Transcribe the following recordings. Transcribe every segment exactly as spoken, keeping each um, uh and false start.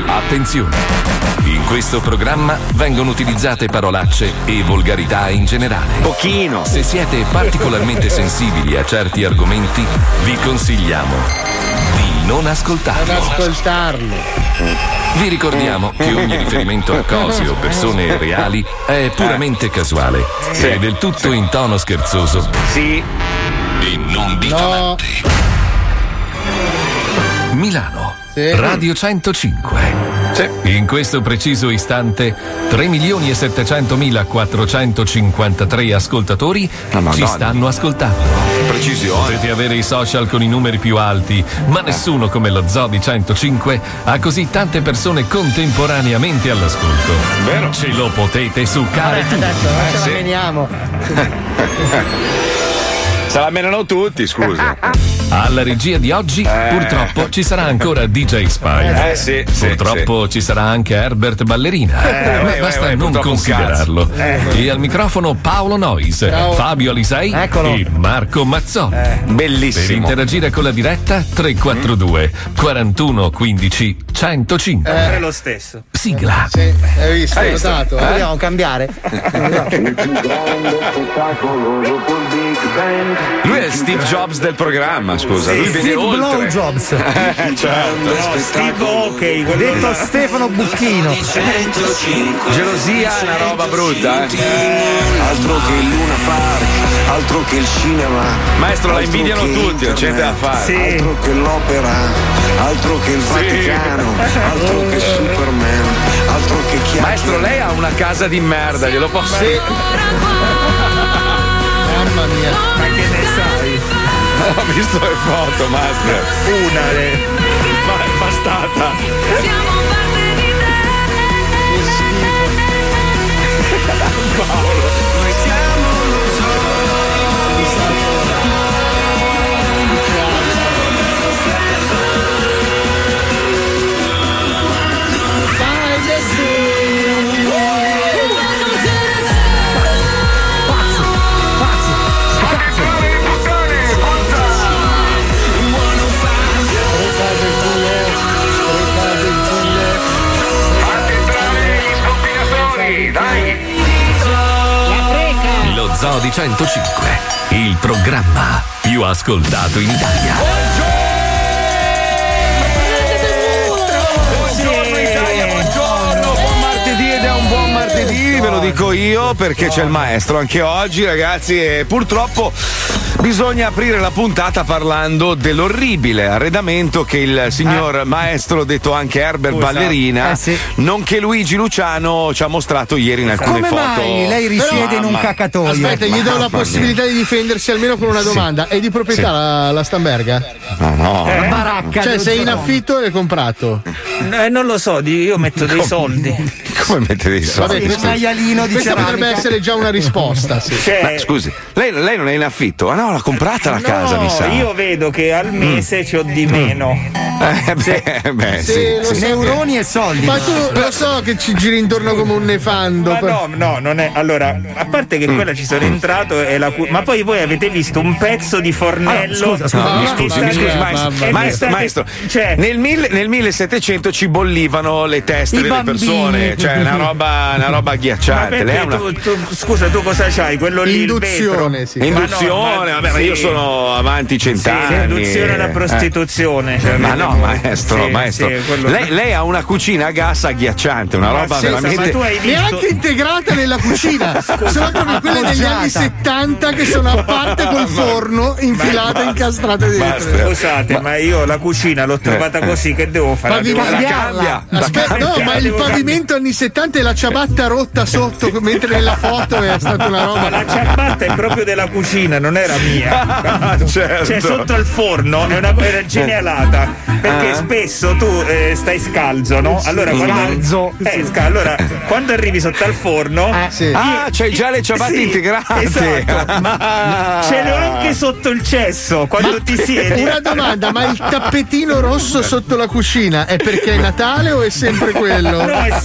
Attenzione! In questo programma vengono utilizzate parolacce e volgarità in generale. Pochino. Se siete particolarmente sensibili a certi argomenti, vi consigliamo di non ascoltarli. Non ascoltarli. Vi ricordiamo che ogni riferimento a cose o persone reali è puramente casuale Sì. e del tutto in tono scherzoso. Sì. E non diffamante. Milano, Sì. Radio centocinque. Sì. In questo preciso istante tre milioni e settecentomilaquattrocentocinquantatré ascoltatori Oh, Madonna. ci stanno ascoltando. Precisione. Potete avere i social con i numeri più alti, ma nessuno come lo Zoo di centocinque ha così tante persone contemporaneamente all'ascolto. Vero. Ce lo potete succare tutti. Adesso non ce la sì. meniamo. Se la menano tutti, scusa. Alla regia di oggi, purtroppo, ci sarà ancora D J Spy. Eh sì, sì, Purtroppo ci sarà anche Herbert Ballerina, Eh, ma uè, basta uè, uè, non purtroppo un considerarlo. E al microfono Paolo Nois, Ciao. Fabio Alisei Eccolo. e Marco Mazzoli. Per Bellissimo. interagire con la diretta tre quattro due quarantuno quindici centocinque. È lo stesso. Sigla. Sì, hai visto, hai visto? notato? Eh? Dobbiamo cambiare. Lui è Steve Jobs del programma, scusa. Lui viene Steve oltre. Blowjobs, Eh, certo. No, Steve ok, quello detto là. Stefano Bucchino. Gelosia è una roba brutta, eh. Altro che il Luna Park, altro che il cinema. Maestro, la altro invidiano che tutti, non c'è niente da fare. Sì. Altro che l'opera, altro che il Vaticano, altro che Superman, altro che chiacchiere. Maestro, lei ha una casa di merda, glielo posso dire? Mamma mia. Ma che ne sai? Ho visto le foto, Master. Una le... Ma è bastata. Lo Zoo di centocinque, il programma più ascoltato in Italia. Buongiorno Italia, buongiorno, buon martedì ed è un buon martedì, ve lo dico io perché c'è il maestro anche oggi, ragazzi, e purtroppo bisogna aprire la puntata parlando dell'orribile arredamento che il signor maestro, detto anche Herbert Scusa. Ballerina, Eh, sì. nonché Luigi Luciano ci ha mostrato ieri in alcune Come foto. mai lei risiede in un Mamma. cacatoio? Aspetta, gli do la Mamma possibilità di difendersi almeno con una domanda. È di proprietà la, la Stamberga? Ma no, La baracca. Cioè, dello sei in zoo. affitto o l'hai comprato? Eh, non lo so, di- io metto dei soldi. come mette dei soldi? Vabbè, Il questo- maialino di Questa ceramica. potrebbe essere già una risposta. Sì. Cioè, Ma scusi, lei, lei non è in affitto? Ah no, l'ha comprata la casa, no, mi sa. io vedo che al mese c'ho di meno. Eh, beh, beh, sì. Sì, lo sì. so. Neuroni e soldi. Ma tu lo so che ci giri intorno come un nefando. Ma per- no, no, non è. Allora, a parte che quella ci sono entrato e la cu- ma poi voi avete visto un pezzo di fornello. scusa, scusa, No, mi Mamma scusi, mi mia, scusi, maestro, mamma mia. maestro, maestro. Cioè- nel, mille- nel millesettecento ci bollivano le teste I delle bambini. persone, cioè una roba, una roba Ma agghiacciante. Lei perché ha una tu, tu- scusa, tu cosa c'hai? Quello lì il Induzione, vetro? sì. induzione, Ma no, ma- vabbè, ma sì. io sono avanti Sì, cent'anni. induzione alla Eh. prostituzione. cioè, Ma no, maestro, sì, maestro. sì, quello- lei, lei ha una cucina a gas agghiacciante, una Ma roba sì, veramente. ma tu hai visto. Neanche integrata nella cucina, sono proprio quelle degli Appoggiata. anni settanta che sono a parte col forno infilate basta, incastrate dentro. basta. Scusate, ma... io la cucina l'ho trovata così, che devo fare? Pavi- Devo- La cambiarla. cambia. la Aspetta, cambia. no, ma il Devo pavimento anni settanta e la ciabatta rotta sotto, mentre nella foto è stata una Ma roba. la ciabatta è proprio della cucina, non era mia. Ah, certo. Cioè, sotto al forno è una era genialata. Perché Ah. spesso tu eh, stai scalzo, no? Allora quando, Scalzo. eh, sca- allora, quando arrivi sotto al forno. Eh, Sì. Ah, c'hai già le ciabatte Sì, integrate. esatto. Ah. Ce l'ho anche sotto il cesso quando ti siedi. Una domanda, ma il tappetino rosso sotto la cucina è perché è Natale o è sempre quello? No, è sempre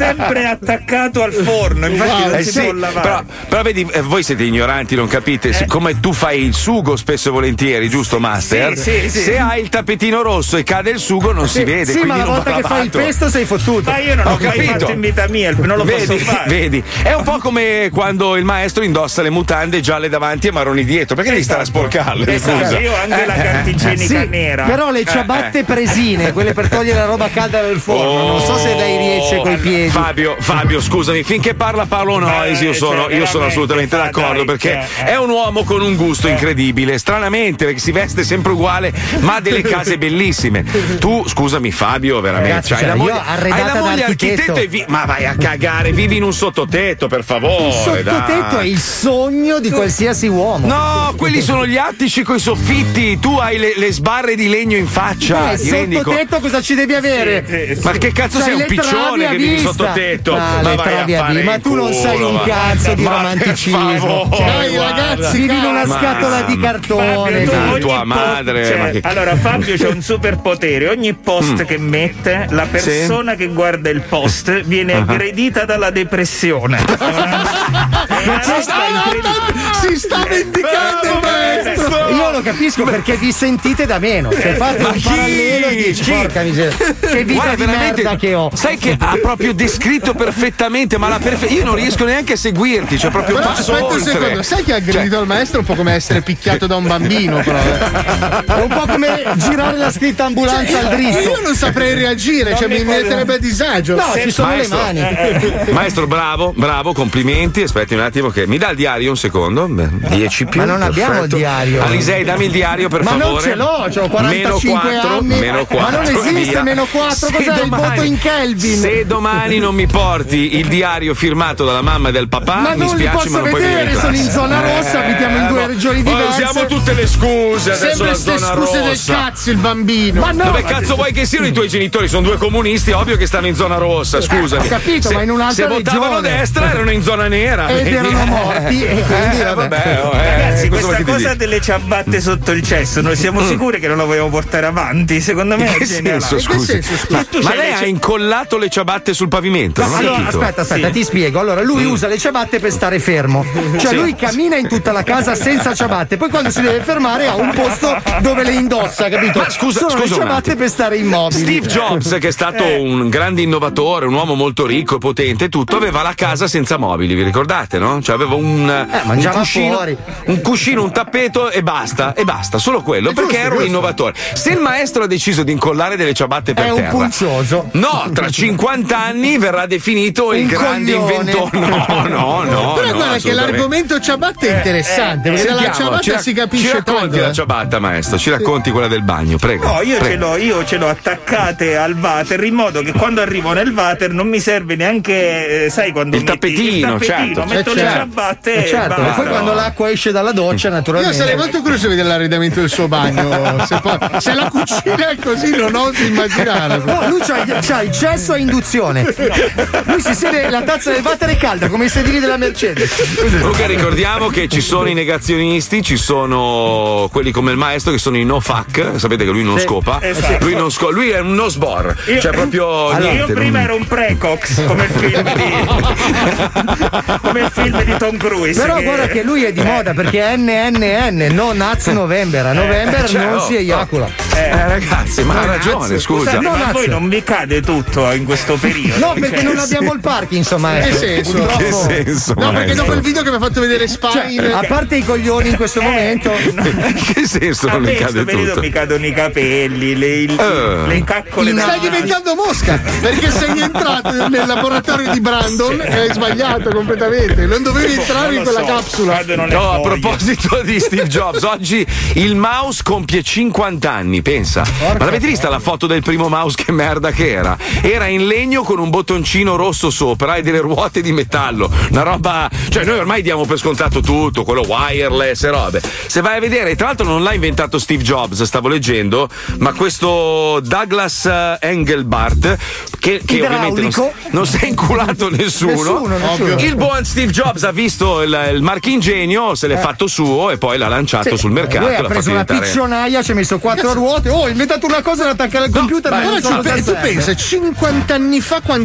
è attaccato al forno, infatti non Eh si sì, può lavare. però, però vedi, eh, voi siete ignoranti, non capite. Eh. Siccome tu fai il sugo spesso e volentieri, giusto, Master? Sì, sì, sì. Se hai il tappetino rosso e cade il sugo, non si vede. Sì, quindi ma la non volta va che fai il lavato. pesto sei fottuto. Ma io non ho, Ho mai capito. fatto in vita mia, non lo Vedi, posso fare. vedi, è un po' come quando il maestro indossa le mutande gialle davanti e marroni dietro. Perché devi stare a sporcarle? Esatto, Scusa. io ho anche la Eh, carta igienica Sì, nera. però le ciabatte presine, quelle per togliere la roba calda dal forno, non so se lei riesce coi piedi. Fabio, Fabio, scusami, finché parla Paolo Noyes, io sono, cioè, io sono veramente, assolutamente fa, d'accordo dai, perché cioè, è un uomo con un gusto incredibile, stranamente perché si veste sempre uguale, ma ha delle case bellissime. Tu, scusami, Fabio, veramente, Ragazzi, hai cioè, la io moglie, hai arredata la moglie da architetto. architetto e vi- ma vai a cagare, vivi in un sottotetto, per favore. Il sottotetto dai. è il sogno di qualsiasi uomo. No, quelli sono gli attici coi soffitti, tu hai le, le sbarre di legno in faccia. Eh, ti rendi co- sottotetto cosa ci devi avere? Sì, sì. Ma che cazzo C'hai sei un le travi piccione a che vivi vista. sottotetto? Ah, ma le vai travi a a fare vista. Ma in tu non sai culo, un ma- cazzo di ma per romanticismo. favore, Dai, guarda. ragazzi, Vivi in una Ma- scatola di cartone. Fabio, tu dai. ogni tua post- madre, cioè, ma che- allora Fabio c'è un superpotere, ogni post che mette la persona che guarda il post viene aggredita dalla depressione. È una- è una roba incredibile. Si sta vendicando il maestro. Io lo capisco perché vi sentite da meno. Se fate Ma un chi? parallelo e dici, Chi? porca miseria, che vita Guarda, di veramente, merda che ho. sai che ha proprio descritto perfettamente, ma la perfe- io non riesco neanche a seguirti, cioè proprio Però passo aspetta un oltre. secondo, sai che ha aggredito il maestro un po' come essere picchiato da un bambino, però. eh. È un po' come girare la scritta ambulanza al dritto. Io non saprei reagire, cioè mi mi può- metterebbe a disagio. No, ci sono Maestro, le mani. Maestro, bravo, bravo, complimenti. Aspetti un attimo che mi dà il diario un secondo. Beh, dieci più. Ma non abbiamo perfetto. il diario. Alisei, dammi il diario per Ma favore. non ce l'ho, c'ho quarantacinque meno quattro, anni. Meno Ma quattro, non esiste via. meno quattro, Se cos'è il voto in Kelvin? Se domani non mi porti il diario firmato dalla mamma e del papà, Ma mi non li spiace, posso ma non puoi vedere, venire in sono in classe. zona rossa, abitiamo in due ma- regioni ma diverse. Usiamo tutte le scuse, adesso Sempre la ste zona scuse del rossa. cazzo il bambino. Ma no, Dove ma- cazzo vuoi che siano i tuoi genitori? Sono due comunisti, ovvio che stanno in zona rossa, scusami. ho capito, se, ma in un'altra se votavano a regione. destra erano in zona nera. Ed vedi? erano morti, e quindi, Eh, vabbè. vabbè, oh, eh, Ragazzi, cosa questa vuoi che ti cosa dica? delle ciabatte sotto il cesso, noi siamo sicuri che non la vogliamo portare avanti? Secondo me In è che geniale. senso, In che scusi? senso, scusi? Ma, Tu ma c'hai lei le ha ci- incollato le ciabatte sul pavimento? Non ho Allora, capito. aspetta, aspetta, Sì. ti spiego. Allora, lui Mm. usa le ciabatte per stare fermo. Cioè, Sì. lui cammina in tutta la casa senza ciabatte, poi quando si deve fermare ha un posto dove le indossa, capito? Ma scusa, Sono scusa le un ciabatte attimo. per stare immobili. Steve Jobs, che è stato Eh. un grande innovatore, un uomo molto ricco e potente, e tutto, aveva la casa senza mobili, vi ricordate, no? Cioè aveva un, un mangiava cuscino, fuori. un cuscino, un tappeto e basta, e basta, solo quello, perché era un innovatore. Se il maestro ha deciso di incollare delle ciabatte per È un terra, pulcioso. no, tra cinquanta anni verrà definito il Un grande coglione. inventore. No, no, no. Però no, guarda che assolutamente. l'argomento ciabatte è interessante, perché dalla Sentiamo, ciabatta ci rac- si capisce Ci racconti tanto. la eh. ciabatta, maestro, ci racconti quella del bagno, prego. No, io ce prego. l'ho, io ce l'ho attaccate al water in modo che quando arrivo nel water non mi serve neanche, eh, sai, quando Il metti tappetino, il tappetino, certo. metto Eh, le certo. ciabatte Eh, certo, e e poi basta. quando l'acqua esce dalla doccia, Io naturalmente. sarei molto curioso di vedere l'arredamento del suo bagno. Se, poi- se la cucina è così, non oso immaginarlo. No, lui c'ha, c'ha il cesso a induzione. Lui si siede, la tazza del water è calda come i sedili della Mercedes. Comunque ricordiamo che ci sono i negazionisti, ci sono quelli come il maestro che sono i no fuck, sapete che lui non Sì, scopa, esatto. lui, non sco- lui è un no sbor, Io- cioè proprio Allora, niente. io prima non- ero un precox come il film di come il film di Tom Cruise. Però che- guarda che lui è di moda perché è N N N, no Naz November. A November cioè, non oh, si eiacula. Eh ragazzi, ma ha ragione, scusa. Scusate, No, ma a Naz. voi non vi cade tutto in questo periodo? No, perché Cioè, non abbiamo il Parkinson, Che maestro. senso? Purtroppo. Che senso? No, perché maestro? dopo il video che mi ha fatto vedere Spine. Cioè, a parte i coglioni in questo momento. Che senso a non me mi in questo cade periodo tutto? mi cadono i capelli, le, il- Eh. le caccole In- da Stai diventando mosca perché sei entrato nel laboratorio di Brandon e hai sbagliato completamente. Non dovevi entrare in Non lo quella so, capsula. cadono le No, a foglie. proposito di Steve Jobs, oggi il mouse compie cinquanta anni, pensa. Ma l'avete vista la foto del primo mouse? Che merda che era? Era in legno con un bottoncino rosso sopra e delle ruote di metallo. Una roba. Cioè, noi ormai diamo per scontato tutto, quello wireless e robe. Se vai a vedere, tra l'altro non l'ha inventato Steve Jobs, stavo leggendo, ma questo Douglas eh, Engelbart, che, che ovviamente non, Idraulico. non si è inculato nessuno. Nessuno, nessuno. Il buon Steve Jobs ha visto il, il marchingegno, se l'è fatto suo e poi l'ha lanciato sul mercato. Lui ha l'ha preso fatto una diventare- piccionaia, ci ha messo quattro ruote. Oh, ho inventato una cosa da attaccare al computer. ma Ma non allora so tu, cosa pe- tu serve. pensa, cinquanta anni fa quanto cazzo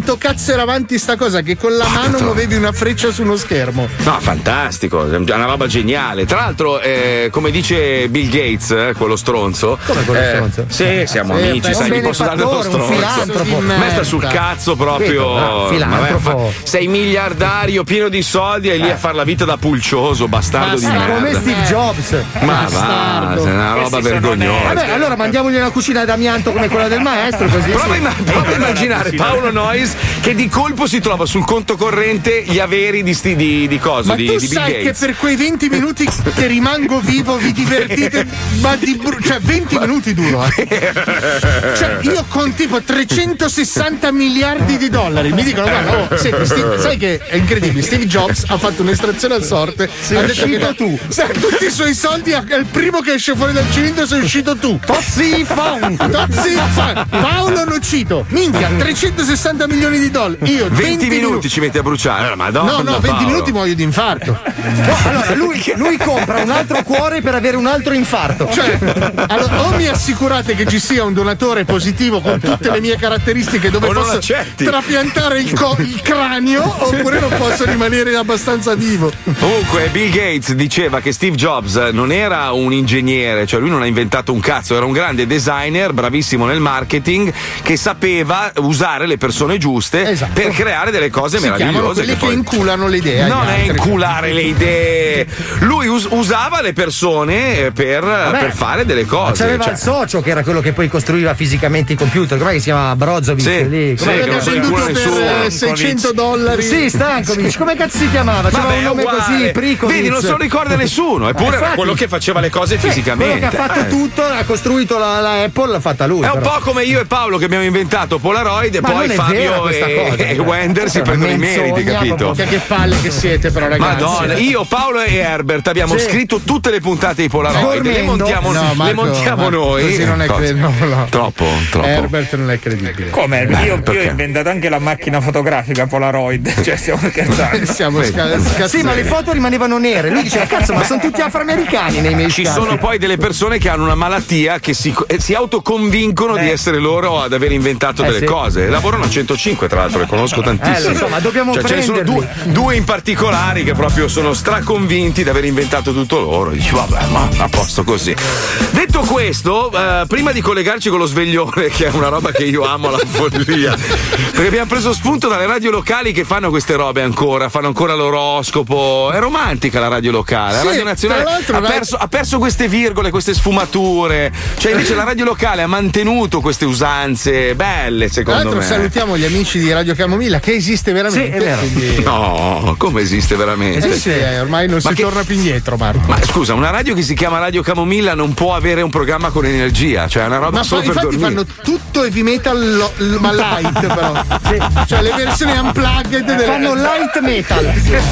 fossero avanti sta cosa che con la mano muovevi una freccia su uno schermo. No, fantastico, è una roba geniale. Tra l'altro, eh, come dice Bill Gates, eh, quello stronzo. Come quello eh, stronzo? Sì, siamo Sì, amici, beh, sai, un mi posso dare dello benefattore, un stronzo. filantropo. A me sta sul cazzo proprio. Capito? Filantropo. Vabbè, fa- sei miliardario, pieno di soldi, e lì a far la vita da pulcioso, bastardo di È merda. come Steve Jobs. Ma va, è una roba vergognosa. Vabbè, allora mandiamogli una cucina d'amianto come quella del maestro, così. Prova, sì. imma- prova a immaginare Paolo Noyes che di colpo si trova sul conto corrente gli averi di, sti, di, di cosa? Ma di, tu di Bill sai Gates. che per quei venti minuti che rimango vivo vi divertite, ma di bru- cioè venti minuti duro, eh. Cioè io con tipo trecentosessanta miliardi di dollari mi dicono guarda, oh, senti, Steve, sai che è incredibile, Steve Jobs ha fatto un'estrazione a sorte, Sei ha detto che uscito tu. sai, tutti i suoi soldi, è il primo che esce fuori dal cilindro sei uscito tu. Tozzi Fong. Tozzi Fong. Paolo Nocito, minchia, trecentosessanta milioni di dollari. Io venti minuti ci metti a bruciare, madonna. No, no, venti Paolo. minuti muoio di infarto. No, allora lui, lui compra un altro cuore per avere un altro infarto. Cioè, allora, o mi assicurate che ci sia un donatore positivo con tutte le mie caratteristiche dove O non posso accetti. trapiantare il, co- il cranio, oppure non posso rimanere abbastanza vivo. Comunque Bill Gates diceva che Steve Jobs non era un ingegnere, cioè lui non ha inventato un cazzo, era un grande designer, bravissimo nel marketing, che sapeva usare le persone giuste Esatto. per creare delle cose Si chiamano meravigliose. quelli che, poi- inculano le idee. agli Non è altri. inculare le idee. Lui us- usava le persone eh, per, Vabbè, per fare delle cose. C'aveva cioè. il socio che era quello che poi costruiva fisicamente i computer. Com'è che si chiama Brozovic? Sì, lì? sì, Com'è che che non ha si venduto incula per nessuno. eh, seicento dollari. Sì, Stankovic. Come cazzo si chiamava? C'era Vabbè, un è nome uguale. così, Prikovic. Vedi, non se lo ricorda nessuno, eppure era Infatti. quello che faceva le cose Sì, fisicamente. quello che ha fatto Eh. tutto, ha costruito la, la Apple, l'ha fatta lui. È un però. po' come io e Paolo che abbiamo inventato Polaroid e Ma poi non è Fabio vera questa e, cosa. e Wender si È una prendono i menzogna meriti, capito? proprio. Che, che palle che siete, però, ragazzi. Madonna, io, Paolo e Herbert abbiamo Sì. scritto tutte le puntate di Polaroid, le Dormendo. montiamo, No, le Marco, montiamo Marco, noi. così non è Cosa? credibile. No, no. Troppo, troppo. Herbert non è credibile. Come? Beh, io, io perché? ho inventato anche la macchina fotografica Polaroid. Cioè, stiamo scherzando. Siamo sca- scazzati. Sì, ma le foto rimanevano nere. Lui diceva, cazzo, ma sono tutti afroamericani nei miei Ci scatti. sono poi delle persone che hanno una malattia che si, eh, si autoconvincono di essere loro ad aver inventato Eh, delle sì. cose. Lavorano a centocinque, tra l'altro, le conosco Eh, tantissimo. lo so, ma dobbiamo Cioè, ce ne sono prenderli. due, due in particolari che proprio sono straconvinti di aver inventato tutto loro. Dici, vabbè, ma a posto così. Detto questo, eh, prima di collegarci con lo sveglione, che è una roba che io amo alla follia, perché abbiamo preso spunto dalle radio locali che fanno queste robe ancora, fanno ancora l'oroscopo. È romantica la radio locale, la Sì, radio nazionale tra l'altro, ha ra- perso, ha perso queste virgole, queste sfumature. Cioè, invece la radio locale ha mantenuto queste usanze belle, Tra secondo l'altro me. salutiamo gli amici di Radio Camomilla che esiste veramente. Sì, è vero. quindi- No, come esiste veramente? Sì, sì, eh, ormai non Ma si che- torna più indietro, Marco. Ma scusa, una radio che si chiama Radio Camomilla non può avere un programma con energia, cioè è una roba Ma solo fa- per infatti dormire. fanno tutto heavy metal lo- l- ma light però. Cioè le versioni unplugged delle Fanno light metal.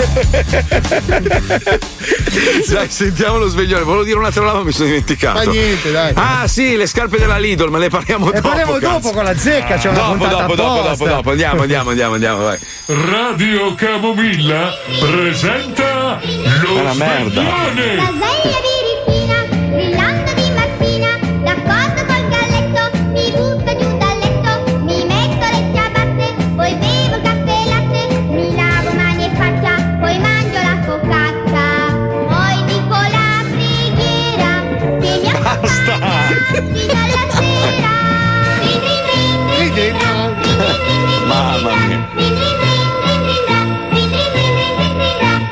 Dai, sentiamo lo sveglione. Volevo dire un'altra roba, ma mi sono dimenticato. Ma niente, dai. Ah, sì, le scarpe della Lidl, ma le parliamo E dopo. parliamo cazzo. dopo con la zecca, c'è una Dopo, puntata dopo, dopo, apposta. dopo, dopo. Andiamo, andiamo, andiamo, andiamo, vai. Radio Camomilla presenta lo È una merda. sveglione. La sveglia birichina, brillando di mattina, d'accordo col galletto, mi butto giù dal letto, mi metto le ciabatte, poi bevo caffè e latte, mi lavo mani e faccia, poi mangio la focaccia, poi dico la preghiera, che mi accompagna fino alla sera. Rin, rin, rin, rin, rin, rin, rin, rin, rin, rin, Mamma mia. rin, rin, rin, rin, rin, rin, rin, rin, rin, rin, rin.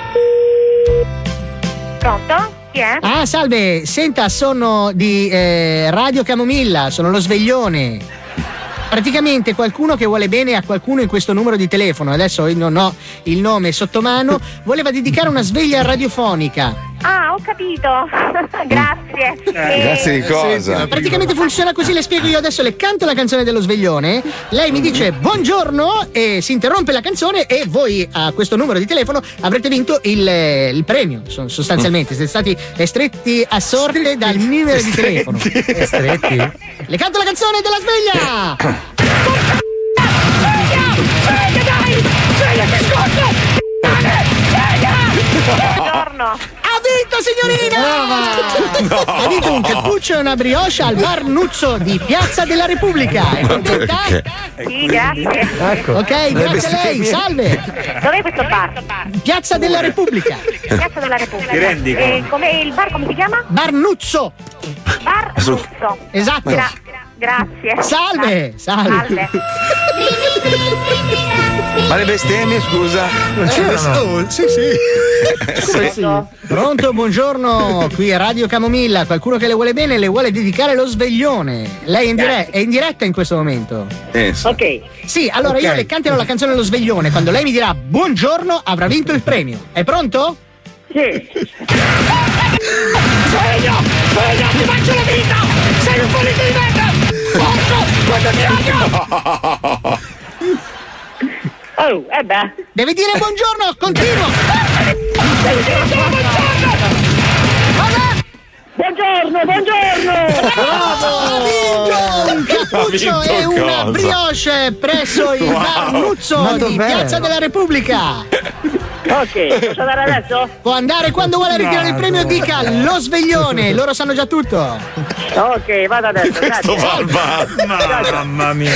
Pronto? Chi è? Ah, salve, senta, sono di eh, Radio Camomilla, sono lo sveglione. Praticamente qualcuno che vuole bene a qualcuno in questo numero di telefono, adesso io non ho il nome sotto mano, voleva dedicare una sveglia radiofonica. Ah, ho capito. Grazie. Eh, Grazie di cosa? Praticamente funziona così, le spiego io adesso, le canto la canzone dello sveglione, lei mi dice buongiorno e si interrompe la canzone e voi a questo numero di telefono avrete vinto il, il premio, son- sostanzialmente, siete stati stretti a sorte dal numero di telefono. Stretti? Le canto la canzone della sveglia! Sveglia, dai! Sveglia, che scosso! Sveglia! Ha Buongiorno. vinto, signorina! No. Hai vinto un cappuccio e una brioche al bar Nuzzo di Piazza della Repubblica. È contenta? Sì, grazie. Ecco. Ok, grazie a lei, salve. Dov'è questo bar? Piazza della Repubblica. Piazza della Repubblica. Ti rendi conto? Eh, come il bar come si chiama? Bar Nuzzo. Bar Nuzzo. Esatto. Gra- grazie. Salve, salve. Salve. Ma le bestemmie, scusa? Non c'erano. Oh, sì, sì. Come sì? Pronto, buongiorno, qui è Radio Camomilla, qualcuno che le vuole bene le vuole dedicare lo sveglione. Lei è in, dire- è in diretta in questo momento. Eh, sì. Ok. Sì, allora Ok. io le canterò la canzone Lo sveglione, quando lei mi dirà buongiorno avrà vinto il premio. È pronto? Sì. Sveglio! Sveglio! Ti faccio la vita! Sei un follito di merda! Porco! Quando ti odio! Oh, eh beh. Devi dire buongiorno, continuo! Devi dire solo buongiorno! Vabbè! Buongiorno, buongiorno. Bravo! Ha vinto un cappuccio Ha vinto e una cosa? brioche presso il Wow. bar Nuzzo Ma di dov'è? Piazza della Repubblica. Ok, posso andare adesso? Può andare quando vuole ritirare il premio, dica lo sveglione, loro sanno già tutto. Ok, vado adesso, Questo grazie. barba. Mamma mia.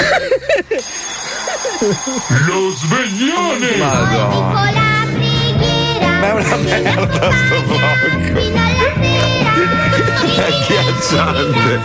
Lo sveglione! Madonna. la preghiera. Ma è una merda sto vlog. Fino alla sera. È agghiacciante.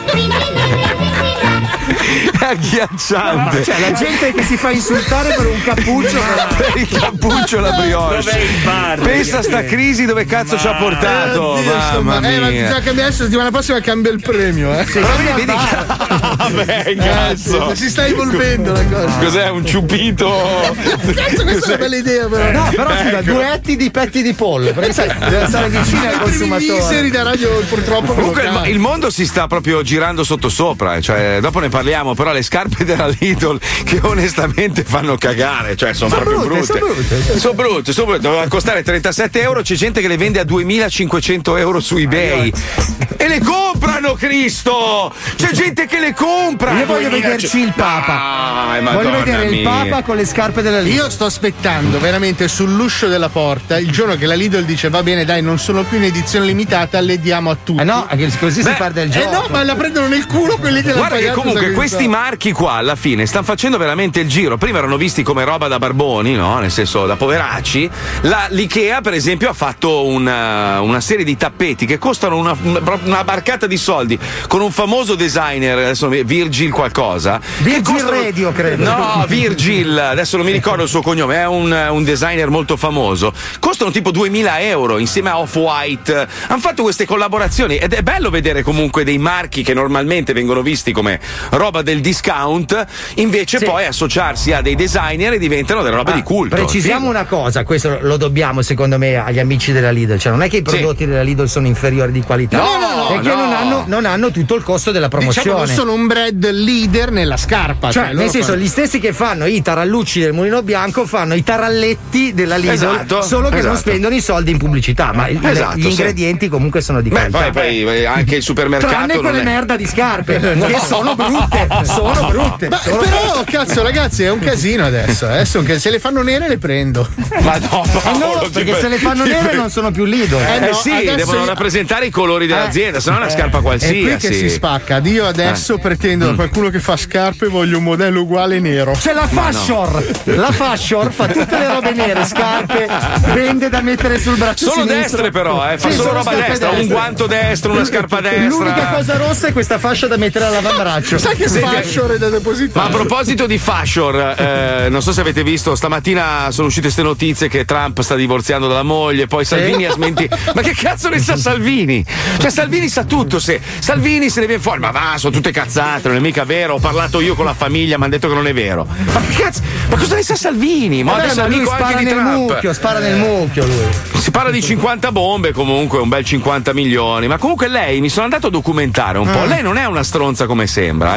È agghiacciante. Cioè, la gente che si fa insultare per un cappuccio. Per il cappuccio e la brioche. Dov'è il bar? Pensa a sta crisi dove cazzo ci ha portato. Oddio, sto Mamma ma- eh, ma mia. bisogna che adesso settimana prossima cambia il premio, eh. Però vedi, vedi che... Vabbè, Eh, cazzo. si, si sta evolvendo la cosa. Cos'è un ciupito? Cazzo, questa è una bella idea, però. No, però scusa, Ecco. duetti di petti di pollo, perché sai, deve stare vicino al I primi consumatore. miseri da radio purtroppo. Comunque il, bloccati. il mondo si sta proprio girando sotto sopra, eh, cioè dopo ne parliamo, però le scarpe della Lidl che onestamente fanno cagare, cioè sono Sono proprio brutte, brutte. sono brutte. Sono brutte, sono brutte, dovevano costare trentasette euro, c'è gente che le vende a duemilacinquecento euro su eBay. E le comprano, Cristo! C'è gente che le compra! Io voglio duemila vederci il Papa. Dai, Voglio Madonna vedere il mia. Papa con le scarpe della Lidl. Io sto aspettando veramente sull'uscio della porta il giorno che la Lidl dice va bene dai non sono più in edizione limitata, le diamo a tutti. Eh no, anche così Beh, si perde il Eh gioco. no, ma la prendono nel culo quelli che l'hanno Guarda che pagato, comunque sai questi so. marchi qua alla fine stanno facendo veramente il giro. Prima erano visti come roba da barboni, no? Nel senso da poveracci. La, L'Ikea, per esempio, ha fatto una, una serie di tappeti che costano una, una, una barcata di soldi con un famoso designer, adesso non mi- Virgil qualcosa. Virgil che costano- Radio, credo. No, Virgil, adesso non mi ricordo il suo cognome, è un, un designer molto famoso. Costano tipo duemila euro insieme a Off-White. Hanno fatto queste collaborazioni ed è bello vedere comunque dei marchi che normalmente vengono visti come roba del discount, invece Sì. poi associarsi a dei designer e diventano delle robe Ah, di culto. Precisiamo Figo. una cosa, questo lo dobbiamo secondo me agli amici della Lidl, cioè non è che i prodotti della Lidl sono inferiori di qualità, No, no, no, è che no. non hanno, non hanno tutto il costo della promozione. Diciamo non sono un brand leader nella scarpa. Cioè, Cioè, nel loro senso, fanno- gli stessi che fanno i tarallucci del Mulino Bianco fanno i taralletti della Lidl, Esatto, solo che non esatto. spendono i soldi in pubblicità, ma il- Esatto, gli sì. ingredienti comunque sono di Beh, qualità. poi, poi anche il supermercato. Tranne non quelle è- merda di scarpe, che sono brutte, sono brutte. Ma, sono però, cazzo, ragazzi, è un casino adesso. Adesso un cas- se le fanno nere le prendo. Ma no, Eh Paolo, no, ti perché pre- se le fanno ti nere pre- non sono più Lidl. Eh, Eh no, sì, adesso devono io- rappresentare i colori dell'azienda, se no è una scarpa È qui qualsiasi. che si spacca. Io adesso pretendo da qualcuno che fa scarpe voglio un modello uguale nero. C'è la Fashion, la Fashion fa tutte le robe nere, scarpe, vende da mettere sul braccio Solo sinistro. destre però, eh, fa Sì, solo sono roba scarpe destra, un destre. guanto destro, una scarpa destra. L'unica cosa rossa è questa fascia da mettere all'avambraccio. Sai che Senti- fascio è da Ma depositare? a proposito di fashion, eh, non so se avete visto, stamattina sono uscite queste notizie che Trump sta divorziando dalla moglie, poi Salvini ha smentito. Ma che cazzo ne sa Salvini? Cioè Salvini sa tutto, se Salvini se ne viene fuori, ma va, sono tutte cazzate, non è mica vero, ho parlato io con la famiglia, mi hanno detto che non è vero. Ma che cazzo? Ma cosa ne sa Salvini? Ma Vabbè, adesso è ma lui amico spara anche di nel Trump. mucchio, spara nel mucchio lui. Si parla di cinquanta bombe, comunque un bel cinquanta milioni. Ma comunque lei mi sono andato a documentare un po'. Lei non è una stronza come sembra, eh,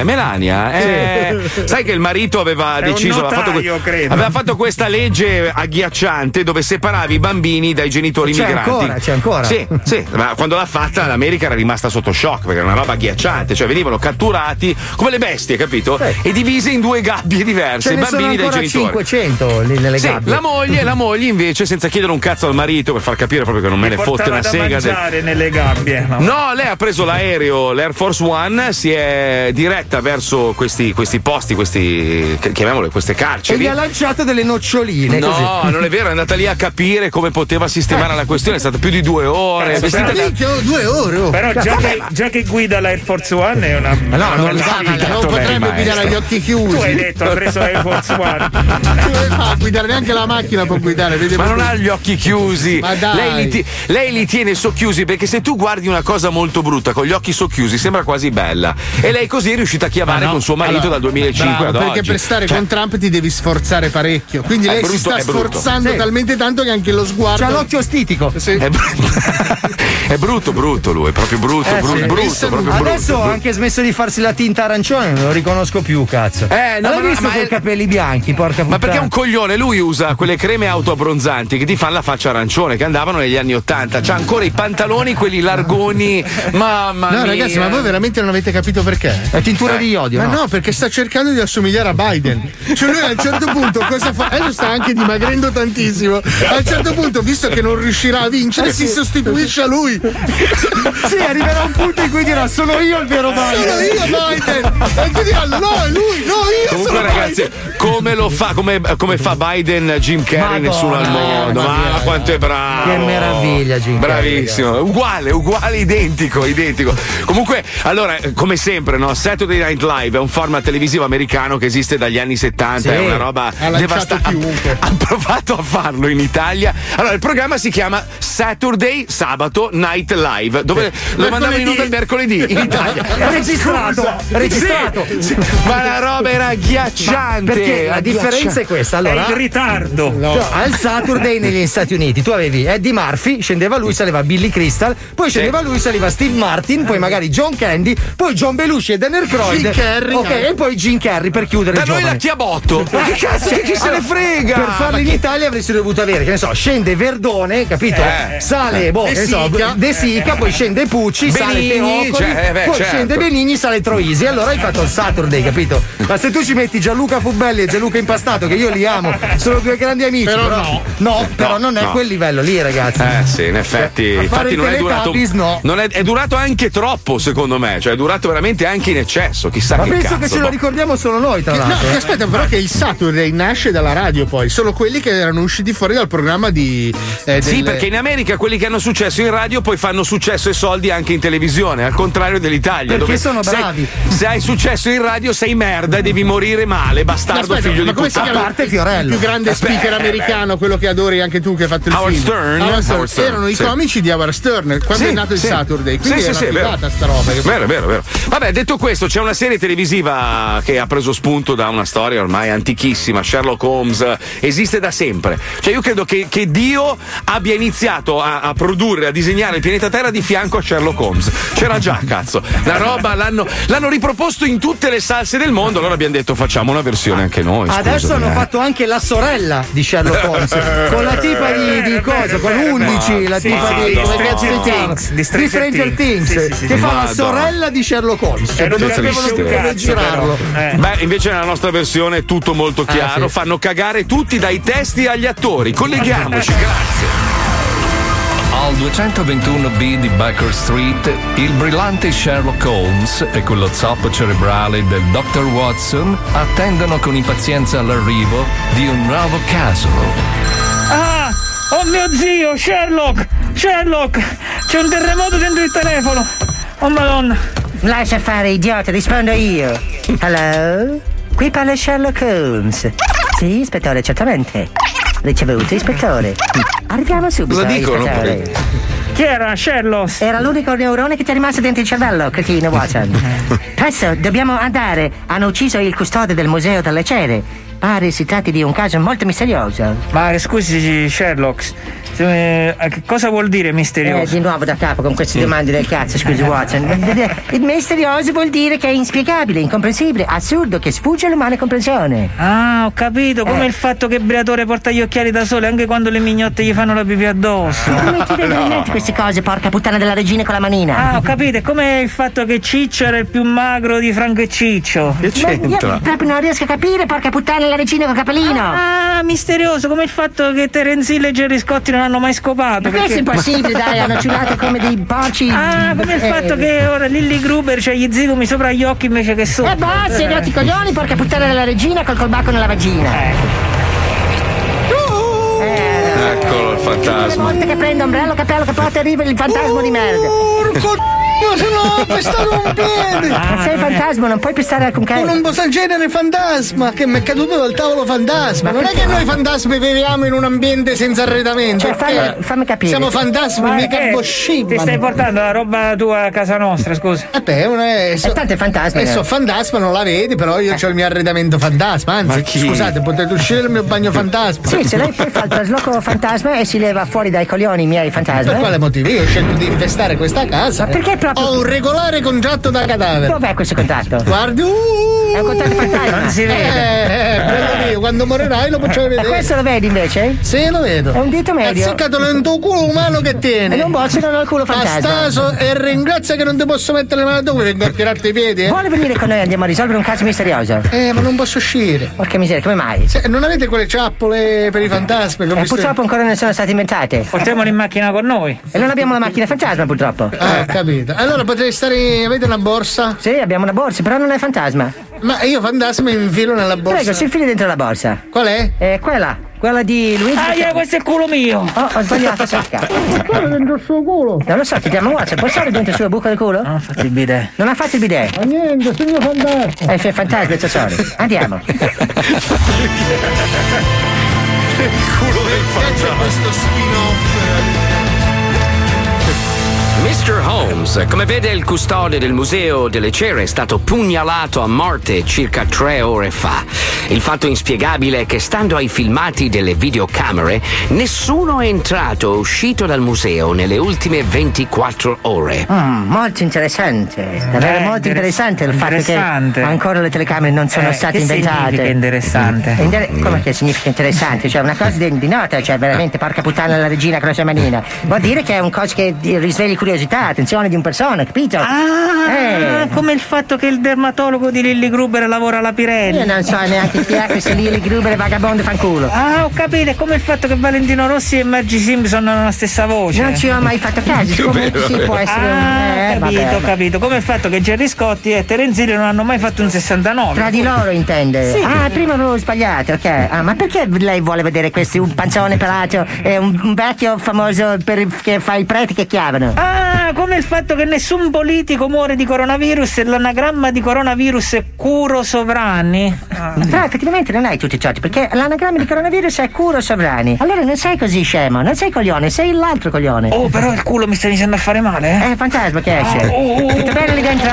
Melania? Eh, sai che il marito aveva È deciso, un aveva, fatto, notaio, credo. aveva fatto questa legge agghiacciante dove separavi i bambini dai genitori C'è migranti. ancora, c'è ancora. Sì, sì, ma quando l'ha fatta l'America era rimasta sotto shock perché era una roba agghiacciante, cioè venivano catturati come le bestie, capito? Sì. E divisi in due gabbie diverse, Ce i ne sono bambini dai ancora genitori. cinquecento lì nelle Sì, gabbie. la moglie, la moglie invece, senza chiedere un cazzo al marito per far capire proprio che non me ne fotte Portava una da sega. del- mangiare nelle gabbie. No? No, lei ha preso l'aereo, l'Air Force One, si è diretta verso questi, questi posti, questi, chiamiamole queste E carceri. gli ha lanciato delle noccioline. No, così. non è vero, è andata lì a capire come poteva sistemare la questione, è stata più di due ore. Cazzo, vestita però- da- Minchia, oh, due ore. Oh. Però già che, già che guida l'Air Force One è una. Ma no, una non bella l'ha figa. guidato Non lei, potrebbe maestro. guidare agli occhi Tu hai chiusi. detto ha preso l'Air Force One. Come fa a guidare? Neanche la macchina può guidare. Vedi Ma non proprio- ha gli occhi chiusi. Ma dai. Lei li, ti- lei li tiene socchiusi perché se tu guardi una cosa molto brutta con gli occhi socchiusi sembra quasi bella. E lei così è riuscita a chiavare no. con suo marito Allora, dal duemilacinque bravo, ad perché oggi. per stare Cioè, con Trump ti devi sforzare parecchio. Quindi È lei brutto, si sta è brutto. sforzando Sì. talmente tanto che anche lo sguardo. C'ha l'occhio stitico. Sì. È, br- è brutto, brutto lui, è proprio brutto, Eh, brutto, sì. brutto, proprio brutto. Adesso ha anche smesso di farsi la tinta arancione, non lo riconosco più, cazzo. Eh, no, L'hai ma no, visto ma quei è- capelli bianchi, porca puttana. Ma perché è un coglione? Lui usa quelle creme autoabbronzanti che ti fanno la faccia arancione, che andavano negli anni Ottanta. C'ha ancora i pantaloni, quelli largoni. Mamma No, mia. ragazzi, ma voi veramente non avete capito perché? È tintura di iodio, Ma no? no, perché sta cercando di assomigliare a Biden. Cioè lui a un certo punto cosa fa? Adesso sta anche dimagrendo tantissimo. A un certo punto, visto che non riuscirà a vincere, si sostituisce a lui. Sì, arriverà un punto in cui dirà sono io il vero Biden. Sono io Biden! E tu diranno, no, è lui, no, io Comunque, sono ragazzi, Biden! come lo fa, come, come fa Biden, Jim Carrey, Madonna, nessuno al mondo. mamma Ma mia. quanto è bravo! Che meraviglia, Jim Carrey. Bravissimo, uguale, uguale, identico, identico. Comunque, allora, come sempre, no? Saturday Night Live è un format televisivo americano che esiste dagli anni settanta, Sì. è una roba Ha lanciato devastante. chiunque. Ha provato a farlo in Italia. Allora, il programma si chiama Saturday Sabato Night Live, dove lo mandavano in onda il mercoledì in Italia. È registrato, registrato. Sì, sì. Ma la roba era agghiacciante. Perché la agghiacciante. differenza è questa, È allora. in ritardo. Cioè, al Saturday negli Stati Uniti tu avevi Eddie Murphy, scendeva lui, saleva Billy Crystal, poi scendeva lui, saliva Steve Martin, poi magari John Candy, poi John Belushi e Dan Aykroyd. Jim Carrey. Ok, e poi Jim Carrey per chiudere Da il noi giovane. la Chiabotto. Ma che cazzo, che chi se ne frega? Per farlo in Italia avresti dovuto avere, che ne so, scende Verdone, capito? Eh. Sale, boh, De che ne so, Sica. De Sica, poi scende Pucci, sale Benigni, Teocoli, cioè, eh, beh, poi certo. scende Benigni, sale Troisi. Allora hai fatto il Saturday, capito? Ma se tu ci metti Gianluca Fubelli e Gianluca Impastato, che io li amo, sono due grandi amici. Però Però, no. no, però non è no. quel livello lì, ragazzi. Eh sì, in effetti, A fare infatti i non è durato Teletubbies, no. non è, è durato anche troppo secondo me, cioè è durato veramente anche in eccesso, chissà Ma che penso cazzo. che ce lo boh. ricordiamo solo noi, tra Che- no, l'altro. che eh. aspetta, però che il Saturday nasce dalla radio poi. Sono quelli che erano usciti fuori dal programma di. Eh, Sì, del- perché in America quelli che hanno successo in radio poi fanno successo e soldi anche in televisione, al contrario dell'Italia. Perché dove sono sei- bravi. se hai successo in radio sei merda e devi morire male, No, bastardo aspetta, figlio ma di come si puttana. chiama? A parte il Fiorello. più grande speaker Eh, beh, americano, quello che adori anche tu che hai fatto il Howard film. Stern. Howard Stern. Howard Stern, Erano i sì. comici di Howard Stern quando Sì, è nato il sì. Saturday. Quindi Sì, è sì, una sì, è vero. figata sta roba. che- Vero, vero, vero. Vabbè, detto questo, c'è una serie televisiva che ha preso spunto da una storia ormai antichissima, Sherlock Holmes, esiste da sempre. Cioè, io credo che, che Dio abbia iniziato a, a produrre, a disegnare il pianeta Terra di fianco a Sherlock Holmes. C'era già, cazzo. La roba l'hanno, l'hanno riproposto in tutte le salse del mondo, allora abbiamo detto facciamo una versione anche noi. Adesso scusami, hanno eh. fatto anche la sorella di Sherlock Holmes con la tipa di, di cosa? Con undici, la sì, tipa sì, di, no. come cazzo si chiama? Things, di Di Stranger Stranger Things. Things, Sì, sì, sì, che sì. fa la Madonna. sorella di Sherlock Holmes. E non non capiscono sapevano più come cazzo, girarlo. però. Eh. Beh, invece nella nostra versione è tutto molto chiaro, sì. fanno cagare tutti dai testi agli attori. Colleghiamoci, grazie. Al duecentoventuno B di Baker Street, il brillante Sherlock Holmes e quello zoppo cerebrale del dottor Watson attendono con impazienza l'arrivo di un nuovo caso. Ah! Oh mio zio, Sherlock! Sherlock! C'è un terremoto dentro il telefono! Oh madonna! Lascia fare, idiota, rispondo io. Hello? Qui parla Sherlock Holmes. Sì, ispettore, certamente. Ricevuto, ispettore. Arriviamo subito, Cosa dicono ispettore. poi? Chi era Sherlock? Era l'unico neurone che ti è rimasto dentro il cervello, cretino Watson. Presto, dobbiamo andare. Hanno ucciso il custode del Museo delle Cere. Pare si tratti di un caso molto misterioso. Ma scusi, Sherlock, Eh, che cosa vuol dire misterioso? Eh, di nuovo da capo con queste domande del cazzo, scusi Watson. Il misterioso vuol dire che è inspiegabile, incomprensibile, assurdo, che sfugge all'umana comprensione. Ah, ho capito, come Eh. il fatto che il Briatore porta gli occhiali da sole anche quando le mignotte gli fanno la pipì addosso. Come ti vengono in mente queste cose, porca puttana della regina con la manina? Ah, ho capito, è come il fatto che Ciccio era il più magro di Franco e Ciccio. Che Ma io proprio non riesco a capire, porca puttana, la regina col capellino. Ah, misterioso, come il fatto che Terence Hill e Gerry Scotti non hanno mai scopato. Ma questo è impossibile, dai, hanno ciulato come dei porci. Ah, come il Eh. fatto che ora Lilly Gruber c'ha gli zigomi sopra gli occhi invece che sotto. E basta, i rotti coglioni, porca puttana della regina col colbacco nella vagina. Eccolo il Le fantasma. volte che prendo ombrello, cappello, capote arriva il fantasma di merda. Porco sono pestato un piede! Sei il fantasma, non puoi pestare alcun Con cane. un po' del genere fantasma che mi è caduto dal tavolo fantasma. Non è che noi fantasmi viviamo in un ambiente senza arredamento. Cioè, fammi, eh. fammi capire. Siamo fantasmi, Ma mica che? boscini. Ti stai portando la roba tua a casa nostra, scusa. Eh beh, uno è. So, E tanto è fantasma. e so fantasma, non la vedi, però io ho il mio arredamento fantasma. Anzi, Ma chi? scusate, potete uscire il mio bagno fantasma. Sì, se lei poi fa il trasloco fantasma e si leva fuori dai coglioni i miei fantasmi. Per quale motivo? Io ho scelto di infestare questa casa. Ma perché proprio- Ho un regolare contratto da cadavere. Dov'è questo contratto? Guardi, uh, È un contratto fantasma. Non si eh, vede. eh, prendo io, quando morirai lo faccio E vedere. questo lo vedi invece? Sì, lo vedo. È un dito medio. Azzeccato nel tuo culo umano che tieni. E non posso, non ho il culo fantasma. Astaso, e ringrazia che non ti posso mettere le mani addosso, vengo a tirarti i piedi, eh? Vuole venire con noi e andiamo a risolvere un caso misterioso? Eh, ma non posso uscire. Porca miseria, come mai? Se- non avete quelle ciappole per i fantasmi che ho E visto? purtroppo ancora non sono state inventate. Portiamoli in macchina con noi. E non abbiamo la macchina fantasma, purtroppo. Ah, ho capito. Allora potrei stare. Avete una borsa? Sì, abbiamo una borsa, però non è fantasma. Ma io fantasma mi infilo nella borsa. Prego, si infili dentro la borsa. Qual è? Eh, quella, quella di Luigi. Ah, yeah, questo è il culo mio. Oh, ho sbagliato, secca. Quello dentro il suo culo. Non lo so, ti chiamo Watson, puoi stare dentro il suo buco del culo? Non fate il bidet. Non ha fatto il bidet. Ma niente, sono fantasma. Eh, fa- fantasma, tesoro. Andiamo. Culo del fantasma. Questo spin-off. mister Holmes, come vede il custode del Museo delle Cere è stato pugnalato a morte circa tre ore fa. Il fatto inspiegabile è che stando ai filmati delle videocamere nessuno è entrato o uscito dal museo nelle ultime ventiquattro ore. Mm, molto interessante. Davvero Eh, molto interessante il fatto interessante. che ancora le telecamere non sono Eh, state che inventate. significa interessante? È inter- come che significa interessante? Cioè una cosa di, di nota, cioè veramente porca puttana la regina con la sua manina. Vuol dire che è un coso che risveglia curiosità, attenzione di un persona, capito? Ah, Eh. come il fatto che il dermatologo di Lilly Gruber lavora alla Pirelli. Io non so neanche chi è questo Lilly Gruber vagabondo fanculo. Ah, ho capito, è come il fatto che Valentino Rossi e Margie Simpson hanno la stessa voce. Non ci ho mai fatto caso, siccome sì, può essere un. Ah, eh, capito, vabbè, ho capito. Come il fatto che Gerry Scotti e Terence Hill non hanno mai fatto un sessantanove. Tra di loro intende? Sì. Ah, prima avevo sbagliato, ok. Ah, ma perché lei vuole vedere questi? Un panzone pelato e un, un vecchio famoso per, che fa i preti che chiamano? Ah, come il fatto che nessun politico muore di coronavirus e l'anagramma di coronavirus è Curo Sovrani. Però effettivamente non hai tutti i torti, perché l'anagramma di coronavirus è Curo Sovrani. Allora non sei così scemo, non sei coglione, sei l'altro coglione. Oh, però il culo mi sta iniziando a fare male, eh? È il fantasma che esce. Oh, oh, oh. Tutto bene lì dentro?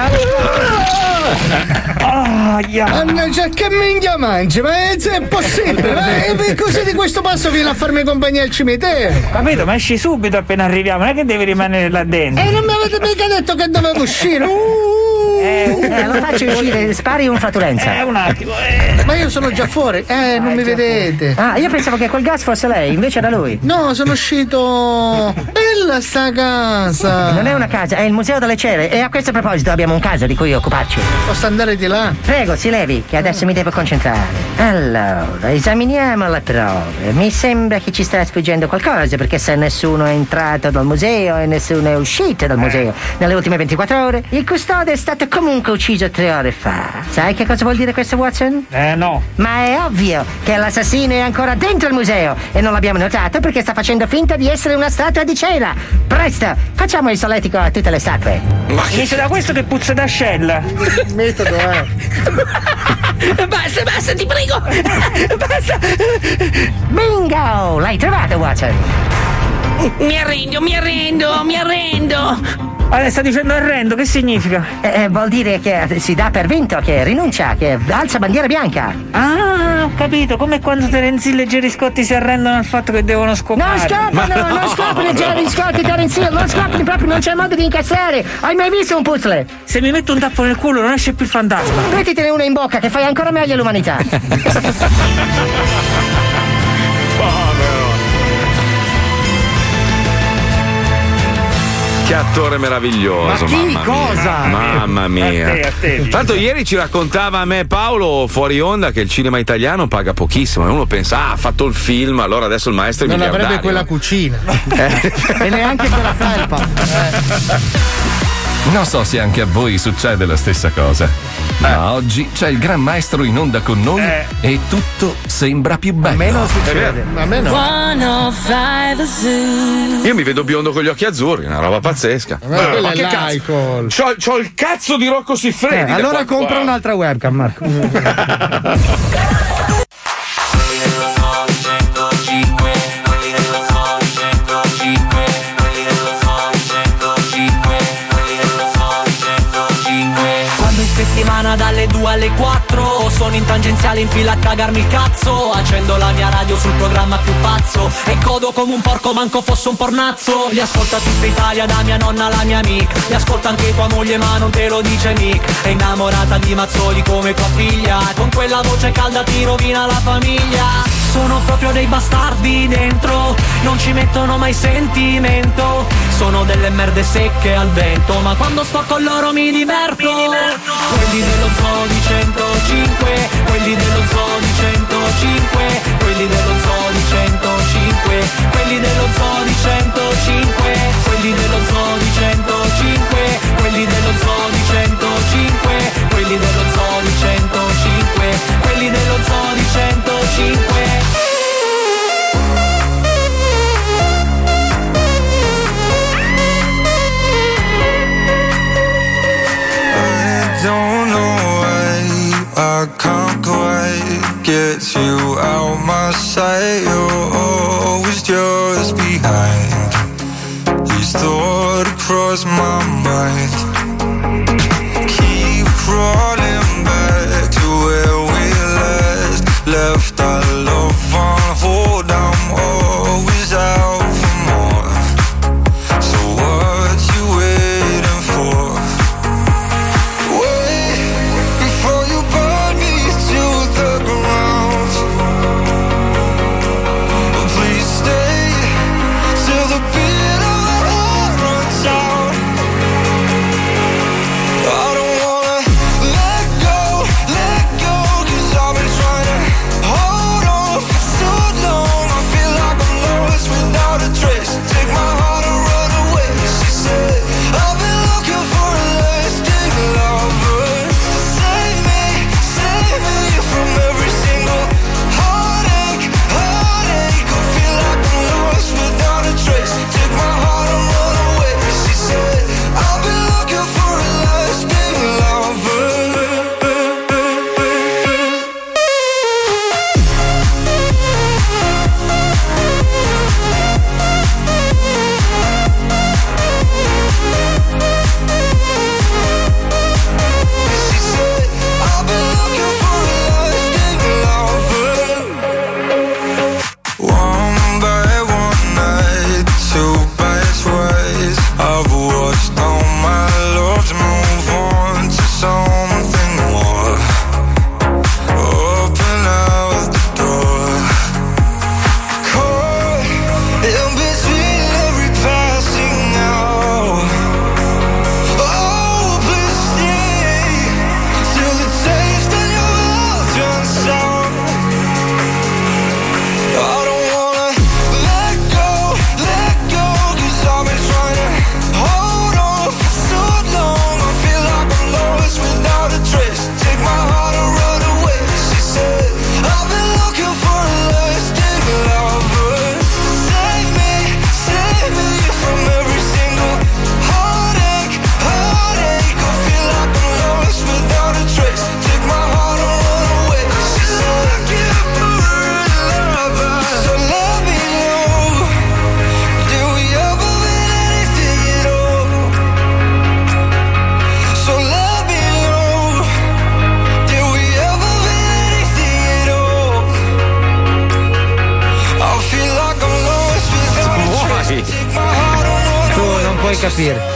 Ah, yeah. Mannaggia, che minchia mangi? Ma è, è possibile? Ma è, così di questo passo viene a farmi compagnia al cimitero? Capito, ma esci subito appena arriviamo, non è che devi rimanere là dentro. E non mi avete mica detto che dovevo uscire? Uh, Eh, Eh, lo faccio uscire, spari un flatulenza. eh, un attimo. Eh. ma io sono già fuori. Eh, non mi vedete. Ah, io pensavo che quel gas fosse lei, invece era lui. No, sono uscito. Bella sta casa. Non è una casa, è il Museo delle Cere e a questo proposito abbiamo un caso di cui occuparci. Posso andare di là? Prego, si levi, che adesso mi devo concentrare. Allora, esaminiamo le prove. Mi sembra che ci sta sfuggendo qualcosa, perché se nessuno è entrato dal museo e nessuno è uscito dal museo nelle ultime ventiquattro ore, il custode è stato comunque ucciso tre ore fa. Sai che cosa vuol dire questo, Watson? Eh, no. Ma è ovvio che l'assassino è ancora dentro il museo e non l'abbiamo notato perché sta facendo finta di essere una statua di cera. Presto, facciamo il solletico a tutte le statue. Inizio da questo che puzza d'ascella. Il metodo, eh. Basta, basta, ti prego! Basta! Bingo! L'hai trovato, Watson. Mi arrendo, mi arrendo, mi arrendo. Allora, sta dicendo arrendo, che significa? Eh, vuol dire che si dà per vinto, che rinuncia, che alza bandiera bianca. Ah, ho capito, come quando Terence Hill e Gerry Scotti si arrendono al fatto che devono scopare. Non scoppano, no. non scoppano Gerry Scotti e Terence Hill, non scoppano proprio, non c'è modo di incassare. Hai mai visto un puzzle? Se mi metto un tappo nel culo non esce più il fantasma. Mettitene uno in bocca che fai ancora meglio all'umanità. Che attore meraviglioso. Ma chi? Mamma Cosa? Mia. Mamma mia. A te, a te, Tanto ieri ci raccontava a me Paolo fuori onda che il cinema italiano paga pochissimo e uno pensa ah ha fatto il film allora adesso il maestro è non miliardario. avrebbe quella cucina eh. E neanche quella felpa. eh. Non so se anche a voi succede la stessa cosa, ma oggi c'è il Gran Maestro in onda con noi Eh. e tutto sembra più bello. A me non succede. a me no Io mi vedo biondo con gli occhi azzurri, una roba pazzesca. ma quello Ma è che cazzo? l'alcol. C'ho, c'ho il cazzo di Rocco Siffredi. Eh, da allora qua- compra un'altra webcam, Marco. Settimana dalle due alle quattro sono in tangenziale in fila a cagarmi il cazzo. Accendo la mia radio sul programma più pazzo e godo come un porco manco fosse un pornazzo. Li ascolta tutta Italia da mia nonna alla mia amica. Li ascolta anche tua moglie ma non te lo dice Nick. È innamorata di Mazzoli come tua figlia. Con quella voce calda ti rovina la famiglia. Sono proprio dei bastardi dentro, non ci mettono mai sentimento. Sono delle merde secche al vento, ma quando sto con loro mi diverto. Quelli dello Zoo di centocinque, quelli dello Zoo di centocinque, quelli dello Zoo di centocinque, quelli dello Zoo di centocinque, quelli dello Zoo di centocinque, quelli dello Zoo di centocinque, quelli dello Zoo di centocinque, quelli dello Zoo di centocinque. Don't know why I can't quite get you out my sight. You're always just behind. Each thought across my mind. Keep crawling back to where we last left our love on hold. I'm always out for more. So what you waiting for? Before you burn me to the ground, please stay till the beat of my heart runs out. sì. Tu non puoi capire.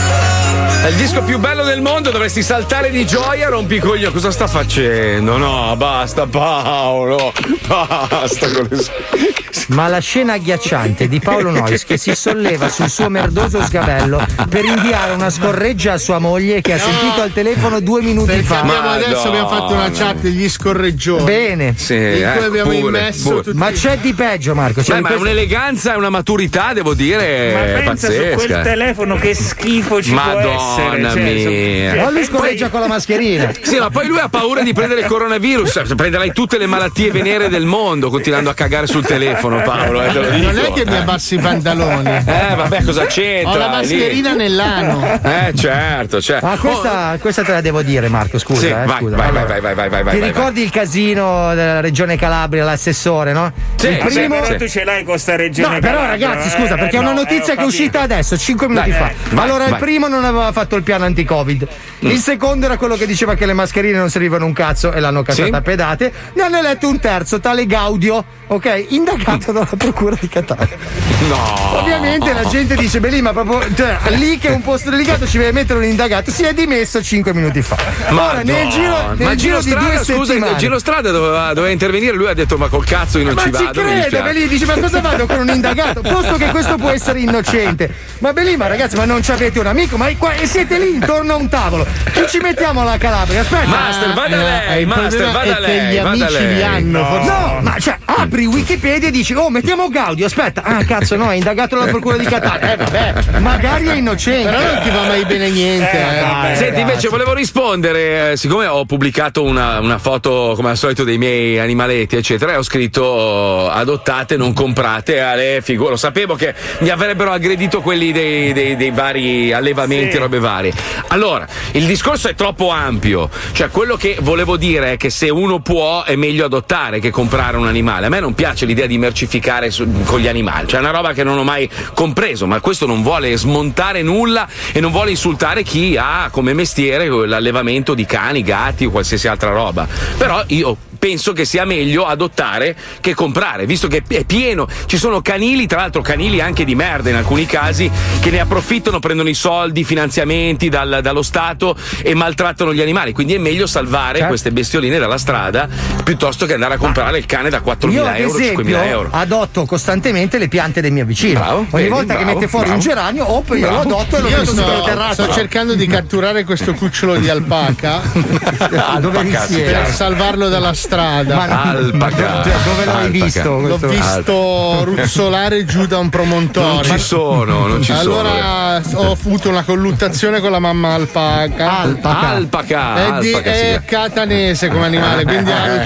È il disco più bello del mondo, dovresti saltare di gioia, rompicoglio. Cosa sta facendo? No, basta Paolo, basta con le sue... Ma la scena agghiacciante di Paolo Noyes che si solleva sul suo merdoso sgabello per inviare una scorreggia a sua moglie che ha No. sentito al telefono due minuti Perché fa. abbiamo adesso abbiamo fatto una chat degli scorreggioni. Bene. Sì, in cui ecco, abbiamo pure, immesso pure. tutti. Ma c'è di peggio, Marco. C'è Beh, di ma questo- un'eleganza e una maturità, devo dire, Ma pensa su pazzesca. quel telefono che schifo ci Madonna può essere. Cioè, mia. Ma lui pensa- scorreggia con la mascherina. Sì, ma poi lui ha paura di prendere il coronavirus. Prenderai tutte le malattie venere del mondo continuando a cagare sul telefono, Paolo. Eh, te lo dico. Non è che mi abbassi i pantaloni. Eh, vabbè, cosa c'entra? Ho la mascherina Lì. nell'ano. Eh, certo, certo. Ma questa, questa te la devo dire, Marco, scusa. Sì, eh, vai, scusa. vai, Allora, vai, vai, vai, vai, vai, Ti vai, ricordi il casino della regione Calabria, l'assessore, no? Sì, il sì, primo. Però tu ce l'hai con sta regione No, però Calabria, ragazzi, eh, scusa, perché è una no, notizia eh, ho che è uscita capito. adesso, cinque minuti Dai, fa. vai, allora, vai. il primo non aveva fatto il piano anti-Covid. Il secondo era quello che diceva che le mascherine non servivano un cazzo e l'hanno cacciata Sì. a pedate. Ne hanno eletto un terzo, tale Gaudio, ok? Indagato dalla procura di Catania. No. Ovviamente la gente dice, beh, lì, ma proprio cioè, lì che è un posto delicato ci deve mettere un indagato. Si è dimesso cinque minuti fa. Ora, nel giro, nel ma giro Giro di Strada, due scusa, settimane. Giro Strada doveva, doveva intervenire, lui ha detto ma col cazzo io non Ma ci ci vado. mi crede, dispiace. Belì dice ma cosa vado con un indagato? Posto che questo può essere innocente. Ma Belì, ma ragazzi, ma non ci avete un amico? Ma qua, e siete lì intorno a un tavolo. Chi ci mettiamo alla Calabria? Aspetta. Master, vada Eh, lei, il Master, problema vada è che lei, gli vada amici lei. li hanno, No. forse. No, ma cioè, apri Wikipedia e dici, oh, mettiamo Gaudio, aspetta. Ah, cazzo, no, è indagato dalla procura di Catania. Eh, vabbè, magari è innocente. Però non ti va mai bene niente. Eh, eh. vabbè. Senti, invece volevo rispondere, eh, siccome ho pubblicato una, una foto come al solito dei miei animaletti, eccetera, e ho scritto oh, adottate, non comprate alle figure. Lo sapevo che mi avrebbero aggredito quelli dei, dei- dei vari allevamenti, Sì. robe varie. Allora, il discorso è troppo ampio. Cioè, quello che volevo dire è che se uno può è meglio adottare che comprare un animale. A me non piace l'idea di mercificare su- con gli animali, cioè è una roba che non ho mai compreso, ma questo non vuole smontare nulla e non vuole insultare chi ha come mestiere l'allevamento di cani, gatti o qualsiasi altra roba. Però io penso che sia meglio adottare che comprare, visto che è pieno, ci sono canili, tra l'altro canili anche di merda in alcuni casi, che ne approfittano, prendono i soldi, i finanziamenti dal- dallo Stato e maltrattano gli animali, quindi è meglio salvare Certo. queste bestioline dalla strada piuttosto che andare a comprare il cane da Io quattromila ad euro, esempio cinquemila euro. adotto costantemente le piante del mio vicino. Bravo, Ogni vedi, volta che bravo, mette fuori bravo. un geranio, op, io Bravo. lo adotto e lo Io metto sto, sul terrazzo. sto cercando di catturare questo cucciolo di alpaca Ah, dove Alpaca, risiede? per salvarlo dalla strada. Ma no, Alpaca. cioè, dove l'hai Alpaca. visto? L'ho questo? visto ruzzolare giù da un promontorio. Non ci sono, non ci sono. Allora ho avuto una colluttazione con la mamma alpaca. Alpaca. Alpaca, È, di, alpaca, è sì. catanese come animale, quindi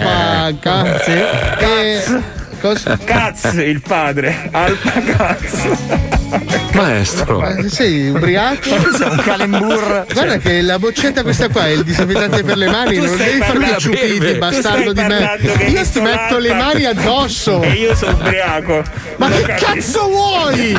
alpaca. Sì. E, cosa? Cazzo, il padre. Alpacazzo. Maestro. Ma sei ubriaco? Cos'è un calembur? Guarda che la boccetta questa qua è il disinfettante per le mani, Tu non stai devi farmi parlando- ciupiti, beve. bastardo Tu di stai me. parlando che hai Io ti visto metto le l'alpaca mani addosso. E io sono ubriaco. Ma Lo che capisco. cazzo vuoi?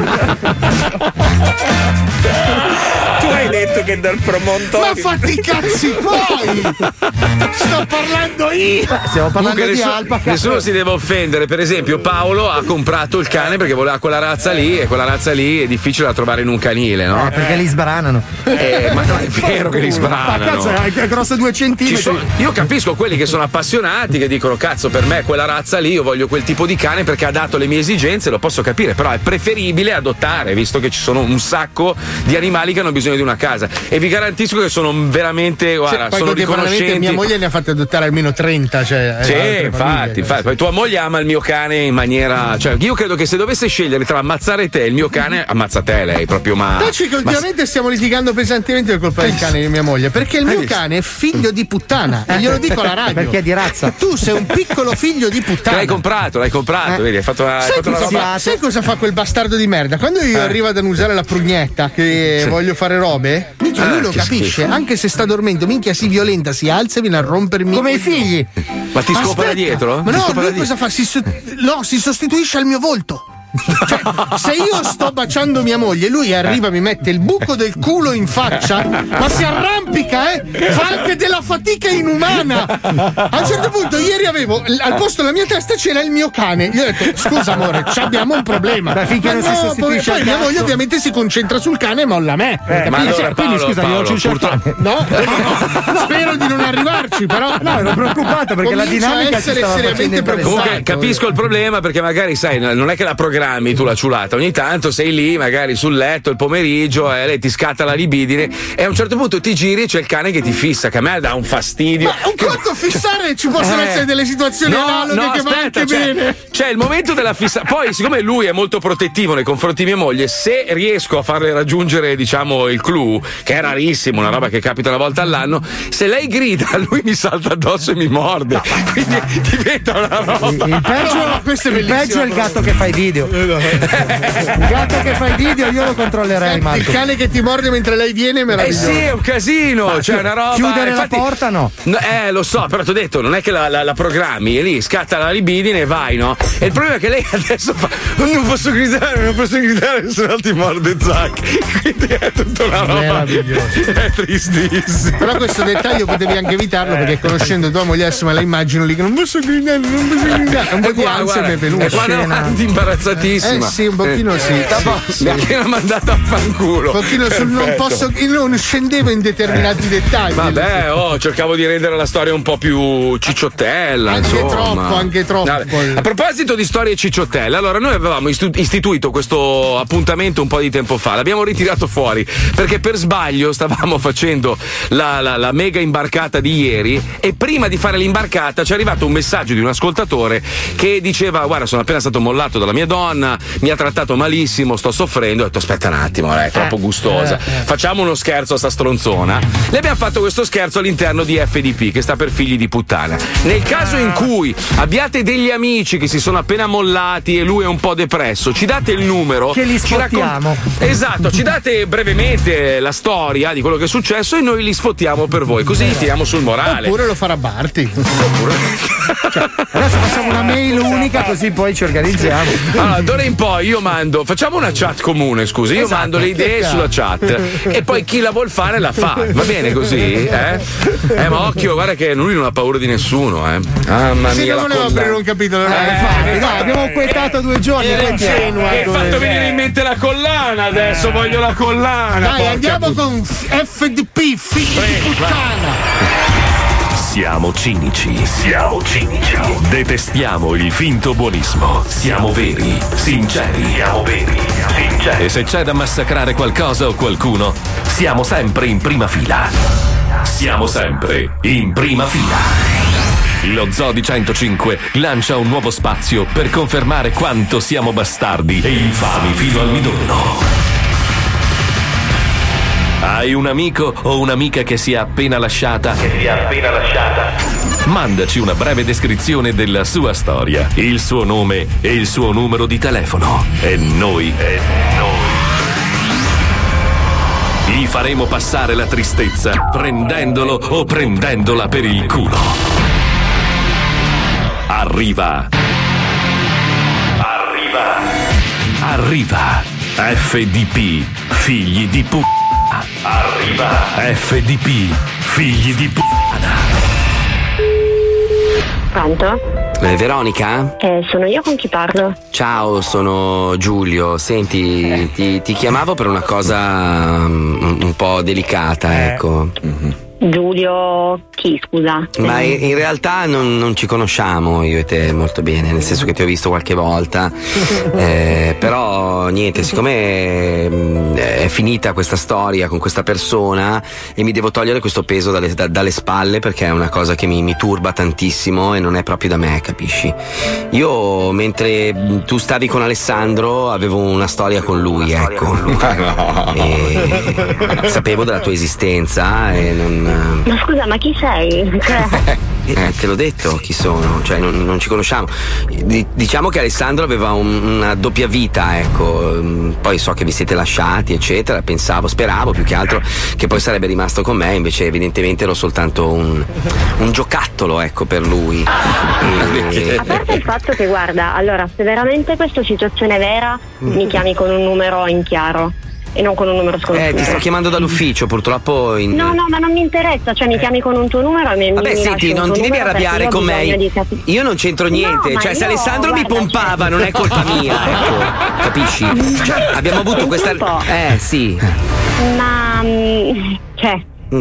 Tu hai detto che dal promontorio. Ma fatti i cazzi tuoi! Sto parlando io! Stiamo parlando Comunque di nessuno, alpaca. nessuno si deve offendere. Per esempio, Paolo ha comprato il cane perché voleva quella razza lì, e quella razza lì è difficile da trovare in un canile, no? Eh, perché li sbranano. Eh, ma non è vero che li Ma sbranano. cazzo, è grosso due Ci centimetri. sono- io capisco quelli che sono appassionati, che dicono cazzo, per me quella razza lì, io voglio quel tipo di cane perché ha dato le mie esigenze, lo posso capire, però è preferibile adottare, visto che ci sono un sacco di animali che hanno bisogno di una casa, e vi garantisco che sono veramente, guarda, Cioè, poi sono contemporaneamente riconoscenti. mia moglie ne ha fatte adottare almeno trenta, cioè. Sì, eh, altre infatti, famiglie, infatti. Poi tua moglie ama il mio cane in maniera. Cioè, io credo che se dovesse scegliere tra ammazzare te e il mio cane, ammazza te lei, proprio ma. Taci che ultimamente stiamo litigando pesantemente per colpa del cane di mia moglie, perché il mio cane è figlio di puttana, e glielo dico alla radio. Perché è di razza. Tu sei un piccolo figlio di Te puttana. l'hai comprato, l'hai comprato, Eh. vedi, hai fatto una, hai Sai fatto una cosa, roba. fa, sai cosa fa quel bastardo di merda? Quando io Eh. arrivo ad annusare la prugnetta che Sì. voglio fare robe, minchia, Ah, lui lo che capisce, schifo. anche se sta dormendo, minchia si violenta, si alza e viene a rompermi. Come i figli. Ma ti scopa da Aspetta, dietro? Ma Ti no, scopa da lui dietro? cosa fa? Si, so- no, si sostituisce al mio volto. Cioè, se io sto baciando mia moglie, lui arriva, mi mette il buco del culo in faccia, ma si arrampica, eh? Fa anche della fatica inumana. A un certo punto, ieri avevo al posto della mia testa c'era il mio cane. Io ho detto: scusa, amore, abbiamo un problema. Beh, finché ma non no, si sostituisce poi al mia cazzo. moglie ovviamente si concentra sul cane e molla me. Eh, ma allora, quindi Paolo, scusa, Paolo, io ciuccio il purtroppo- cane. No, no, spero di non arrivarci, però. No, ero preoccupato perché la comincio a dinamica ci essere stava seriamente facendo preoccupato. Comunque capisco il problema perché magari sai, non è che la programmi tu la ciulata, ogni tanto sei lì magari sul letto il pomeriggio e lei ti scatta la libidine e a un certo punto ti giri e c'è il cane che ti fissa, che a me dà un fastidio. Ma un conto fissare, ci possono Eh. essere delle situazioni No, analoghe no, che va aspetta, anche c'è, bene. c'è il momento della fissa. Poi, siccome lui è molto protettivo nei confronti di mia moglie, se riesco a farle raggiungere, diciamo, il clou, che è rarissimo, una roba che capita una volta all'anno, se lei grida, lui mi salta addosso e mi morde. Quindi diventa una roba. Il peggio, No, questo è il bellissimo, peggio è il gatto che fa i video. Il gatto che fa i video io lo controllerei, Il Marco. cane che ti morde mentre lei viene è Eh meraviglioso. sì, è un casino, cioè una roba. Chiudere infatti- la porta no. No, eh, lo so, però ti ho detto, non è che la, la- la programmi, e lì scatta la libidine e vai, no? E il problema è che lei adesso fa: non posso gridare, non posso gridare, se no ti morde Zac. Quindi è tutta una roba. Meraviglioso. È tristissimo. Però questo dettaglio potevi anche evitarlo perché conoscendo tua moglie adesso me la immagino lì che non posso gridare, non posso gridare. Un po' E di qua, ansia guarda, mi è venuta. e qua andiamo avanti imbarazzatissima. Eh sì, un pochino sì. Dopo sì, mi ha sì. appena mandato a fanculo. Un pochino sul non Perfetto. posso, io non scendevo in determinati dettagli. Vabbè, oh, cercavo di rendere la storia un po' più cicciottella. Anche insomma. troppo, anche troppo. Vabbè. A proposito di storie cicciottelle, allora noi avevamo istu- istituito questo appuntamento un po' di tempo fa, l'abbiamo ritirato fuori perché per sbaglio stavamo facendo la, la- la mega imbarcata di ieri e prima di fare l'imbarcata ci è arrivato un messaggio di un ascoltatore che diceva: guarda, sono appena stato mollato dalla mia donna, mi ha trattato malissimo, sto soffrendo. Ho detto: aspetta un attimo, è troppo gustosa, facciamo uno scherzo a sta stronzona. Le abbiamo fatto questo scherzo all'interno di F D P, che sta per figli di puttana. Nel caso in cui abbiate degli amici che si sono appena mollati e lui è un po' depresso, ci date il numero Che li ci raccon- sfottiamo. Esatto, ci date brevemente la storia di quello che è successo e noi li sfottiamo per voi, così tiriamo sul morale. Oppure lo farà Barti. Adesso facciamo una mail unica così poi ci organizziamo. Allora, d'ora in poi io mando, facciamo una chat comune, scusi, io Esatto. mando le idee sulla chat e poi chi la vuol fare la fa, va bene così? Eh? Eh, ma occhio, guarda che lui non ha paura di nessuno, eh. Mamma Se mia. non la volevo collana. aprire un capitolo. Eh, infatti, eh, dai, abbiamo quetato due giorni. Era quanti è? ingenua. Mi hai fatto venire in mente la collana adesso, voglio la collana. Dai, porca andiamo puttana. con F D P, figli di puttana. Siamo cinici, siamo cinici. Detestiamo il finto buonismo. Siamo veri, sinceri. Siamo veri, sinceri. E se c'è da massacrare qualcosa o qualcuno, siamo sempre in prima fila. Siamo sempre in prima fila. Lo Zoo di centocinque lancia un nuovo spazio per confermare quanto siamo bastardi e infami fino al midollo. Hai un amico o un'amica che si è appena lasciata? Che si è appena lasciata? Mandaci una breve descrizione della sua storia, il suo nome e il suo numero di telefono. E noi. E noi. Gli faremo passare la tristezza prendendolo o prendendola per il culo. Arriva. Arriva. Arriva. F D P, figli di puttana. Arriva. F D P, figli di puttana. Pronto? Eh, Veronica? Eh, sono io, con chi parlo? Ciao, sono Giulio. Senti, ti, ti chiamavo per una cosa um, un, un po' delicata, ecco. Giulio, chi scusa? Ma in, in realtà non, non ci conosciamo io e te molto bene, nel senso che ti ho visto qualche volta, eh, però niente, siccome mh, è finita questa storia con questa persona e mi devo togliere questo peso dalle, da, dalle spalle perché è una cosa che mi, mi turba tantissimo e non è proprio da me, capisci? Io mentre tu stavi con Alessandro avevo una storia con lui, ecco. E sapevo della tua esistenza e non non... Ma scusa, ma chi sei? Cioè... Eh, te l'ho detto chi sono, cioè non, non ci conosciamo. D- diciamo che Alessandro aveva un, una doppia vita, ecco. Poi so che vi siete lasciati, eccetera. Pensavo, speravo più che altro che poi sarebbe rimasto con me, invece evidentemente ero soltanto un, un giocattolo, ecco, per lui. E... A parte il fatto che, guarda, allora, se veramente questa situazione è vera, mi chiami con un numero in chiaro. E non con un numero sconosciuto. Eh, ti sto chiamando dall'ufficio, purtroppo. In... No, no, ma non mi interessa, cioè mi chiami con un tuo numero e mi Vabbè, mi senti, non ti devi arrabbiare con me. Capi... Io non c'entro niente, no, cioè se io, Alessandro guarda, mi pompava, cioè... non è colpa mia, ecco. Capisci? Cioè, abbiamo avuto Senti questa. un po'. Eh, sì. Ma cioè. Mm.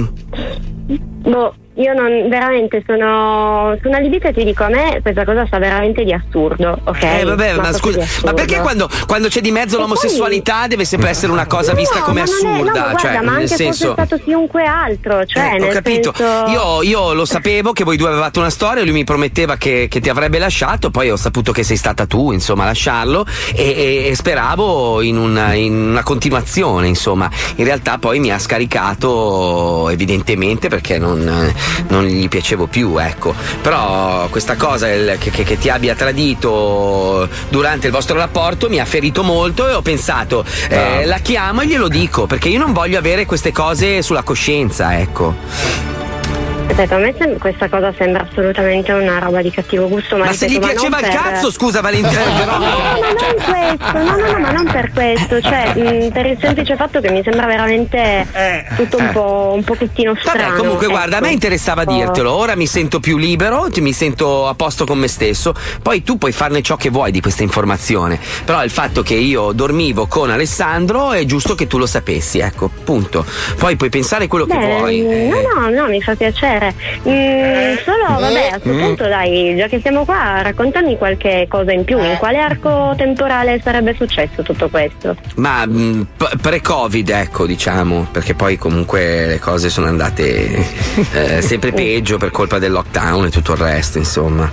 Boh. Io non, veramente sono, sono allibita e ti dico, a me questa cosa sta veramente di assurdo, ok? Eh vabbè, ma, ma scusa, ma perché quando, quando c'è di mezzo e l'omosessualità poi... deve sempre essere una cosa vista no, come ma assurda? Non è, no, ma guarda, cioè, ma nel anche senso... fosse stato chiunque altro, cioè Eh, nel ho capito. senso... Io, io lo sapevo che voi due avevate una storia, lui mi prometteva che, che ti avrebbe lasciato, poi ho saputo che sei stata tu, insomma, a lasciarlo e, e, e speravo in una, in una continuazione, insomma. In realtà poi mi ha scaricato evidentemente perché non, non gli piacevo più, ecco. Però questa cosa il, che, che, che ti abbia tradito durante il vostro rapporto mi ha ferito molto e ho pensato eh, la chiamo e glielo dico perché io non voglio avere queste cose sulla coscienza, ecco. Aspetta, a me sem- questa cosa sembra assolutamente una roba di cattivo gusto. Ma, ma se gli ripeto, piaceva ma il per... cazzo, scusa Valentina. No, no, ma non questo, no, no, no, ma non per questo, cioè mh, per il semplice fatto che mi sembra veramente tutto un po' un pochettino strano. Vabbè, comunque ecco. guarda, a me interessava Oh. dirtelo, ora mi sento più libero, mi sento a posto con me stesso, poi tu puoi farne ciò che vuoi di questa informazione, però il fatto che io dormivo con Alessandro è giusto che tu lo sapessi, ecco, punto. Poi puoi pensare quello Beh, che vuoi. No, no, no, mi fa piacere. Mm, solo, vabbè, a questo Mm. punto, dai, già che siamo qua, raccontami qualche cosa in più. In quale arco temporale sarebbe successo tutto questo? Ma mh, p- pre-Covid, ecco, diciamo, perché poi comunque le cose sono andate eh, sempre peggio per colpa del lockdown e tutto il resto, insomma.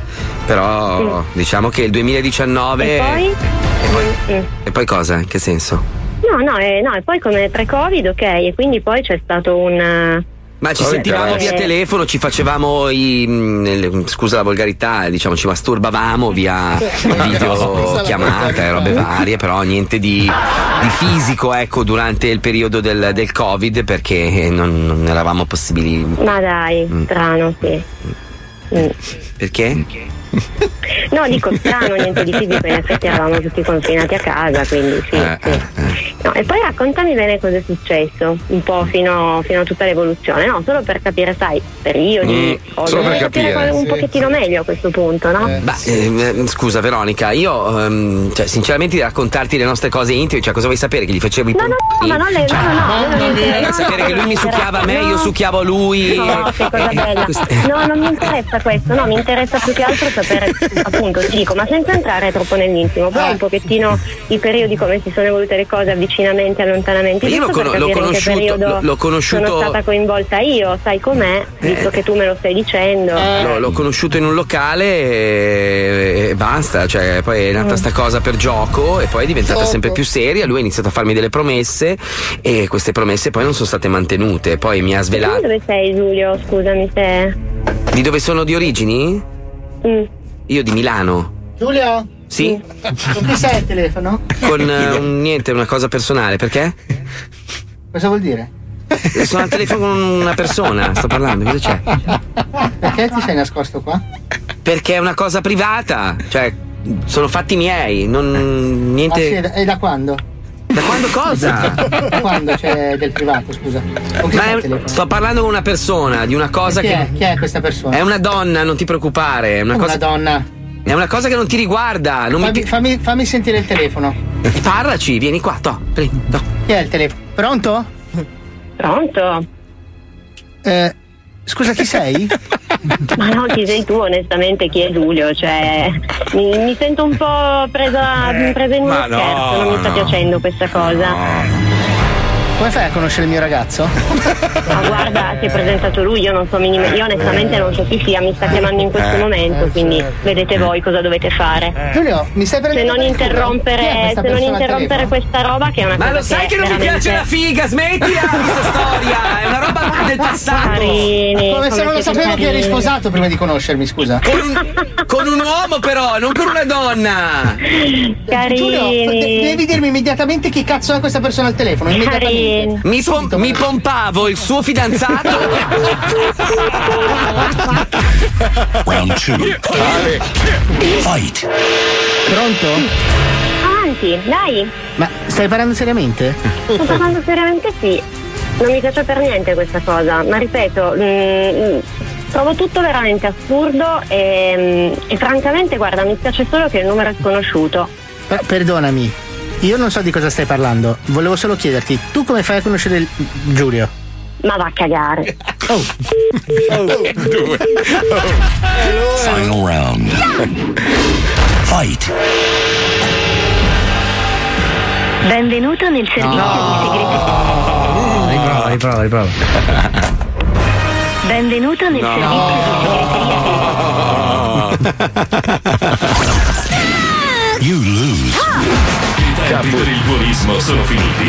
Però diciamo che il duemiladiciannove. E poi? E poi, Mm. e poi cosa? In che senso? No, no, eh, no, e poi come pre-Covid, ok, e quindi poi c'è stato un... Ma ci Vabbè, sentivamo eh. via telefono, ci facevamo i. mh, scusa la volgarità, diciamo, ci masturbavamo via videochiamata e robe varie, però niente di, di fisico, ecco, durante il periodo del, del Covid perché non, non eravamo possibili. Ma dai, Mm. strano, sì. Mm. Perché? No, dico strano, niente di fisico, in effetti eravamo tutti confinati a casa, quindi sì, Eh, sì. No, e poi raccontami bene cosa è successo, un po' fino, fino a tutta l'evoluzione, no? Solo per capire, sai, periodi, Mm, cose, solo per capire capire, un sì. pochettino meglio a questo punto, no? Beh, eh, scusa Veronica, io ehm, cioè, sinceramente di raccontarti le nostre cose intime, cioè cosa vuoi sapere? Che gli facevo i No, no, no, ma non le, Cioè, no, no, no, non mi interessa, vuoi no, sapere no, che lui non mi mi succhiava a me, interessa, io no. succhiavo a lui. No, che cosa Eh, bella. queste- No, non mi interessa questo, no, mi interessa più che altro sapere, appunto, ti dico, ma senza entrare troppo nell'intimo, però un pochettino i periodi, come si sono evolute le cose, avvicinamenti, allontanamenti. Io l'ho giusto per cono- l'ho capire in che conosciuto- periodo l'ho- l'ho conosciuto- sono stata coinvolta io, sai com'è, visto Eh. che tu me lo stai dicendo. L'ho, l'ho conosciuto in un locale e, e basta, cioè poi è nata Mm. sta cosa per gioco e poi è diventata Gioco. sempre più seria, lui ha iniziato a farmi delle promesse e queste promesse poi non sono state mantenute, poi mi ha Tu svelato. dove sei, Giulio? Scusami se. Di dove sono di origini? Mm. Io di Milano. Giulio? Sì? Con chi sei al telefono? Con eh, un- niente, una cosa personale, perché? Cosa vuol dire? Sono al telefono con una persona, sto parlando, cosa c'è? Perché ti sei nascosto qua? Perché è una cosa privata, cioè sono fatti miei, non Ah, niente. sì, e da- e da quando? Da quando cosa? Da quando c'è del privato, scusa? Con chi Ma sei al è- telefono? sto parlando con una persona, di una cosa Chi che. è? Chi è questa persona? È una donna, non ti preoccupare. È una, Come cosa... una donna. È una cosa che non ti riguarda. Non fammi, mi... fammi, fammi sentire il telefono. Parlaci, vieni qua, to, prendi, to. Chi è il telefono? Pronto? Pronto? Eh, scusa, chi sei? Ma no, chi sei tu onestamente, chi è Giulio? Cioè, mi, mi sento un po' presa, presa in uno ma no, scherzo, non mi sta no. piacendo questa cosa. Come fai a conoscere il mio ragazzo? Ma guarda, si è presentato lui, io non so minimo, io onestamente non so chi sia, mi sta chiamando in questo Eh, momento, eh, quindi sì. vedete voi cosa dovete fare. Giulio, mi stai Se prendendo non per il culo? Chi è interrompere, questa se non persona al interrompere telefono? questa roba che è una Ma cosa lo sai che non mi veramente... piace la figa, smettila questa storia, è una roba del passato. Carini, Come se non lo siete sapevo che eri carini. sposato prima di conoscermi, scusa. Con un, con un uomo però, non con una donna. Giulio, de- devi dirmi immediatamente chi cazzo è questa persona al telefono. Immediatamente. Mi, pom- mi pompavo il suo fidanzato. Round two. Fight. Pronto? Avanti, dai. Ma stai parlando seriamente? Sto parlando seriamente, sì. Non mi piace per niente questa cosa, ma ripeto, mm, trovo tutto veramente assurdo e, e francamente, guarda, mi spiace solo che il numero è sconosciuto. Eh, perdonami, io non so di cosa stai parlando. Volevo solo chiederti, tu come fai a conoscere il- Giulio? Ma va a cagare. Oh. Due. Final round. Fight. Benvenuto nel servizio di segreteria. Riprova, riprova, riprova. Benvenuto nel You lose. I tempi per il buonismo sono finiti.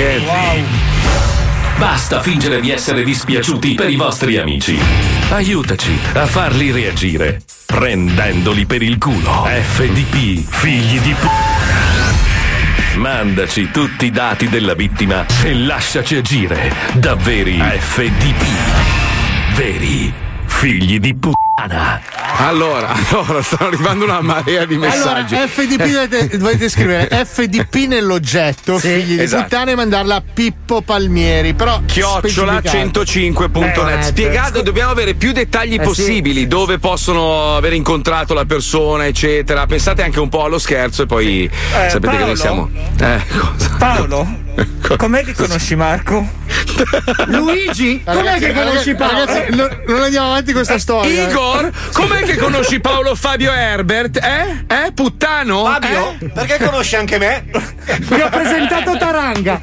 Basta fingere di essere dispiaciuti per i vostri amici. Aiutaci a farli reagire, prendendoli per il culo. F D P, figli di p***. Mandaci tutti i dati della vittima e lasciaci agire da veri F D P. Veri figli di puttana. Allora, allora, stanno arrivando una marea di messaggi. Allora, F D P dovete, dovete scrivere F D P nell'oggetto, figli di esatto. puttana, e mandarla a Pippo Palmieri. Però Chiocciola specificato. centocinque punto net. Eh, Spiegato, dobbiamo avere più dettagli Eh, possibili, sì. dove possono aver incontrato la persona, eccetera. Pensate anche un po' allo scherzo e poi Eh, sapete che Paolo? noi siamo. Eh, cosa? Paolo, com'è che conosci Marco? Luigi, com'è Ragazzi, che conosci ragazzi, Paolo? ragazzi, no- non andiamo avanti con questa storia. Igor, com'è che conosci Paolo Fabio Herbert? Eh? Eh? Puttano? Fabio? Eh? Perché conosci anche me? Mi ho presentato Taranga.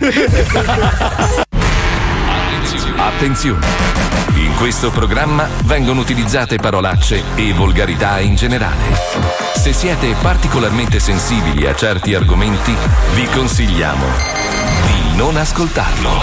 Attenzione! In questo programma vengono utilizzate parolacce e volgarità in generale. Se siete particolarmente sensibili a certi argomenti, vi consigliamo di non ascoltarlo.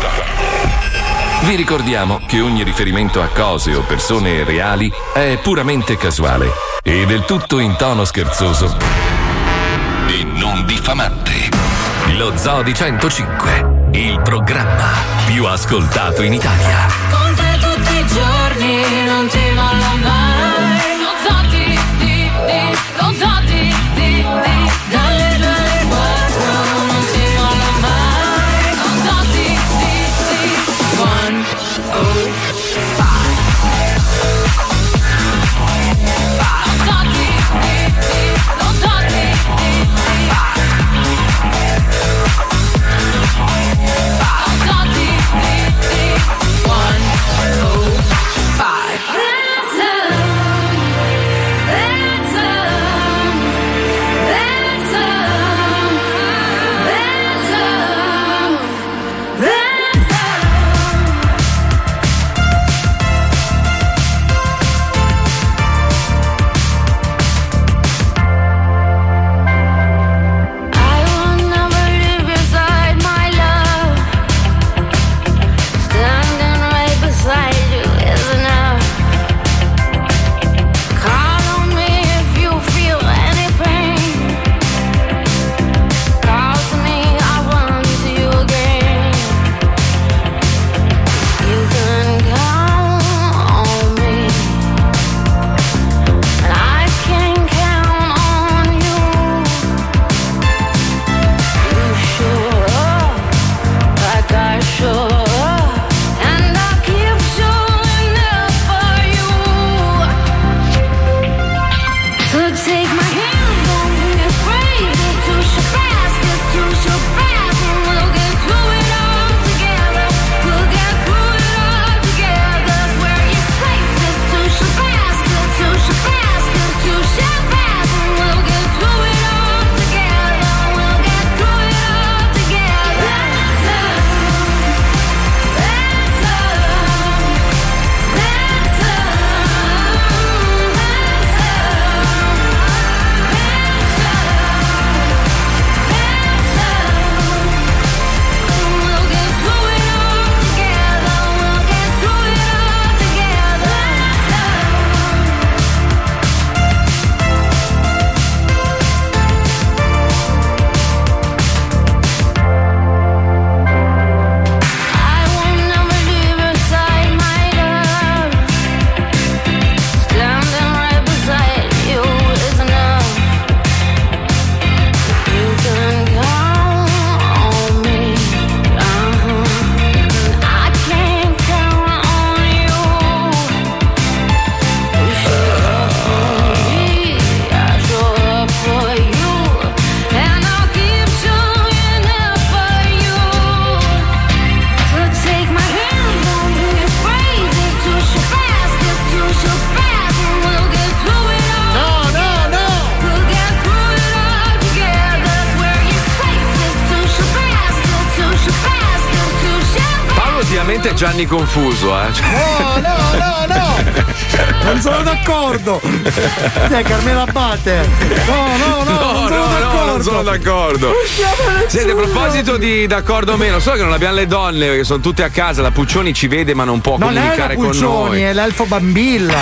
Vi ricordiamo che ogni riferimento a cose o persone reali è puramente casuale e del tutto in tono scherzoso e non diffamante. Lo Zoo di centocinque, il programma più ascoltato in Italia. Con te tutti i giorni non ti molla mai. Lo Zoo di, di, di, lo Zoo di, di, di. Dalle due alle quattro non ti molla mai. Lo Zoo di, di, di. One, oh, five. Lo Zoo di, di, di. Lo Zoo di, di, di. Lo Zoo di, di, di. One, oh, five. veramente Gianni confuso, eh. No, no, no, no! Non sono d'accordo! Dai, Carmela Abate! No, no, no! No, non sono no, d'accordo! no, non sono d'accordo. Senti, a proposito di d'accordo o meno, so che non abbiamo le donne perché sono tutte a casa, la Puccioni ci vede ma non può Non è la comunicare con Puccioni, noi. è l'elfo Bambilla!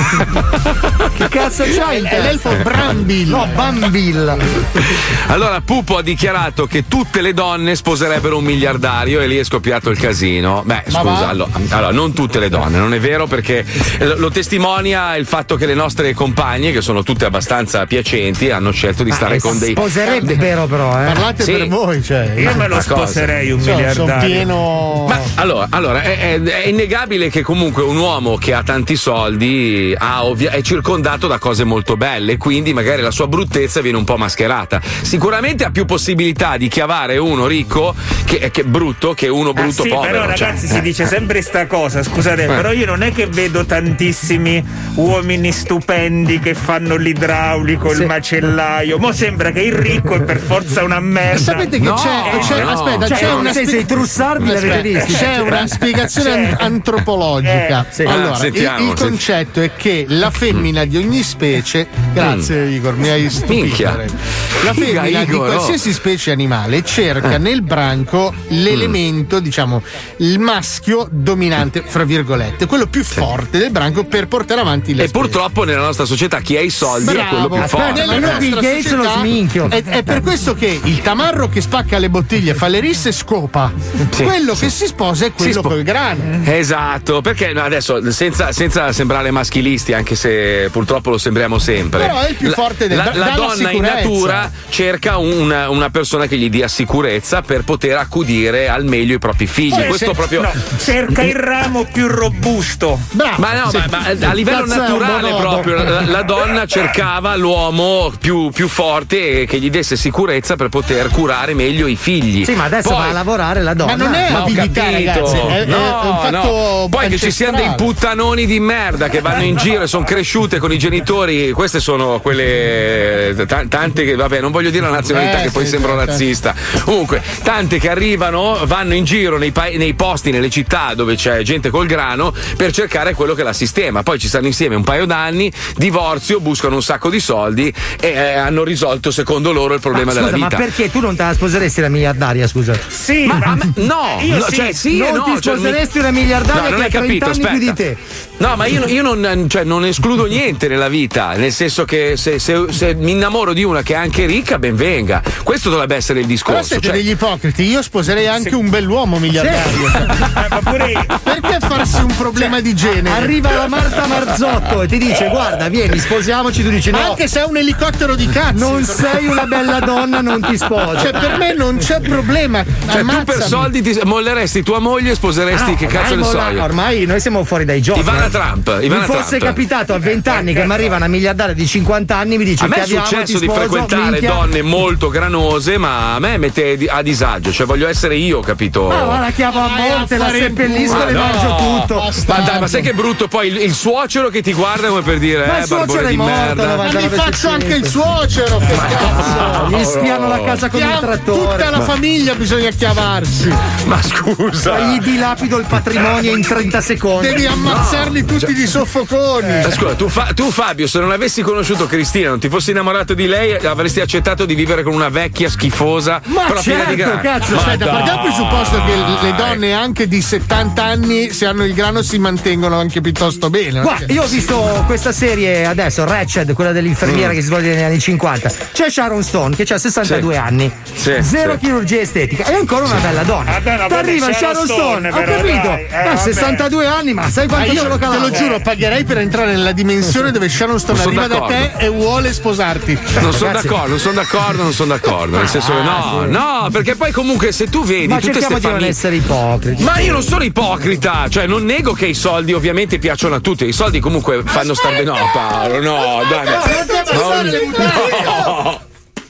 Che cazzo c'hai? È l'elfo Brambil. No, Bambilla! Allora, Pupo ha dichiarato che tutte le donne sposerebbero un miliardario e lì è scoppiato il casino. Beh, Ma scusa, va? allora, allora, non tutte le donne, non è vero, perché lo testimonia il fatto che le nostre compagne, che sono tutte abbastanza piacenti, hanno scelto di stare Ah, con dei. sposerebbero però, eh. Parlate Sì. per voi, cioè. Io me lo Ma cosa? sposerei un Sono, miliardario. sono pieno. Ma allora, allora è, è- è innegabile che comunque un uomo che ha tanti soldi ha ovvia- è circondato da cose molto belle, quindi magari la sua bruttezza viene un po' mascherata. Sicuramente ha più possibilità di chiavare uno ricco che, che brutto che uno brutto Ah, sì, povero. però cioè, ragazzi si eh. dice sempre sta cosa, scusate, Eh. però io non è che vedo tantissimi uomini stupendi che fanno l'idraulico, il macellaio. Mo sembra che il ricco è per forza una merda. Sapete che No, c'è, c'è- no. aspetta, Cioè, c'è una se- spie- se i trussardi l'avete Aspetta, visti. c'è una spiegazione C'è. an- antropologica. Eh, sì. Allora, Ah, sentiamo, il, il senti- concetto è che la femmina di ogni specie, grazie Igor, mi hai stupito. Minchia. La Figa, femmina di Igor, oh. qualsiasi specie animale cerca Eh. nel branco l'elemento, diciamo, il maschio dominante, fra virgolette, quello più forte del branco per portare avanti le E specie. purtroppo nella nostra società chi ha i soldi è quello più Aspetta, forte. nella io nostra Bill Gates società lo sminchio. È, è per questo che il tamarro che spacca le bottiglie, fa le risse, scopa. Sì, quello sì. che si sposa è quello Si spo- col grano. Esatto, perché no, adesso senza, senza sembrare maschilisti, anche se purtroppo lo sembriamo sempre. Però è il più la- forte del- La, dà la la donna in sicurezza. natura cerca una, una persona che gli dia sicurezza per poter accudire al meglio i propri figli. Cioè, Questo se- proprio. no, cerca il ramo più robusto. Bravo. Ma no, Sì. ma, ma a livello Cazzo è un naturale bonobo. proprio la, la donna cercava l'uomo più, più forte e che gli desse sicurezza per poter curare meglio i figli. Sì, ma adesso Poi- va a lavorare la donna. Ma non è Ma ho abilità, capito. ragazzi. È, è- No, è un fatto no. Poi che ci siano dei ancestrale. puttanoni di merda che vanno in giro e sono cresciute con i genitori, queste sono quelle ta- tante che, vabbè, non voglio dire la nazionalità Eh, che poi sì, sembro sì, razzista. Comunque, tante che arrivano, vanno in giro nei, pa- nei posti, nelle città dove c'è gente col grano per cercare quello che la sistema. Poi ci stanno insieme un paio d'anni, divorzio, buscano un sacco di soldi e eh, hanno risolto secondo loro il problema Ma scusa, della ma vita. perché tu non te la sposeresti la miliardaria, scusa? Sì, Ma, ma, a me- no, io no, sì. cioè sì e non no, ti cioè, sposeresti mi- una miliardaria No, non che hai ha trenta capito, anni più di aspetta. te. No, ma io, io non, cioè, non escludo niente nella vita, nel senso che se, se- se mi innamoro di una che è anche ricca, ben venga. Questo dovrebbe essere il Però discorso. siete cioè- degli ipocriti, io sposerei anche un bell'uomo miliardario. ma pure io. Perché farsi un problema di genere? Arriva la Marta Marzotto e ti dice: guarda, vieni, sposiamoci. Tu dici: no, Anche se è un elicottero di cazzo. non sei una bella donna, non ti sposi. Cioè, per me non c'è problema. cioè, tu per Ammazzami. soldi ti molleresti tua moglie e sposeresti, Ah, che cazzo ne ormai so molla- io? Ormai noi siamo fuori dai giochi. Ivana eh. Trump, Ivana mi fosse Trump. capitato a venti anni che mi arriva una miliardaria di cinquanta anni, mi dice: A me è "Chiaviamo, successo ti di sposo", frequentare minchia. donne molto granose, ma a me mette di- a disagio, cioè voglio essere io, capito? Ah, ma la chiamo a Vai a morte, la fare in seppellisco culo. e le Ma mangio no. tutto. Ma dai, ma sai che brutto poi il, il suocero che ti guarda come per dire, Ma eh, il suocero barbone è di morto, merda. Ma novantanove mi faccio anche il suocero, che cazzo! Gli spiano la casa con il Chiam- trattore. Tutta la famiglia bisogna chiavarsi. Ma scusa. Ma gli dilapido il patrimonio in trenta secondi. Devi ammazzarli tutti di soffoconi. Ma scusa, tu, Fa- tu Fabio, se non avessi conosciuto Cristina, non ti fossi innamorato di lei, avresti accettato di vivere con una vecchia schifosa, Ma però piena di certo, grano. cazzo, Ma Aspetta, dai. partiamo dal presupposto che le donne anche di settanta anni, se hanno il grano, si mantengono anche piuttosto bene. Guarda, io ho visto questa serie adesso, Ratched, quella dell'infermiera Mm. che si svolge negli anni cinquanta. C'è Sharon Stone che ha sessantadue Sì. anni, Sì, zero sì. chirurgia estetica, è ancora una bella donna. Vabbè, no, Ti arriva vabbè, Sharon Sharon Stone, Stone, ho però, capito, dai, eh, ma vabbè. sessantadue anni, ma sai Ma quanto io ce lo te calavo? lo giuro, pagherei per entrare nella dimensione dove Sharon Stone Non sono arriva da te d'accordo. e vuole sposarti. Non sono Ragazzi. d'accordo, non sono d'accordo, non sono d'accordo. Nel senso che no, no, perché poi comunque se tu vedi Ma tutte cerchiamo queste di non famiglie. essere ipocriti. Ma io non sono ipocrita, cioè non nego che i soldi ovviamente piacciono a tutti, i soldi comunque fanno star bene. No, Paolo, no, dai. No, non ti abbassare le mutande. No.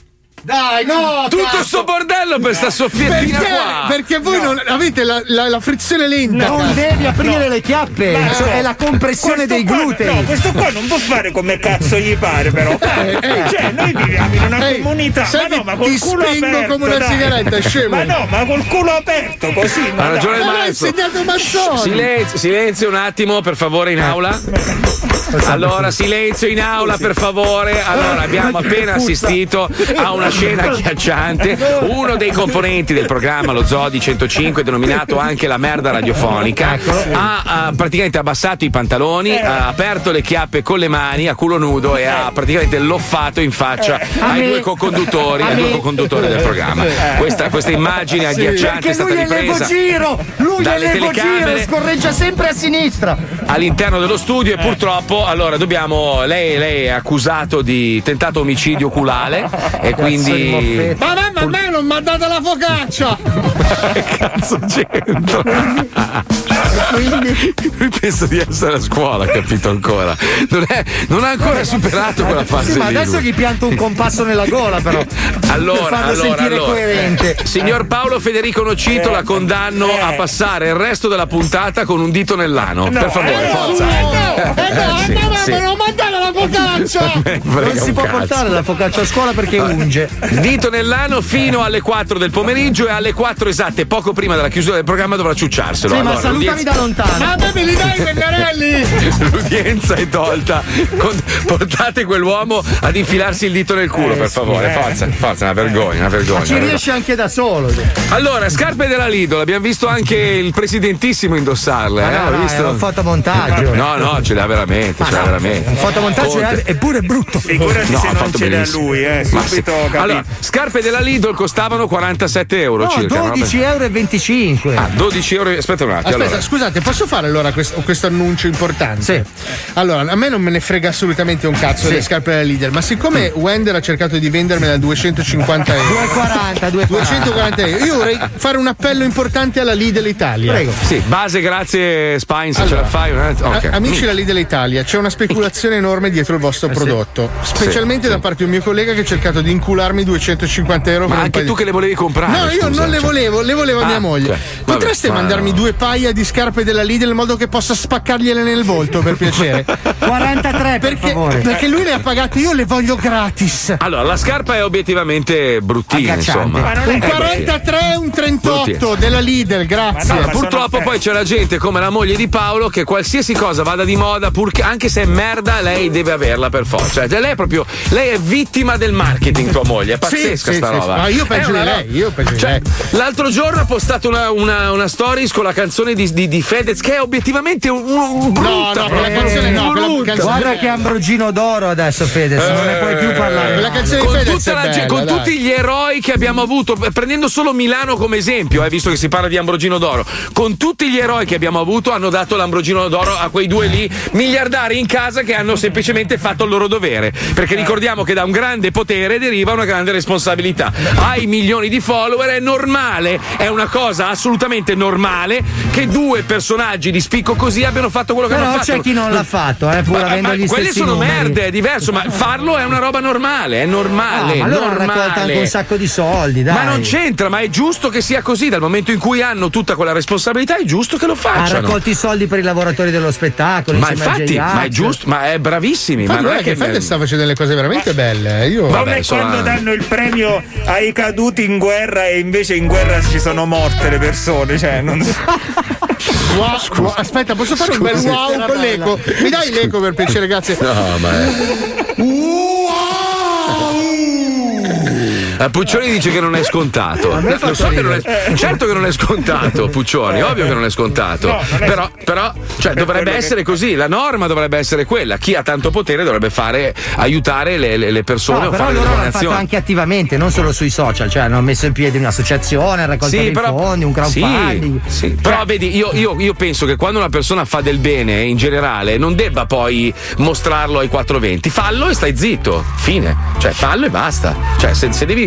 Dai, no! Tutto cazzo. sto bordello per sta soffiettina Perché? qua! Perché voi non avete la, la- la frizione lenta. Non cazzo. devi aprire No. le chiappe, Ma cioè, no. è la compressione Questo dei qua- glutei. No, questo qua non può fare come cazzo gli pare, però. Eh, eh. Cioè, noi viviamo in una Ehi, comunità. sai Ma no, che ma col ti culo spingo aperto. come una dai. sigaretta, scemo. Ma no, ma col culo aperto, così. Ma Ha ragione no. il Ma l'ha maestro. insegnato Mazzoni. Silenzio, silenzio un attimo, per favore, in aula. Allora, silenzio in aula, per favore. Allora, abbiamo appena assistito a una scena agghiacciante. Uno dei componenti del programma, lo Zodi centocinque, denominato anche la merda radiofonica, ha, ha praticamente abbassato i pantaloni, ha aperto le chiappe con le mani a culo nudo e ha praticamente loffato in faccia ai due co-conduttori, ai due co-conduttori del programma. Questa, questa immagine agghiacciante è Perché stata lui è levo ripresa giro, lui è dalle levo giro, telecamere scorreggia sempre a sinistra. all'interno dello studio e purtroppo allora dobbiamo lei, lei è accusato di tentato omicidio oculale e quindi Ma a me, a me non mi ha dato la focaccia! che cazzo c'entra? Lui pensa di essere a scuola, capito ancora? Non, è, non ha ancora superato quella fase Sì, ma lì, adesso lui. gli pianto un compasso nella gola, però. Allora, per farlo allora, sentire allora. coerente. Signor Paolo Federico Nocito, la condanno a passare il resto della puntata con un dito nell'ano. Per favore, forza. Eh no, eh no, Sì, eh no, sì. me non mi ha dato la focaccia! Me Non frega si un può cazzo. portare la focaccia a scuola perché unge. Dito nell'ano fino alle quattro del pomeriggio e alle quattro esatte, poco prima della chiusura del programma, dovrà ciucciarselo. Sì, ma Allora, salutami da lontano. Ma a me me li dai i pennarelli! l'udienza è tolta. Con- portate quell'uomo ad infilarsi il dito nel culo, per favore. Forza, forza, una vergogna, una vergogna. Ma ci una riesce anche da solo. Allora, scarpe della Lidl, abbiamo visto anche il presidentissimo indossarle. Ma eh? no, Hai no, visto? è un fotomontaggio. No, no, ce l'ha veramente, ce l'ha veramente. Un fotomontaggio Conte. è pure brutto. Figurati No, se ha non fatto ce l'ha benissimo. lui, eh. Ma Subito sì. capito. Allora, scarpe della Lidl costavano quarantasette euro No, circa. dodici euro e venticinque. Ah, dodici euro. Aspetta un attimo. Aspetta, allora. scusate, posso fare allora questo, questo annuncio importante? Sì. Allora, a me non me ne frega assolutamente un cazzo Sì. delle scarpe della Lidl, ma siccome Wender ha cercato di vendermela a duecentocinquanta euro. due e quaranta, due e quaranta. duecentoquaranta euro. Io vorrei fare un appello importante alla Lidl Italia. Prego. Sì, base, grazie Spine, se Allora, ce la fai. un attimo. Ok. A- amici della Lidl Italia, c'è una speculazione enorme dietro il vostro prodotto, specialmente sì, da sì. parte di un mio collega che ha cercato di incularmi duecentocinquanta euro. Ma per un anche paio tu di- che le volevi comprare. No, io scusa, non le cioè. volevo, le voleva Ah, mia moglie. ok. Potreste Vabbè, ma mandarmi no. due paia di scarpe della Lidl in modo che possa spaccargliele nel volto, per piacere? quarantatré, per Perché, favore. perché lui le ha pagate, io le voglio gratis. Allora, la scarpa è obiettivamente bruttina, Agghiacciante. insomma. Ma non è Un così. quarantatré, un trentotto Bruttina. della Lidl, grazie. Ma no, ma Purtroppo sono- poi c'è la gente come la moglie di Paolo che qualsiasi cosa vada di moda, purché, anche se è merda, lei deve averla per forza. Cioè, lei è proprio lei è vittima del marketing, tua moglie. È pazzesca sì, sta sì, roba. sì. Ma io È peggio una di ro- lei, io peggio di Cioè, lei. l'altro giorno ha postato una, una, una stories con la canzone di, di, di Fedez, che è obiettivamente un, un brutta. no, quella proprio, canzone no, quella brutta. canzone- Guarda che Ambrogino d'oro adesso, Fedez, non ne puoi più parlare. Quella male. canzone di Con, Fedez tutta è la bella, ge- con dai. tutti gli eroi che abbiamo avuto, eh, prendendo solo Milano come esempio, eh, visto che si parla di Ambrogino d'oro, con tutti gli eroi che abbiamo avuto hanno dato l'Ambrogino d'oro a quei due lì, miliardari in casa che hanno semplicemente fatto il loro dovere. Perché ricordiamo che da un grande potere deriva una grande responsabilità. Hai milioni di follower, è normale, è una cosa assolutamente normale che due personaggi di spicco così abbiano fatto quello che Però hanno fatto. c'è chi non l'ha fatto, eh, pur Ma- avendo ma gli quelle stessi sono numeri. merde, è diverso, ma farlo è una roba normale, è normale. Ah, ma allora normale. raccolta anche un sacco di soldi, dai. Ma non c'entra, ma è giusto che sia così. Dal momento in cui hanno tutta quella responsabilità, è giusto che lo Ha facciano. raccolto i soldi per i lavoratori dello spettacolo. Ma insieme a infatti, J-Ax. ma è giusto, ma è bravissimi. Infatti, ma non guarda è che che Fedez sta facendo delle cose veramente belle. eh. Io... Come Vabbè, sono- quando danno il premio ai caduti in guerra e invece in guerra ci sono morte le persone, cioè non so. Wow, wow, aspetta, posso fare un bel Scusi, wow era con bella. l'eco? Mi dai l'eco per piacere, grazie. No, ma è. Eh, Puccioni dice che non è scontato. A me fa Lo so che non ridere. è, certo che non è scontato, Puccioni, ovvio che non è scontato. No, non è però, però cioè, per dovrebbe quello essere che- così. La norma dovrebbe essere quella. Chi ha tanto potere dovrebbe fare aiutare le, le- le persone No, o però fare loro delle l'hanno fatto donazioni. anche attivamente, non solo sui social, cioè hanno messo in piedi un'associazione, hanno raccolto Sì, dei però, fondi, un crowdfunding. sì, sì. Però vedi, io, io- io penso che quando una persona fa del bene in generale non debba poi mostrarlo ai quattrocentoventi. Fallo e stai zitto. Fine. Cioè, fallo e basta. Cioè, se, se devi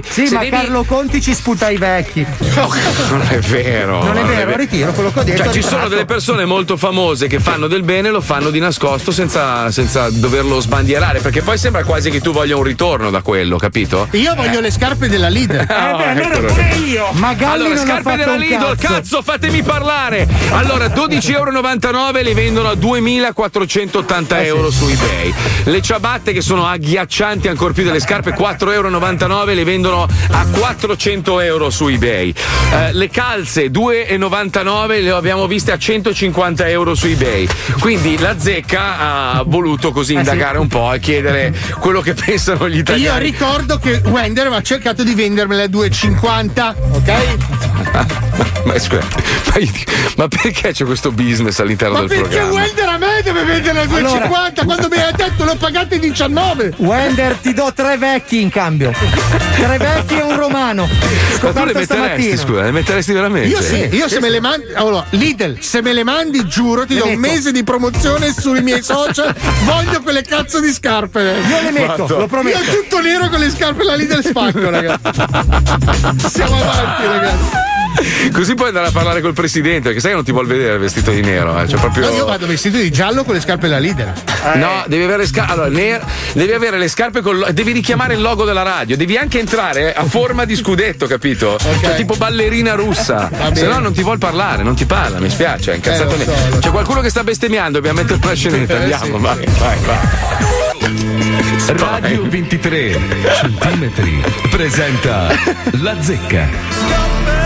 Quindi sì, se ma devi... Carlo Conti ci sputa i vecchi. Non è vero. Non è vero, ritiro quello che ho detto. Cioè, ci sono delle persone molto famose che fanno del bene e lo fanno di nascosto senza, senza doverlo sbandierare, perché poi sembra quasi che tu voglia un ritorno da quello, capito? Io voglio eh. le scarpe della Lidl. Ah, eh beh, eccolo. pure io. Ma Galli allora, non scarpe ha della fatto un Lidl, cazzo. cazzo, fatemi parlare. Allora, dodici virgola novantanove euro le vendono a duemilaquattrocentottanta euro su eBay. Le ciabatte, che sono agghiaccianti ancor più delle scarpe, quattro virgola novantanove euro le vendono a quattrocento euro su eBay. Eh, le calze due virgola novantanove le abbiamo viste a centocinquanta euro su eBay. Quindi la zecca ha voluto così indagare un po' e chiedere quello che pensano gli E io italiani. ricordo che Wender aveva cercato di vendermele a due virgola cinquanta, ok? ma, scusa, ma, io dico, ma perché c'è questo business all'interno Ma del perché programma? Wender a me deve vendere a due virgola cinquanta Allora- quando mi hai detto l'ho pagate diciannove? Wender, ti do tre vecchi in cambio. Tre vecchi e un romano. Ma tu le Scoperto metteresti, stamattina. scusa, le metteresti veramente? Io sì, io se me le mandi. Allora, Lidl, se me le mandi, giuro, ti Le do un metto. mese di promozione sui miei social. Voglio quelle cazzo di scarpe. Io le metto, Fatto. lo prometto. Io tutto nero con le scarpe la Lidl spacco, ragazzi. Siamo avanti, ragazzi. Così puoi andare a parlare col presidente, perché sai che non ti vuol vedere vestito di nero, eh? Cioè proprio... No, io vado vestito di giallo con le scarpe della Lidl. No, devi avere, sca- allora, ner- devi avere le scarpe con lo- devi richiamare il logo della radio, devi anche entrare a forma di scudetto, capito? Cioè tipo ballerina russa. Se no non ti vuol parlare, non ti parla, mi spiace, è incazzato. Eh, lo ne- so, lo C'è qualcuno che sta bestemmiando, dobbiamo mettere una scenetta, Eh, andiamo, sì. vai, vai, vai. Radio ventitré centimetri presenta La Zecca.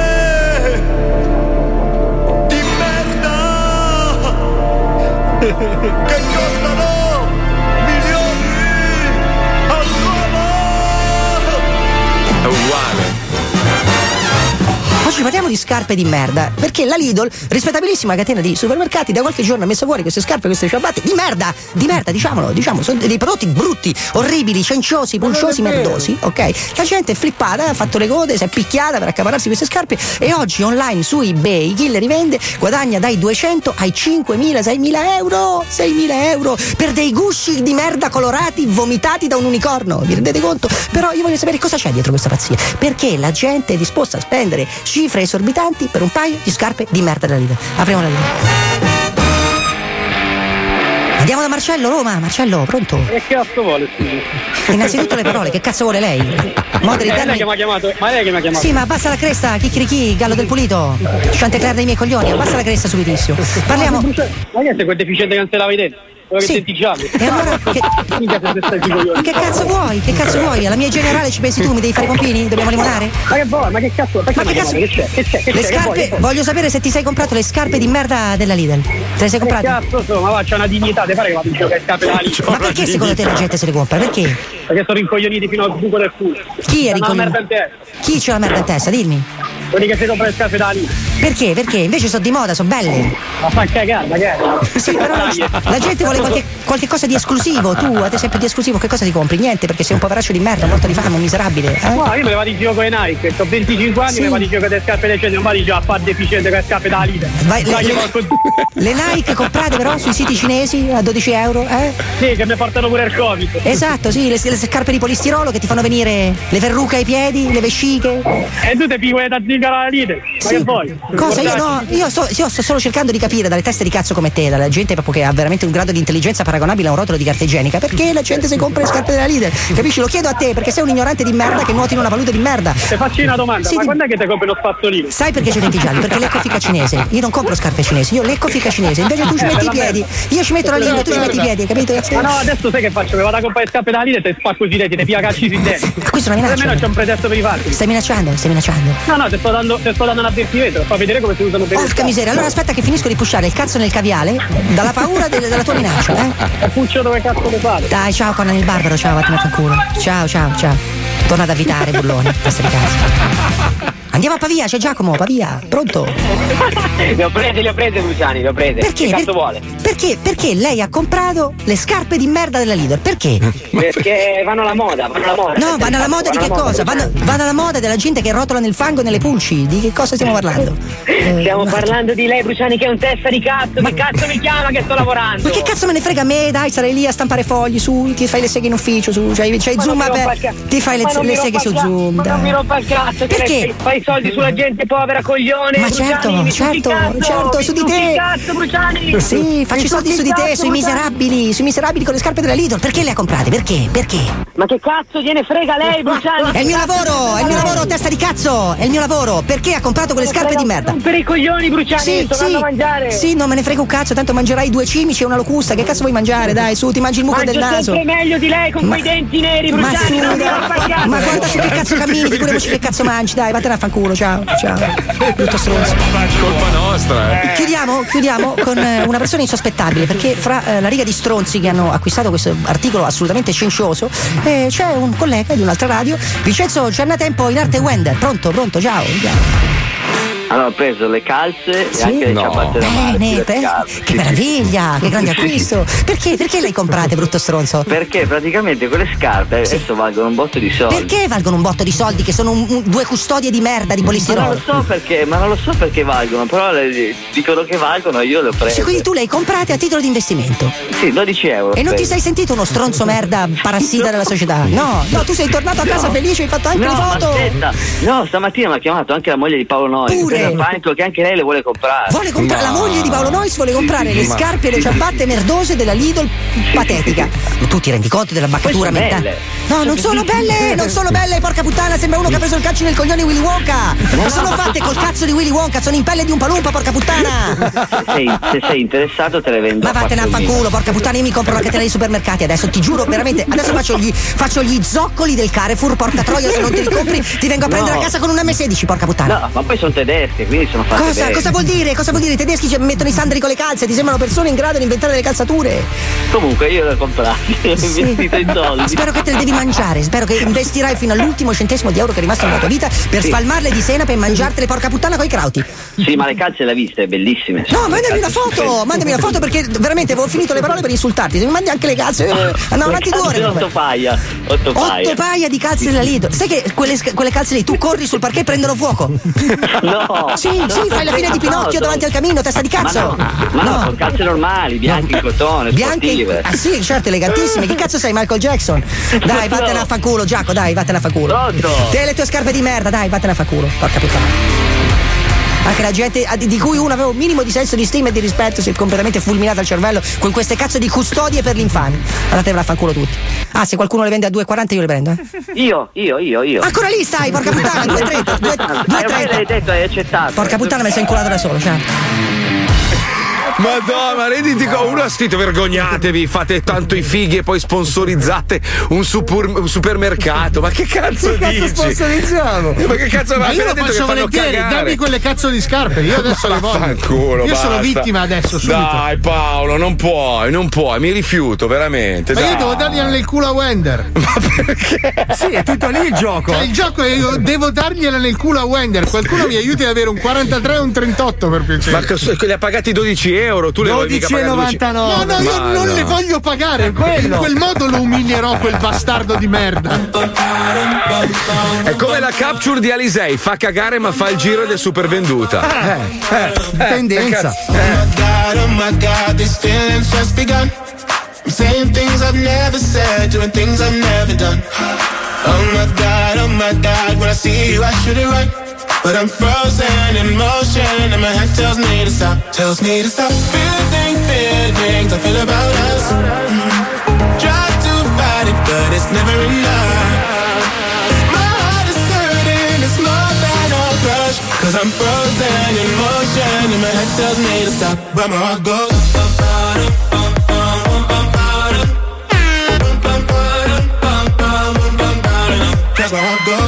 Che costano milioni all'uomo. È uguale. Oggi parliamo di scarpe di merda, perché la Lidl, rispettabilissima catena di supermercati, da qualche giorno ha messo fuori queste scarpe, queste ciabatte di merda, di merda, diciamolo, diciamo, sono dei prodotti brutti, orribili, cenciosi, pulciosi, merdosi, ok? La gente è flippata, ha fatto le code, si è picchiata per accaparrarsi queste scarpe e oggi online su eBay chi le rivende guadagna dai duecento ai cinquemila, seimila euro, seimila euro per dei gusci di merda colorati vomitati da un unicorno, vi rendete conto? Però io voglio sapere cosa c'è dietro questa pazzia, perché la gente è disposta a spendere cifre esorbitanti per un paio di scarpe di merda della Lidl. Apriamo la linea. Andiamo da Marcello, Roma. Marcello, pronto? Che cazzo vuole, scusi? Innanzitutto le parole, che cazzo vuole lei? Moderi Eh, lei termini. che mi ha chiamato, ma lei che mi ha chiamato? Sì, ma abbassa la cresta, chicchirichi, gallo del pulito. Chantecler dei miei coglioni, abbassa la cresta subitissimo. Parliamo. Ma che sei quel deficiente che non se la vede? Quello che Sì. senti giallo. E allora che... Mica se stai di coglioni. Ma che cazzo vuoi? Che cazzo vuoi? Alla mia generale ci pensi tu? Mi devi fare i pompini? Dobbiamo limonare? Ma che vuoi? Ma che cazzo? Perché Ma mi che ha cazzo? chiamato? Che c'è? Che c'è? Che Le c'è? Che vuoi? scarpe, Che vuoi? voglio sapere se ti sei comprato le scarpe di merda della Lidl. Te le sei Che comprate? cazzo sono? Ma va, c'è una dignità, te pare che vado in giro che scarpe da lì. Ma perché secondo te la gente se le compra? Perché? Perché sono rincoglioniti fino al buco del culo. Chi è C'hanno la rincoglionito? merda in testa. Chi c'ha la merda in testa? Dimmi. Quelli che si comprano le scarpe da lì. Perché? Perché? Invece sono di moda, sono belle. Ma fa cagare, ma che è? Sì, però Dai. la gente vuole qualche, qualche cosa di esclusivo. Tu, ad esempio, di esclusivo, che cosa ti compri? Niente, perché sei un poveraccio di merda, morto di fame, un miserabile. Eh? No, io me le vado in giro con le Nike, ho venticinque anni, Sì. me le vado in giro con le scarpe decenti, non vado in giro a fare deficiente con le scarpe da lì. Vai, le, Dai, le- porco- le Nike comprate però sui siti cinesi a dodici euro, eh? Sì, che mi portano pure il Covid. Esatto, sì, le, le scarpe di polistirolo che ti fanno venire le verruche ai piedi, le vesciche. E tu ti pigli quelle da zingara alla lite. Ma Sì. che vuoi? Cosa? Io no, io sto, io sto solo cercando di capire dalle teste di cazzo come te, dalla gente proprio che ha veramente un grado di intelligenza paragonabile a un rotolo di carta igienica, perché la gente si compra le scarpe della Lidl. Capisci? Lo chiedo a te, perché sei un ignorante di merda che nuoti in una palude di merda. Ti faccio una domanda, Sì, ma di- quando è che ti compri uno spazzolino? Sai perché c'è denti gialli? Perché lecco fica cinese. Io non compro scarpe cinesi, io lecco fica cinese. Invece tu ci Eh, metti i bella piedi. merda. Io ci metto la lingua, tu ci metti i piedi, capito? Ma no, adesso sai che faccio? Mi vado a comprare le scarpe da lite e ti spacco i denti, ti pia calci sui denti. Ma questa è una minaccia. Almeno c'è un pretesto per i fatti. Stai minacciando, stai minacciando. No, no, ti sto dando, ti sto dando un avvertimento, fa vedere come si usano bene. Porca miseria, allora aspetta che finisco di pusciare il cazzo nel caviale dalla paura del- della tua minaccia, eh? E Puccio dove cazzo ti fare? Dai, ciao Conan il Barbaro, ciao, vattene a fanculo. Ciao, ciao, ciao. Torna ad avvitare, bullone, testa di cazzo. Andiamo a Pavia, c'è Giacomo, Pavia, pronto? Le ho prese, le ho prese Luciani, le ho prese. Perché? Che cazzo Per- vuole? Perché? Perché lei ha comprato le scarpe di merda della Lidl? Perché? Perché vanno alla moda, vanno alla moda. No, vanno alla moda di che Vanno alla cosa? moda, Vanno, vanno alla moda della gente che rotola nel fango e nelle pulci. Di che cosa stiamo parlando? Stiamo parlando di lei, Bruciani, che è un testa di cazzo. Che cazzo mi chiama che sto lavorando? Ma che cazzo me ne frega a me? Dai, sarai lì a stampare fogli su, ti fai le seghe in ufficio, su, c'hai, c'hai Ma Zoom non mi rompa aperto, il ca- ti fai le, ma non le mi seghe rompa su il ca- Zoom. Ma non dai. mi rompa il cazzo, che Perché? lei fai i soldi sulla gente povera, coglione. Ma Bruciani, certo, mi certo, succhi cazzo, certo, mi su di succhi te. cazzo, Bruciani. Sì, faccio i Mi soldi succhi su di te, cazzo, sui Bruciani. miserabili, sui miserabili con le scarpe della Lidl. Perché le ha comprate? Perché? Perché? Ma che cazzo gliene frega lei, Bruciani? È il mio Che cazzo lavoro, frega è il mio lei? lavoro, testa di cazzo, è il mio lavoro. Perché ha comprato quelle scarpe di merda? Per i coglioni, Bruciani, Sì, sto sì, andando a mangiare. sì, non me ne frega un cazzo, tanto mangerai due cimici e una locusta. Che cazzo vuoi mangiare? Dai, su, ti mangi il muco Mangio del naso. sempre meglio di lei con Ma- quei denti neri, Ma Bruciani. sì, non mi dai. rompa il cazzo. Ma guarda su che cazzo cammini, figuriamoci che cazzo mangi, dai, vattene a fanculo, ciao, ciao. Brutto stronzo. Colpa nostra, eh. Chiudiamo, chiudiamo con eh, una persona insospettabile, perché fra eh, la riga di stronzi che hanno acquistato questo articolo assolutamente censioso eh, c'è un collega di un'altra radio, Vincenzo Giannatempo in arte Wender. Pronto, pronto, ciao. ciao. Allora ho preso le calze Sì? e anche le No. ciabatte da mare. Bene, le beh, scarpe. che meraviglia, che grande acquisto. Perché? Perché le hai comprate, brutto stronzo? Perché praticamente quelle scarpe adesso valgono un botto di soldi. Perché valgono un botto di soldi che sono un- un- due custodie di merda di Ma non polistirolo? lo so perché, ma non lo so perché valgono, però le, dicono che valgono e io le ho prese. Cioè, quindi tu le hai comprate a titolo di investimento Sì, dodici euro. e non ti preso. sei sentito uno stronzo merda parassita della società? No, no, tu sei tornato a casa No. felice, hai fatto anche no, le ma foto. aspetta. No, stamattina mi ha chiamato anche la moglie di Paolo Noi. Pure. Per il panico che anche lei le vuole comprare. Vuole comprare la moglie di Paolo Nois, vuole comprare le Ma- scarpe e le ciabatte merdose della Lidl patetica. Tu ti rendi conto della baccatura Poi sono mentale? belle. No, non sono belle, non sono belle, porca puttana, sembra uno che ha preso il calcio nel coglione Willy Wonka. Ma sono fatte col cazzo di Willy Wonka, sono in pelle di un palumpa, porca puttana. Se sei, se sei interessato te le vendo. Ma vattene a fanculo, porca puttana, io mi compro la catena dei supermercati adesso, ti giuro, veramente, adesso faccio gli, faccio gli zoccoli del Carrefour, porca troia, se non te li compri ti vengo a prendere No. a casa con un emme sedici, porca puttana. No, ma poi sono tedesche, quindi sono fatte Cosa, bene. cosa vuol dire? Cosa vuol dire? I tedeschi ci mettono i sandali con le calze, ti sembrano persone in grado di inventare delle calzature. Comunque io le ho comprate, ho Sì. investito in soldi. Spero che te le devi mangiare, spero che investirai fino all'ultimo centesimo di euro che è rimasto nella tua vita per Sì. spalmarle di senape e mangiartele porca puttana coi crauti. Sì, ma le calze le hai viste, bellissime. No, mandami una foto, mandami una foto perché veramente avevo finito le parole per insultarti. Se mi mandi anche le calze, eh, andiamo avanti due ore. Otto paia, otto paia. Otto paia di calze della Lidl. Sai che quelle, quelle calze lì tu corri sul parquet e prendono fuoco? No. Sì, sì, fai la fine di Pinocchio davanti al camino, testa di cazzo. Ma no, ma no, sono calze normali, bianche in cotone, Bianche, sportive. ah sì, certo, elegantissime. Che cazzo sei, Michael Jackson? Dai, vattene a fanculo, Giaco, dai, vattene a fanculo. Pronto? Te e le tue scarpe di merda, dai, vattene a fanculo. Porca puttana. Anche la gente a- di cui uno aveva un minimo di senso di stima e di rispetto si è completamente fulminata al cervello con queste cazzo di custodie per l'infame. Andatevela a fanculo tutti. Ah, se qualcuno le vende a due e quaranta io le prendo, eh? Io, io, io, io. Ancora lì stai, porca puttana, due e trenta, due e Eh, ormai l'hai detto, hai accettato. Porca puttana, me ne sono inculato da solo, cioè. Madonna, renditi conto, uno ha scritto vergognatevi, fate tanto i fighi e poi sponsorizzate un, super- un supermercato. Ma che cazzo Che cazzo dici? sponsorizziamo? Ma che cazzo Ma ma io lo detto che faccio fanno volentieri, cagare. dammi quelle cazzo di scarpe, io adesso le voglio. Vaffanculo, Io sono basta. vittima adesso, subito. Dai Paolo, non puoi, non puoi, mi rifiuto veramente. Ma dai. io devo dargliela nel culo a Wender. Ma perché? Sì, è tutto lì il gioco. Cioè, il gioco è io devo dargliela nel culo a Wender. Qualcuno mi aiuti ad avere un quarantatré o un trentotto per piacere. Ma che- li ha pagati dodici euro, tu le vuoi mica pagare dodici? No, no, io Ma non no. le voglio pagare. quello. In quel modo lo umilierò, quel bastardo di merda. È come la capture di Alisei, fa cagare ma fa il giro ed è super venduta. Eh, eh, eh, tendenza. che cazzo- eh. God, oh my God, these feelings just begun. I'm saying things I've never said, doing things I've never done. Oh my God, oh my God, when I see you I should it right. But I'm frozen in motion and my head tells me to stop, tells me to stop. Feeling, feelings I feel about us. Mm. Try to fight it, but it's never enough. My heart is hurting, it's more than a crush. Cause I'm frozen in motion and my head tells me to stop, but my heart goes. That's my heart goes.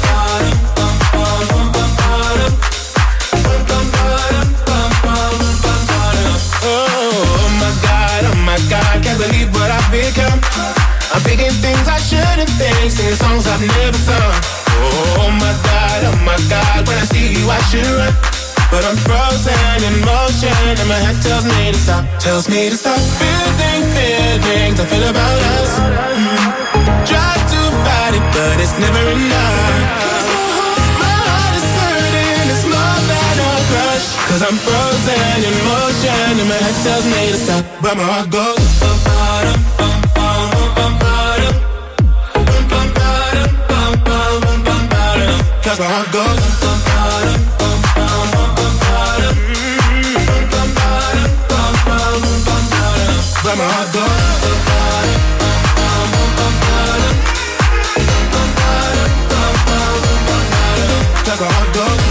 Oh my God, oh my God, can't believe what I've become. I'm thinking things I shouldn't think, singing songs I've never sung. Oh my God, God, oh my God, when I see you I should run, but I'm frozen in motion and my head tells me to stop, tells me to stop. Feeling, feelings I feel about us. Mm. Try to fight it, but it's never enough. Cause I'm frozen in motion and my head tells me to stop, but my heart goes bum bottom, bum bum bum bottom, bum bum bottom, bum bum bum bum bottom. Cause my heart goes bum bottom, bum bum bum bum bottom, bum bum bottom, bum bum bum bum bottom. But my heart goes bum bottom, bum bum bum bottom, bum bottom, bum bum bum bottom. Cause my heart goes.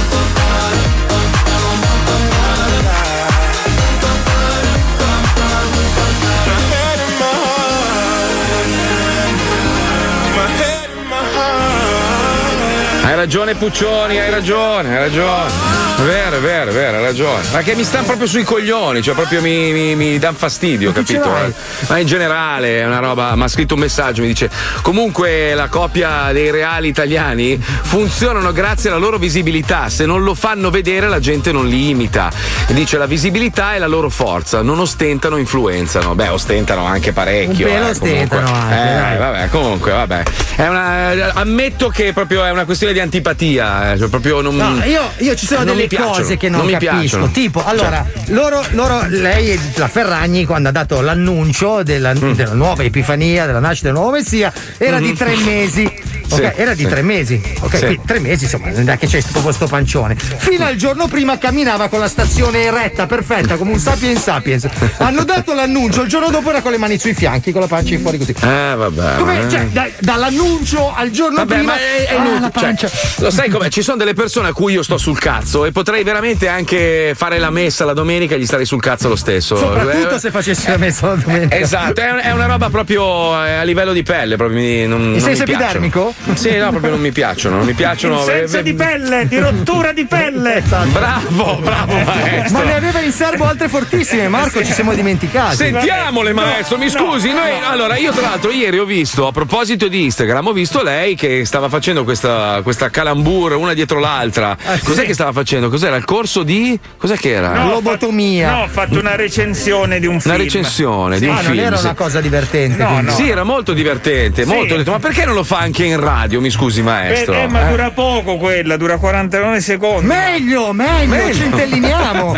Hai ragione Puccioni, hai ragione, hai ragione. È vero, è vero, è vero, hai ragione. Ma che mi stanno proprio sui coglioni, cioè proprio mi, mi, mi danno fastidio, capito? Ma in generale è una roba, mi ha scritto un messaggio, mi dice comunque la coppia dei reali italiani funzionano grazie alla loro visibilità, se non lo fanno vedere la gente non li imita. E dice la visibilità è la loro forza, non ostentano, influenzano. Beh, ostentano anche parecchio. Un pelo eh, ostentano comunque. anche, Eh, dai. vabbè, comunque, vabbè. È una, ammetto che proprio è una questione di antipatia, eh, cioè proprio non No, io, io ci sono non delle mi piacciono, cose che non, non mi capisco. piacciono. Tipo, allora, Cioè. loro, loro, lei, e la Ferragni, quando ha dato l'annuncio della, Mm. della nuova Epifania, della nascita del nuovo Messia, era di Mhm. tre mesi. Ok, Sì, era di sì. tre mesi. Ok, Sì. quindi tre mesi, insomma, non è che c'è proprio sto pancione. Fino al giorno prima camminava con la stazione eretta, perfetta, come un sapiens sapiens. Hanno dato l'annuncio, il giorno dopo era con le mani sui fianchi, con la pancia in fuori così. Eh, vabbè. Come, eh. cioè, da- dall'annuncio al giorno Vabbè, prima. ma è, è ah, inutile. la pancia. Cioè, lo sai com'è? Ci sono delle persone a cui io sto sul cazzo e potrei veramente anche fare la messa la domenica e gli stare sul cazzo lo stesso. Soprattutto Eh, se facessi la messa la domenica. Esatto, è, un- è una roba proprio eh, a livello di pelle, proprio mi, non, non sei mi sepidermico? piacciono. Sì, no, proprio non mi piacciono, non mi piacciono. In senso eh, di pelle, di rottura di pelle. Bravo, bravo maestro. Ma ne aveva in serbo altre fortissime, Marco, ci siamo dimenticati. Sentiamole, maestro, mi scusi. Noi, allora, io tra l'altro ieri ho visto, a proposito di Instagram, ho visto lei che stava facendo questa, questa calambur una dietro l'altra. Cos'è che stava facendo? Cos'era il corso di. Cos'è che era? No, Lobotomia. No, ho fatto una recensione di un film. Una recensione di un Ah, film. non era sì. una cosa divertente. No, quindi. no. Sì, era molto divertente, Sì. molto. Ho detto, ma perché non lo fa anche in radio? Mi scusi, maestro. Eh, ma Eh? dura poco quella, dura quarantanove secondi. Meglio, meglio, Meglio. centelliniamo.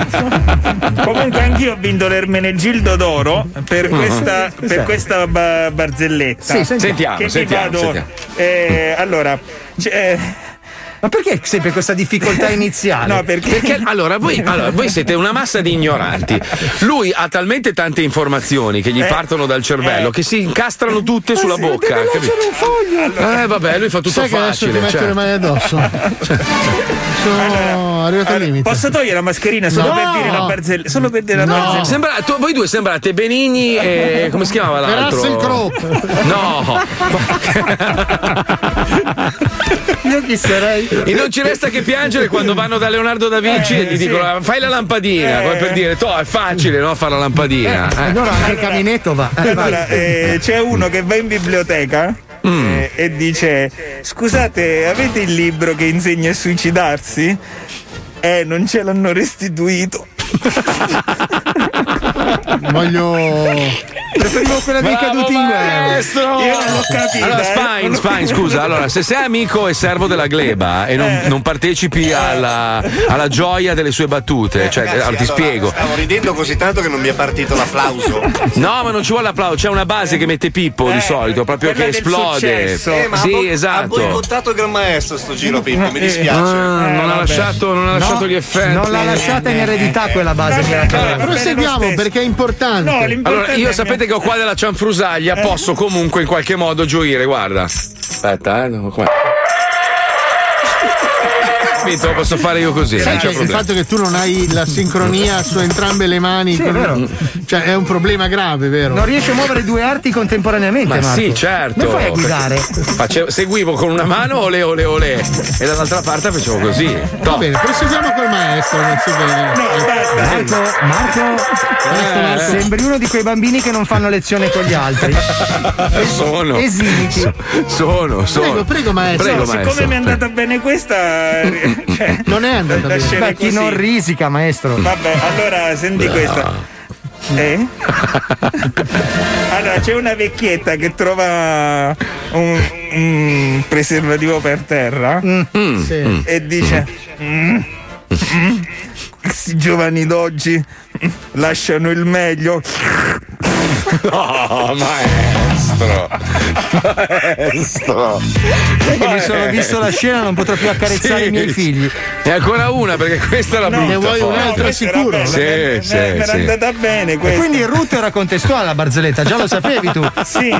Comunque anch'io ho vinto l'Ermenegildo d'oro per questa, Cos'è? per questa ba- barzelletta. Sì, sentiamo. Sentiamo, Che vi sentiamo, vado- sentiamo. eh, allora, c'è- Ma perché sempre questa difficoltà iniziale? no, perché, Perché allora voi, allora voi siete una massa di ignoranti. Lui ha talmente tante informazioni che gli Eh, partono dal cervello eh. che si incastrano tutte sulla sì, bocca. deve capito? leggere un foglio. Eh vabbè, lui fa tutto Sai che adesso ti facile. metto cioè. le mani addosso. Sono arrivato al allora, limite. posso togliere la mascherina solo No. per dire la barzelletta? Solo per dire la No. barzelletta. Sembra, tu- voi due sembrate Benigni e come si chiamava E l'altro? Russell Crowe. No. Io chi sarei? E non ci resta che piangere quando vanno da Leonardo da Vinci Eh, e gli sì. dicono fai la lampadina, Eh. come per dire, toh, è facile, no? Fare la lampadina. Eh. Allora anche il caminetto va. Eh, vai. Allora, eh, c'è uno che va in biblioteca Mm. eh, e dice: scusate, avete il libro che insegna a suicidarsi? Eh, non ce l'hanno restituito. Voglio. Preferivo quella dei Bravo, caduti in guerra. maestro! Io non l'ho capita. Allora, eh. Spine, Spine, scusa, allora, se sei amico e servo della gleba e non, Eh. non partecipi alla, alla gioia delle sue battute, cioè, Ragazzi, allora, ti allora, spiego. Stavo ridendo così tanto che non mi è partito l'applauso. No, ma non ci vuole l'applauso, c'è una base che mette Pippo di Eh, solito, proprio quella che del esplode. successo. Eh, ma ha Sì, bo- Ha esatto. boicottato il Gran Maestro sto giro, Pippo, mi dispiace. Ah, non, ha vabbè. lasciato, non ha lasciato No, gli effetti. non l'ha lasciata in eredità quella base. Vabbè, miracolata. vabbè, bene Proseguiamo lo stesso. perché è importante. No, l'importante Allora, io è sapete che ho qua della cianfrusaglia, posso comunque in qualche modo gioire, guarda. Aspetta, eh. no, com'è? Capito? Lo posso fare io così. Sai non che c'è il problema. fatto che tu non hai la sincronia su entrambe le mani, Sì, è vero. cioè è un problema grave, vero? Non riesce a muovere due arti contemporaneamente, Ma Marco. sì, certo. Come fai a guidare? Facevo- seguivo con una mano ole ole ole e dall'altra parte facevo così. Va Toh. bene, proseguiamo col maestro. Non si vede. No, basta. Marco, Marco, Eh. sembri uno di quei bambini che non fanno lezione con gli altri. Sono. Esimiti. Sono, sono. Prego, prego, maestro. Prego, Siccome maestro. mi è andata bene questa, questa cioè, non è andata da bene. scene Beh, chi così. non risica, maestro. Vabbè, allora senti No. questa. Eh? Allora c'è una vecchietta che trova un, un preservativo per terra Sì. e dice "Mm, mm, questi giovani d'oggi lasciano il meglio". No, maestro. Maestro. Sai che mi sono visto la scena, non potrò più accarezzare Sì. i miei figli. E ancora una, perché questa è la No, brutta. ne vuoi poi. un'altra questa era sicuro? bella, Sì, me- sì, me- me sì. è andata bene E questa. quindi il root era contestuale alla barzelletta, già lo sapevi tu? Sì.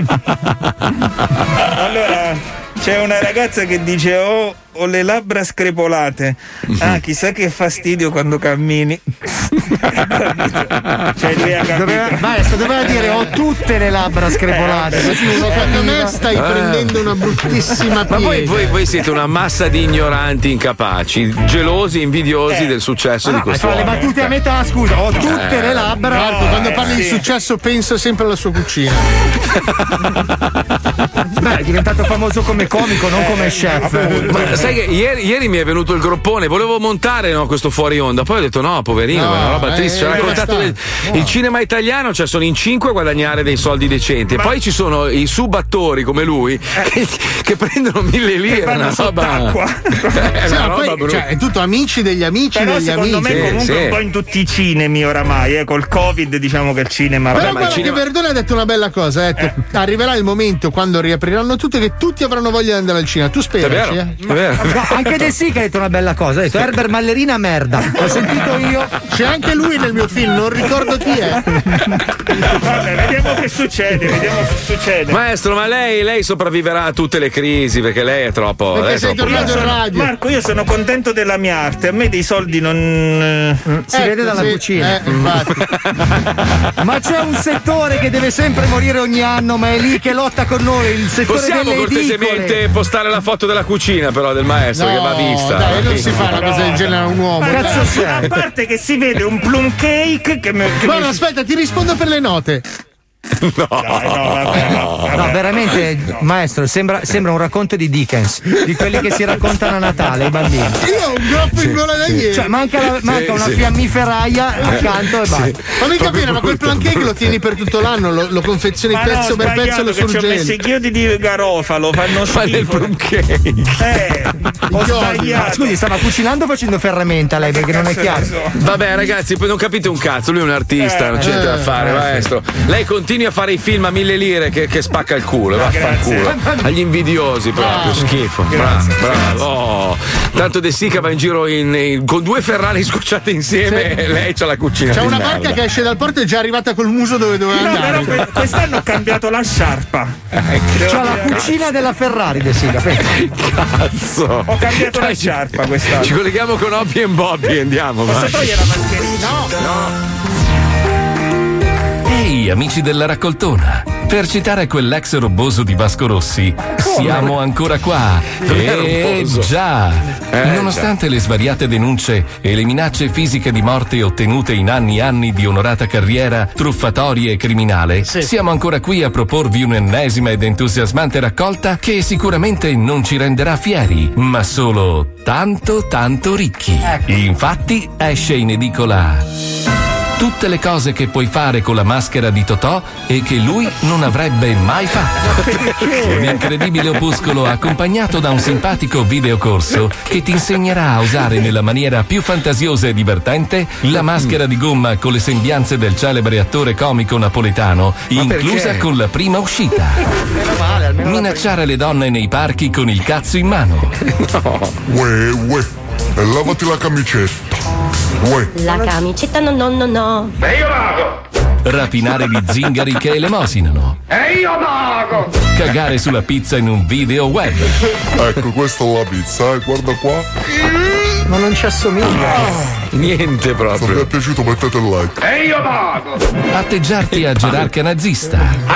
Allora c'è una ragazza che dice ho, ho le labbra screpolate. Ah, chissà che fastidio quando cammini. Cioè lui ha capito. Doveva, maestro, doveva dire ho tutte le labbra screpolate. Eh, così uno Secondo me capiva. stai Eh. prendendo una bruttissima Ma voi, piega. voi, voi siete una massa di ignoranti incapaci, gelosi, invidiosi del successo Ma di no, ma questo fa le uomo. battute a metà, scusa, ho tutte Eh. le labbra. Marco, quando eh, parli di sì. successo pensa sempre alla sua cucina. Beh, è diventato famoso come comico, non come chef. Ma sai che ieri, ieri mi è venuto il groppone, volevo montare no, questo fuori onda, poi ho detto no, poverino, No, è una roba eh, triste. Ci ha eh, raccontato basta. del- il cinema italiano, cioè sono in cinque a guadagnare dei soldi decenti. E poi ci sono i subattori come lui che, che prendono mille lire. vanno Una roba, sott'acqua. è Sì, una ma roba poi, brutta. cioè, è tutto amici degli amici Però degli secondo amici. me comunque sì. un po' in tutti i cinemi oramai, eh, col Covid diciamo che il cinema. Però vabbè, ma il guarda che cinema- Verdone ha detto una bella cosa, ha detto arriverà il momento quando riapriranno tutte che tutti avranno voglia di andare al cinema. Tu speraci, È vero, eh? è vero. No, anche De Sica ha detto una bella cosa, ha detto Herbert Mallerina merda. L'ho sentito io. C'è anche lui nel mio film, non ricordo chi è. Vabbè, vediamo che succede, vediamo che succede. Maestro, ma lei, lei sopravviverà a tutte le crisi perché lei è troppo. Perché lei è sei troppo tornato brava. in radio. Marco, io sono contento della mia arte, a me dei soldi non. Si Ecco, vede dalla sì, cucina. eh, infatti. Ma c'è un settore che deve sempre morire ogni anno, ma è lì che lotta con noi, il settore Possiamo delle cortesemente edicole. postare la foto della cucina, però, del maestro No, che va vista. dai, non si fa una cosa del genere a un uomo. Ma Cazzo no, sei? a parte che si vede un plum cake che, me, che Guarda, mi- aspetta, ti rispondo per le note. Dai, no, vabbè, no, vabbè. No, veramente, maestro, sembra, sembra un racconto di Dickens, di quelli che si raccontano a Natale ai bambini. Io ho un groppo in gola da ieri. Cioè, manca, la- manca una sì. fiammiferaia accanto e basta. Fammi capire, ma quel plan cake lo tieni per tutto l'anno, lo, lo confezioni Ma pezzo no, per pezzo e lo sbagliato, che ci ho messo i surgeli. chiodi di garofalo, fanno Fa del schifo. plum cake. Eh, ho Ma sbagliato. scusi, stava cucinando o facendo ferramenta lei, perché non è chiaro. Vabbè, ragazzi, poi non capite un cazzo. Lui è un artista, Eh, non c'è niente da eh, fare, eh, maestro. Lei continui a fare i film a mille lire che, che spacca il culo, grazie. vaffanculo. Agli invidiosi, proprio schifo. Bravo, bravo. Oh. Tanto De Sica va in giro in- in- con due Ferrari scocciate insieme e lei c'ha la cucina. C'è di una merda. barca che esce dal porto e è già arrivata col muso dove doveva No, però andare. que- quest'anno ho cambiato la sciarpa. C'ha la cucina della Ferrari, De Sica. Cazzo. Ho cambiato la sciarpa quest'anno. Ci colleghiamo con Oppie e Bobby, andiamo. Posso vai. togliere la mascherina? No. Ehi, amici della raccoltona! Per citare quell'ex roboso di Vasco Rossi, siamo ancora qua. Eh roboso. già! Eh, Nonostante le svariate denunce e le minacce fisiche di morte ottenute in anni e anni di onorata carriera truffatoria e criminale, siamo ancora qui a proporvi un'ennesima ed entusiasmante raccolta che sicuramente non ci renderà fieri, ma solo tanto tanto ricchi. Infatti esce in edicola tutte le cose che puoi fare con la maschera di Totò e che lui non avrebbe mai fatto. Un incredibile opuscolo accompagnato da un simpatico videocorso che ti insegnerà a usare nella maniera più fantasiosa e divertente la maschera di gomma con le sembianze del celebre attore comico napoletano, inclusa perché? con la prima uscita. Minacciare le donne nei parchi con il cazzo in mano. Uè, uè, e lavati la camicetta. Uè. La camicetta no no no no. E io vago! Rapinare gli zingari che elemosinano. E io vago! Cagare sulla pizza in un video web. Ecco, questa è la pizza, eh, guarda qua. Ma non ci assomiglia. Niente Se vi proprio. è piaciuto mettete il like. E io vago! Atteggiarti a gerarca nazista.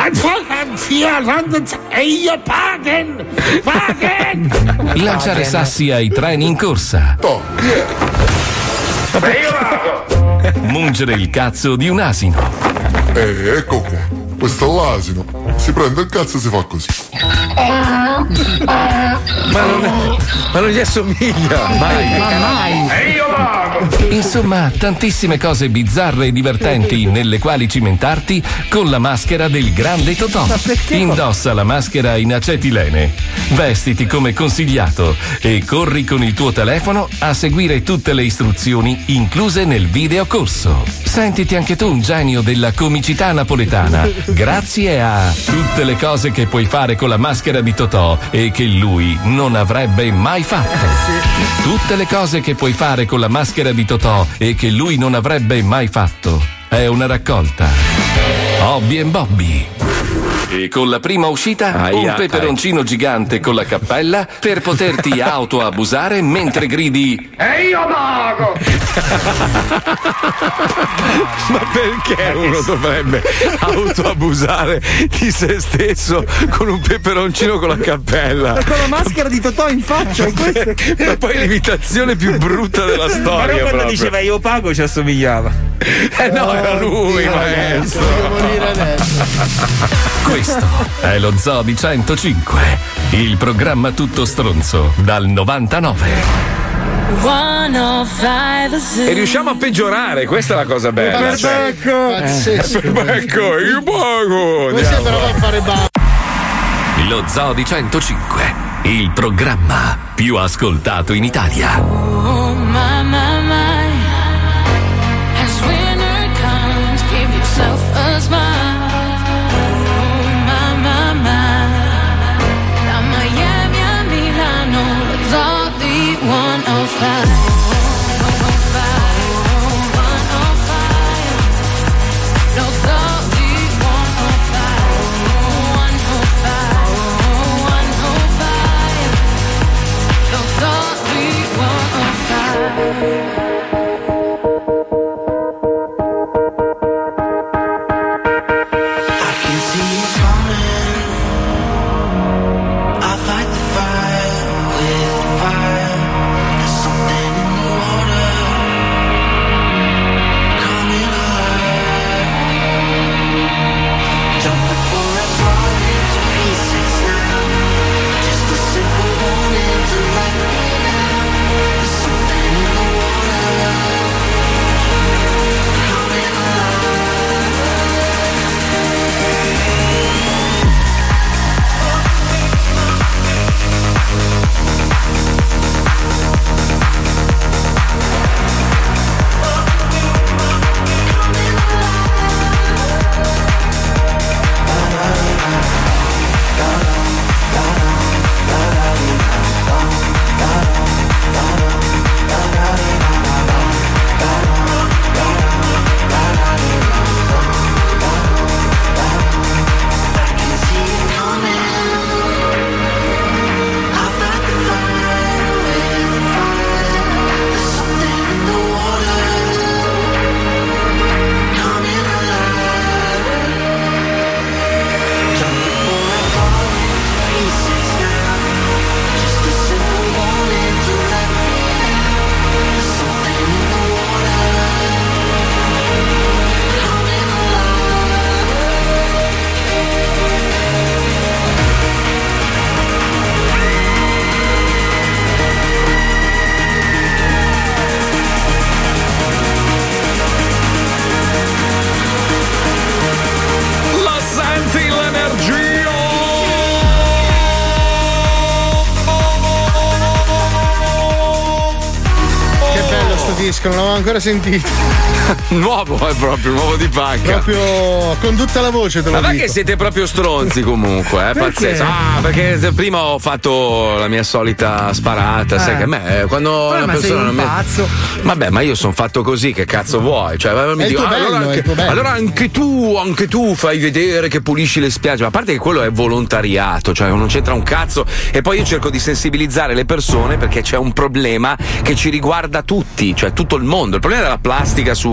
E io paghen! Paghen! Lanciare sassi ai treni in corsa. To, E io vago! Mungere il cazzo di un asino. eh, ecco qua. Questo è l'asino. si prende il cazzo e si fa così. Ma non, è, ma non gli assomiglia mai. Ma mai. E io vago. Insomma, tantissime cose bizzarre e divertenti nelle quali cimentarti con la maschera del grande Totò. Indossa la maschera in acetilene, vestiti come consigliato e corri con il tuo telefono a seguire tutte le istruzioni incluse nel video corso. Sentiti anche tu un genio della comicità napoletana grazie a tutte le cose che puoi fare con la maschera di Totò e che lui non avrebbe mai fatto. Tutte le cose che puoi fare con la maschera di Totò e che lui non avrebbe mai fatto. È una raccolta Hobby and Bobby. E con la prima uscita Aia, un peperoncino aia. gigante con la cappella per poterti autoabusare mentre gridi E io vago! Ma perché uno dovrebbe autoabusare di se stesso con un peperoncino con la cappella? Con la maschera di Totò in faccia. Ma poi l'imitazione più brutta della storia. Ma quando proprio. diceva io pago ci assomigliava. Eh no, era lui, maestro. Questo è lo Zoo di centocinque, il programma tutto stronzo dal novantanove. E riusciamo a peggiorare, questa è la cosa bella. Perbacco! Pazzesco. Perbacco, io pago! Questo però va a fare ba- Lo Zoo di centocinque, il programma più ascoltato in Italia. Oh, my, my, my. As winter comes, give yourself a smile. Oh, my, my, my. Da Miami a Milano, lo Zoo di centocinque. disco, non l'avevo ancora sentito. Nuovo è proprio, nuovo di pacca. Proprio con tutta la voce te lo Ma va dico. che siete proprio stronzi comunque, eh, Perché? pazzesco. Ah, perché prima ho fatto la mia solita sparata, Eh. sai che a me eh, quando Eh, una ma persona sei un non mi... pazzo. Vabbè, ma io sono fatto così, che cazzo vuoi? Cioè, mi È il dico, tuo ah, bello, allora, è anche, il tuo bello. allora anche tu, anche tu fai vedere che pulisci le spiagge. Ma a parte che quello è volontariato, cioè non c'entra un cazzo. E poi io cerco di sensibilizzare le persone perché c'è un problema che ci riguarda tutti, cioè tutto il mondo. Il problema della plastica su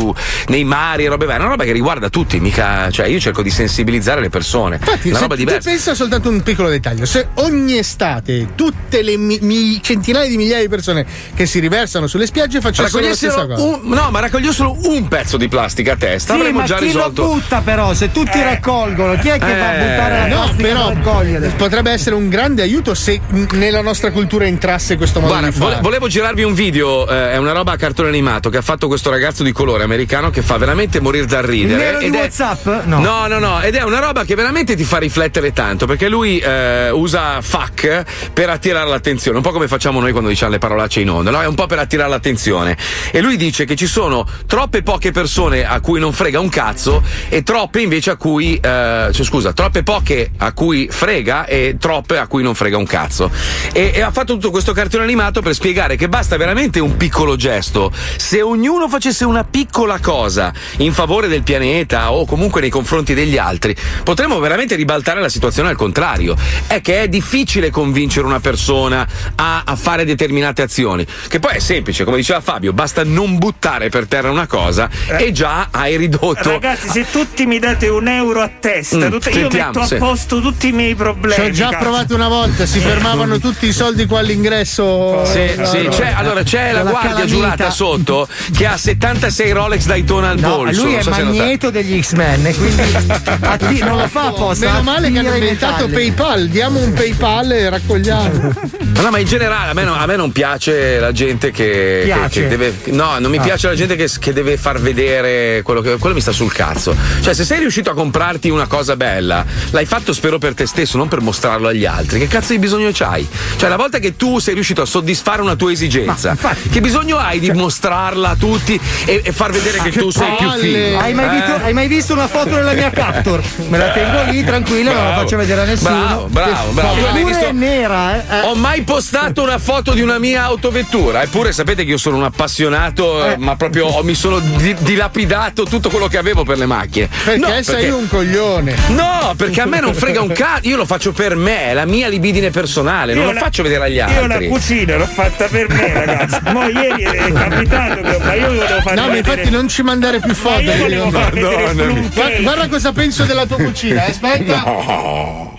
su nei mari e robe varie, è una roba che riguarda tutti, mica, cioè io cerco di sensibilizzare le persone. Infatti, una se roba tu diversa. pensa soltanto un piccolo dettaglio: se ogni estate tutte le mi- mi- centinaia di migliaia di persone che si riversano sulle spiagge facessero la stessa cosa, un, no, ma raccogliessero solo un pezzo di plastica a testa, Sì, avremmo ma già chi risolto. lo butta però? Se tutti Eh. raccolgono, chi è che va a Eh. buttare la no, plastica però da raccogliere? potrebbe essere un grande aiuto se mh, nella nostra cultura entrasse questo modo Guarda, di fare. vole- volevo girarvi un video, eh, è una roba a cartone animato che ha fatto questo ragazzo di colore americano che fa veramente morire dal Il ridere. nero di ed è- WhatsApp? No. no, no, no, ed è una roba che veramente ti fa riflettere tanto, perché lui eh, usa fuck per attirare l'attenzione, un po' come facciamo noi quando diciamo le parolacce in onda, no? È un po' per attirare l'attenzione. E lui dice che ci sono troppe poche persone a cui non frega un cazzo e troppe invece a cui, eh, cioè, scusa, troppe poche a cui frega e troppe a cui non frega un cazzo. E, e ha fatto tutto questo cartone animato per spiegare che basta veramente un piccolo gesto. Se ognuno facesse una piccola cosa in favore del pianeta o comunque nei confronti degli altri, potremmo veramente ribaltare la situazione al contrario. È che è difficile convincere una persona a, a fare determinate azioni, che poi è semplice, come diceva Fabio, basta non buttare per terra una cosa e già hai ridotto. Ragazzi, se tutti mi date un euro a testa, Mm, tutte- io sentiamo, metto sì. a posto tutti i miei problemi. Ci ho già cazzo. provato una volta, si fermavano tutti i soldi qua all'ingresso. Sì, No, sì, no. c'è, allora c'è la Della guardia calamita. giurata sotto che ha settantasei Rolex Daytona al No, polso. lui non è so se notate. Magneto degli X-Men e quindi atti- non lo fa apposta. Meno male che hanno attira i inventato metalli. PayPal, diamo un PayPal e raccogliamo. Ma no, ma in generale a me, no- a me non piace la gente che, che- Piace? che deve. No, non mi Ah. piace la gente che, che deve far vedere quello che. Quello mi sta sul cazzo. Cioè, se sei riuscito a comprarti una cosa bella, l'hai fatto spero per te stesso, non per mostrarlo agli altri. Che cazzo di bisogno c'hai? Cioè, la volta che tu sei riuscito a soddisfare una tua esigenza, che bisogno hai di mostrarla a tutti e, e far vedere che tu sei più figo? Hai mai, Eh? visto, hai mai visto una foto della mia Captor? Me la tengo lì tranquilla, non la Bravo. faccio vedere a nessuno. Bravo, bravo, bravo. Tu hai mai Eppure visto- è nera, eh. Eh. Ho mai postato una foto di una mia autovettura, eppure sapete che io sono un appassionato, eh, ma proprio ho- mi sono di- dilapidato tutto quello che avevo per le macchine. Perché No, sei un coglione. No, perché a me non frega un cazzo, io lo faccio per me, è la mia libidine personale, non Io lo la- faccio vedere agli Io la altri. cucina l'ho fatta per me, ragazzi. Mo ieri è capitato che ma io volevo fare No, ma infatti non ci mandare più foto. io volevo Dio. far vedere Madonna Blue mia. Cake. Guarda, guarda cosa penso della tua cucina, eh, aspetta. No.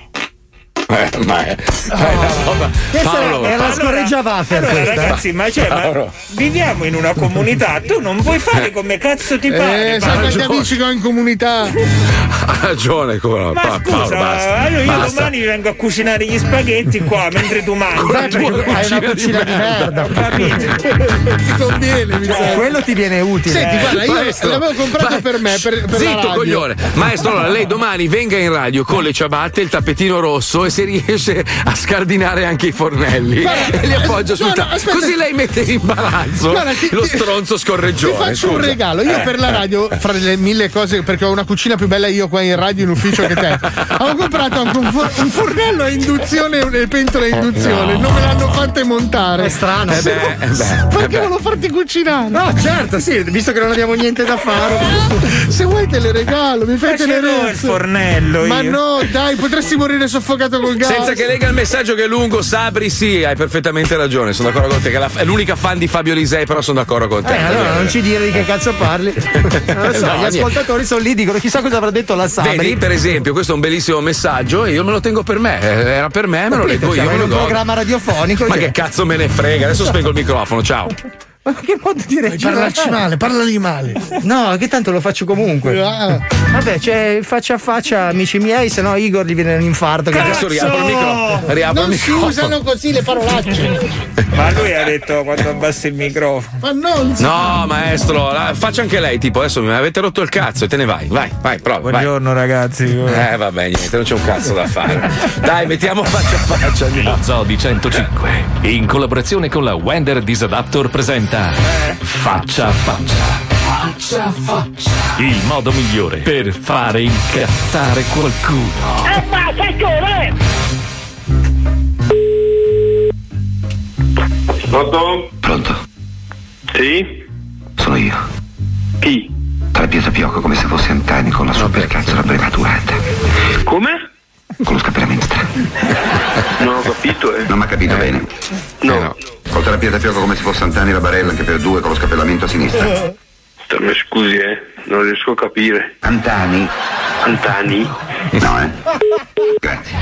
Eh, ma è, è una roba. Paolo, è la scorreggia wafer Allora, questa. ragazzi, ma, cioè, ma Paolo. viviamo in una comunità, tu non puoi fare come cazzo ti pare. Eh, sai Paolo. quanti amici che ho in comunità? Ha ragione, come Ma Pa- Paolo, scusa, basta. io, io Basta. domani vengo a cucinare gli spaghetti qua mentre tu mangi. Beh, tu hai una cucina di merda. Ti conviene, mi sa. Quello ti viene utile. Senti, guarda, io Maestro, l'avevo comprato ma- per me, per, per la Zitto, radio. coglione. Maestro, allora lei domani venga in radio con le ciabatte, il tappetino rosso e se riesce a scardinare anche i fornelli Guarda, e li appoggia sul no, no, tavolo. aspetta. Così lei mette in balanzo Guarda, ti- lo ti- stronzo scorreggione. Ti faccio un scusa. regalo. Io Eh, per la radio, fra le mille cose, perché ho una cucina più bella io qua in radio in ufficio che te, ho comprato anche un, for- un fornello a induzione e una pentola a induzione. No. Non me l'hanno fatte montare. È strano. Eh beh, eh beh, Perché eh beh. volevo farti cucinare? No, certo, sì, visto che non abbiamo niente da fare. Se vuoi te le regalo, mi fai Ma ce l'ho il tenerezza. fornello Ma io. no, dai, potresti morire soffocato col gas. Senza che lega il messaggio che è lungo, Sabri, sì, hai perfettamente ragione. Sono d'accordo con te. Che la- è l'unica fan di Fabio Lisei, però sono d'accordo con te. Eh, allora non ci dire di che cazzo parli. Non lo so, No, gli niente. ascoltatori sono lì, dicono chissà cosa avrà detto la Sabri. Vedi, per esempio, questo è un bellissimo messaggio e io me lo tengo per me. Eh, Era per me, me lo Capito, leggo io. siamo Me in lo un godo. programma radiofonico. Ma cioè. che cazzo me ne frega? Adesso spengo il microfono, ciao. Ma che modo di reagire? Parlarci male, parlagli male. No, che tanto lo faccio comunque. Ah. Vabbè, c'è faccia a faccia, amici miei, se no Igor gli viene un infarto. Adesso riapro il microfono. Riapro il Non si microfono. usano così le parolacce. Ma lui ha detto quando abbassi il microfono. Ma non si No, maestro, la- faccia anche lei, tipo, adesso mi avete rotto il cazzo e te ne vai. Vai, vai, prova. Buongiorno ragazzi. Vai. Eh, vabbè, niente, non c'è un cazzo da fare. Dai, mettiamo faccia a faccia. andiamo. Lo Zoo di centocinque, in collaborazione con la Wender Disadaptor, presenta Faccia a Faccia. Faccia a Faccia. Il modo migliore per fare incazzare qualcuno. Eh, ma che cuore! Pronto? Pronto? Sì? Sono io. Chi? Tra Pietro Piocco come se fosse antenni con la supercazzo abbreviaturata. Come? Con lo scapellamento strano. Non ho capito, eh. Non mi ha capito bene. No. Col terapia da Piocco come se fosse Antani la barella anche per due con lo scappellamento a sinistra. Mi scusi, eh, non riesco a capire. Antani? Antani? No, eh. Grazie.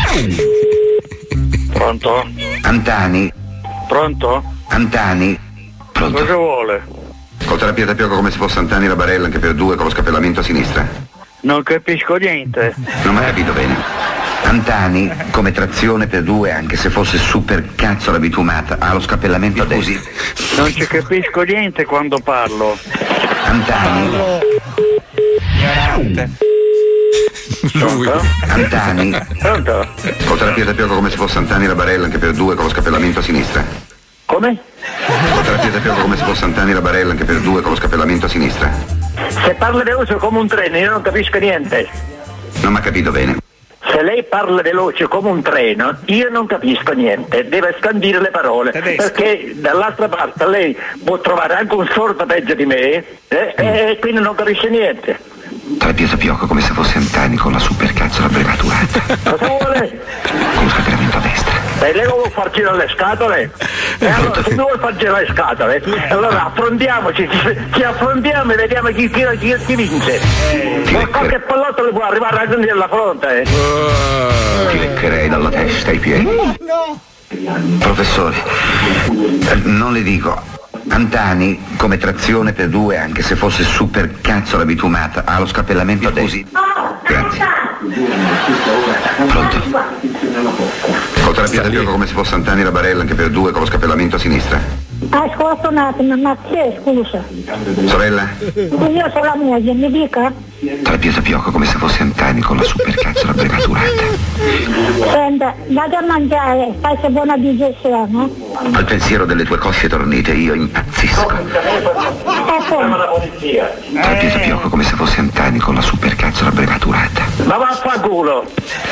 Pronto? Antani? Pronto? Antani? Pronto? Cosa vuole? Col terapia tapioca come se fosse Antani la barella anche per due con lo scappellamento a sinistra. Non capisco niente. Non mi ha capito bene. Antani come trazione per due anche se fosse super cazzo la bitumata ha lo scappellamento a destra. Non ci capisco niente quando parlo. Antani? Lui. Antani? Pronto? Col terapia tapioca come se fosse Antani la barella anche per due con lo scappellamento a sinistra. Come? Col terapia tapioca come se fosse Antani la barella anche per due con lo scappellamento a sinistra. Se parla veloce come un treno, io non capisco niente. Non mi ha capito bene. Se lei parla veloce come un treno, io non capisco niente, deve scandire le parole, perché dall'altra parte lei può trovare anche un sordo peggio di me eh, e quindi non capisce niente. Terapia tapioca come se fosse Antani con la super cazzo la brevaturata. Cosa vuole? Con lo scappellamento a destra. E lei vuole far girare le scatole? E allora se vuole far girare le scatole, allora affrontiamoci, ci, ci affrontiamo e vediamo chi, chi, chi, chi vince. Ma qualche pallotto le può arrivare anche nella fronte. Eh. Ti leccherei dalla testa ai piedi. No. Professore, eh, non le dico. Antani come trazione per due anche se fosse super cazzo la bitumata ha lo scappellamento a destra. Grazie. Pronto? Col terapia tapioca come se fosse Antani la barella anche per due con lo scappellamento a sinistra. Ascolta un attimo, ma chi è, scusa? Sorella? Io sono la moglie, mi dica? Terapia tapioca come se fosse Antani con la super cazzo la brevaturata. Senta, vado a mangiare, faccia buona digestione. Al pensiero delle tue cosce tornite io impazzisco. Terapia tapioca come se fosse Antani con la super cazzo la brevaturata. Ma vaffanculo!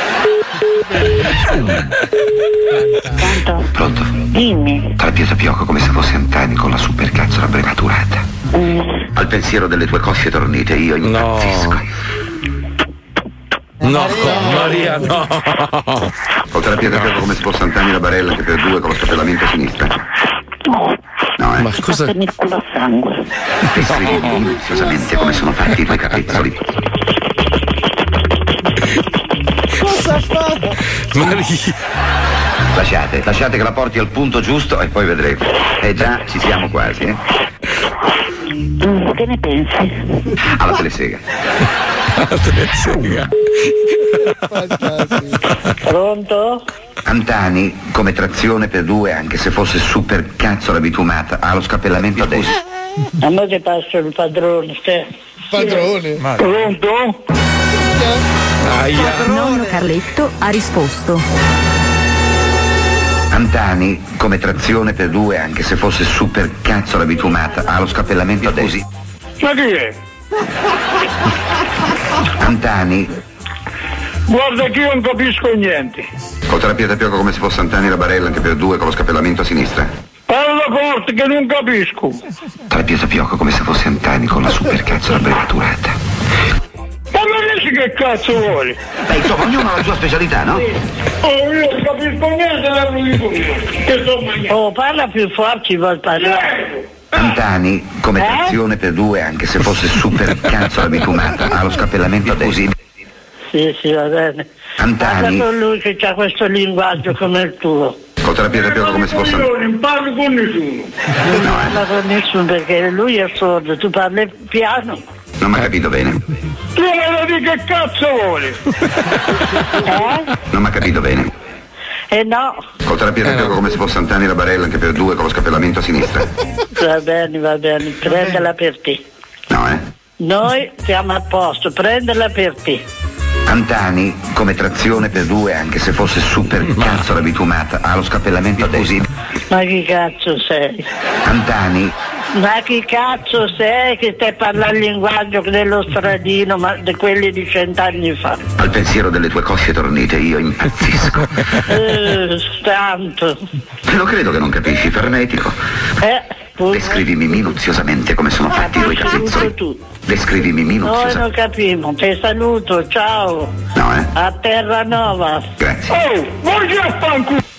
Pronto? Pronto? Dimmi. Terapia tapioca come se fosse Antani con la super cazzo la brevaturata. Mm. Al pensiero delle tue cosce tornite io impazzisco. No, Maria, no. Col terapia tapioca come se fosse Antani la barella anche per due con lo scappellamento a sinistra. No, eh. Ma cosa? Fatemi il culo a sangue. Descrivi minuziosamente come sono fatti i tuoi capezzoli. Cosa fa? Maria. Lasciate, lasciate che la porti al punto giusto e poi vedremo. Eh già, ci siamo quasi, eh. Mm, che ne pensi? Alla telesega. Alla telesega. Pronto? Antani come trazione per due anche se fosse super cazzo la bitumata ha lo scappellamento a destra. A me che passa il padrone, te. Padrone. Pronto? Nonno Carletto ha risposto. Antani come trazione per due anche se fosse super cazzo la bitumata ha lo scappellamento a destra. Ma chi è? Antani Guarda che io non capisco niente. col terapia tapioca come se fosse Antani la barella anche per due con lo scappellamento a sinistra. Parla forte che non capisco. Terapia tapioca come se fosse Antani con la super cazzo la brevaturata. Ma non dici che cazzo vuoi? Beh, insomma, ognuno ha la sua specialità, no? Oh, io non capisco niente da dico io. Che sto mangiando. Oh, parla più forte, ci vuol parlare. Antani come Eh? trazione per due anche se fosse super cazzo la bitumata ha lo scappellamento a destra. Sì, sì, va bene. Antani Parla con lui che ha questo linguaggio come il tuo. col terapia tapioca come se fosse. Non parli con nessuno. Non parla con nessuno perché lui è sordo, tu parli piano. Non mi ha capito bene. Tu me lo dici che cazzo vuoi? Eh? Non mi ha capito bene. Eh no. Col terapia tapioca come se fosse Antani la barella anche per due con lo scappellamento a sinistra. Va bene, va bene, prendela per te. No, eh? Noi siamo a posto, prendela per te. Antani come trazione per due anche se fosse super cazzo la bitumata ha lo scappellamento a destra. Ma chi cazzo sei? Antani Ma chi cazzo sei che stai parlando il linguaggio dello stradino, ma di quelli di cent'anni fa? al pensiero delle tue cosce tornite io impazzisco. Eh, tanto. Lo credo che non capisci, frenetico. Eh, pure. Descrivimi minuziosamente come sono fatti i tuoi capezzoli. Tu. Descrivimi Noi minuziosamente. non capiamo, ti saluto, ciao. No, eh? A Terranova. Grazie. Oh, vuoi che affanculo?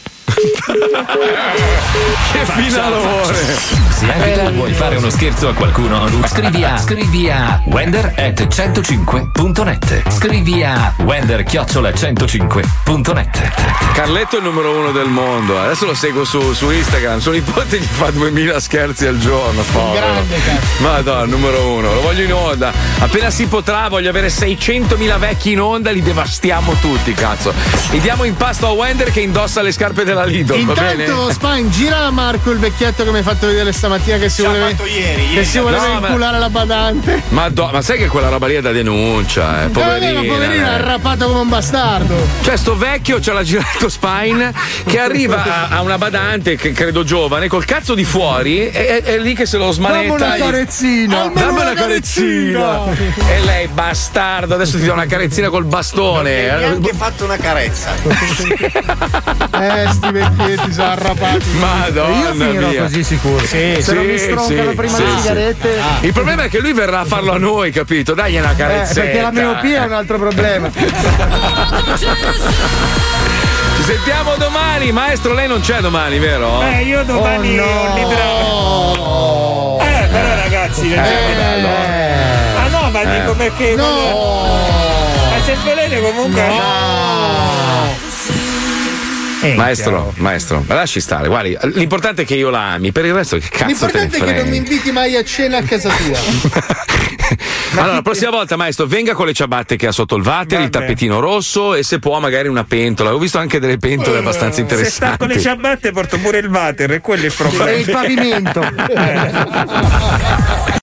Che finalone! Se anche tu vuoi fare uno scherzo a qualcuno, scrivi a scrivi a wender at centocinque punto net. Scrivi a wender chiocciola centocinque punto net. Carletto è il numero uno del mondo. Adesso lo seguo su, su Instagram. Suo nipote gli fa duemila scherzi al giorno. Grande, Madonna, numero uno. Lo voglio in onda. Appena si potrà, voglio avere seicentomila vecchi in onda. Li devastiamo tutti, cazzo. Li diamo in pasto a Wender che indossa le scarpe della Lidl. Va bene? Intanto, Spine, gira a Marco il vecchietto che mi hai fatto vedere stamattina che si Ce l'ha voleva, fatto ieri, che ieri. si voleva No, ma- inculare la badante. Madonna, ma sai che quella roba lì è da denuncia, eh? Poverina. Eh, poverino, eh. arrappato come un bastardo. Cioè, sto vecchio ce l'ha girato Spine che arriva a, a una badante, che credo giovane, col cazzo di fuori, e è lì che se lo smanetta. Dammi una gli- carezzina. Dammi Almeno una una carezzina. E lei, bastardo, adesso ti do una carezzina col bastone. Non mi hai neanche fatto una carezza. Eh, sti vecchietti sono arrapati. Madonna Io finirò mia. così sicuro. Sì, Se non mi stroncano sì, prima sì, le sì. sigarette. Il problema è che lui verrà a farlo a noi, capito? Dagli una Eh, carezzetta. perché la miopia è un altro problema. Ci sentiamo domani, maestro. Lei non c'è domani, vero? Eh, io domani Oh, no. ho libro. Eh, però ragazzi, non c'è Eh. Ah no, ma Eh. dico perché. No. Ma se volete comunque. Eh, Maestro, maestro, ma lasci stare. Guardi, l'importante è che io la ami. Per il resto, che cazzo te ne L'importante è che non mi frega? inviti mai a cena a casa tua. Allora, la prossima volta, maestro, venga con le ciabatte che ha sotto il water, il Vabbè. tappetino rosso e se può magari una pentola. Ho visto anche delle pentole abbastanza Se sta interessanti. con le ciabatte porto pure il water e quello è il problema. E il pavimento.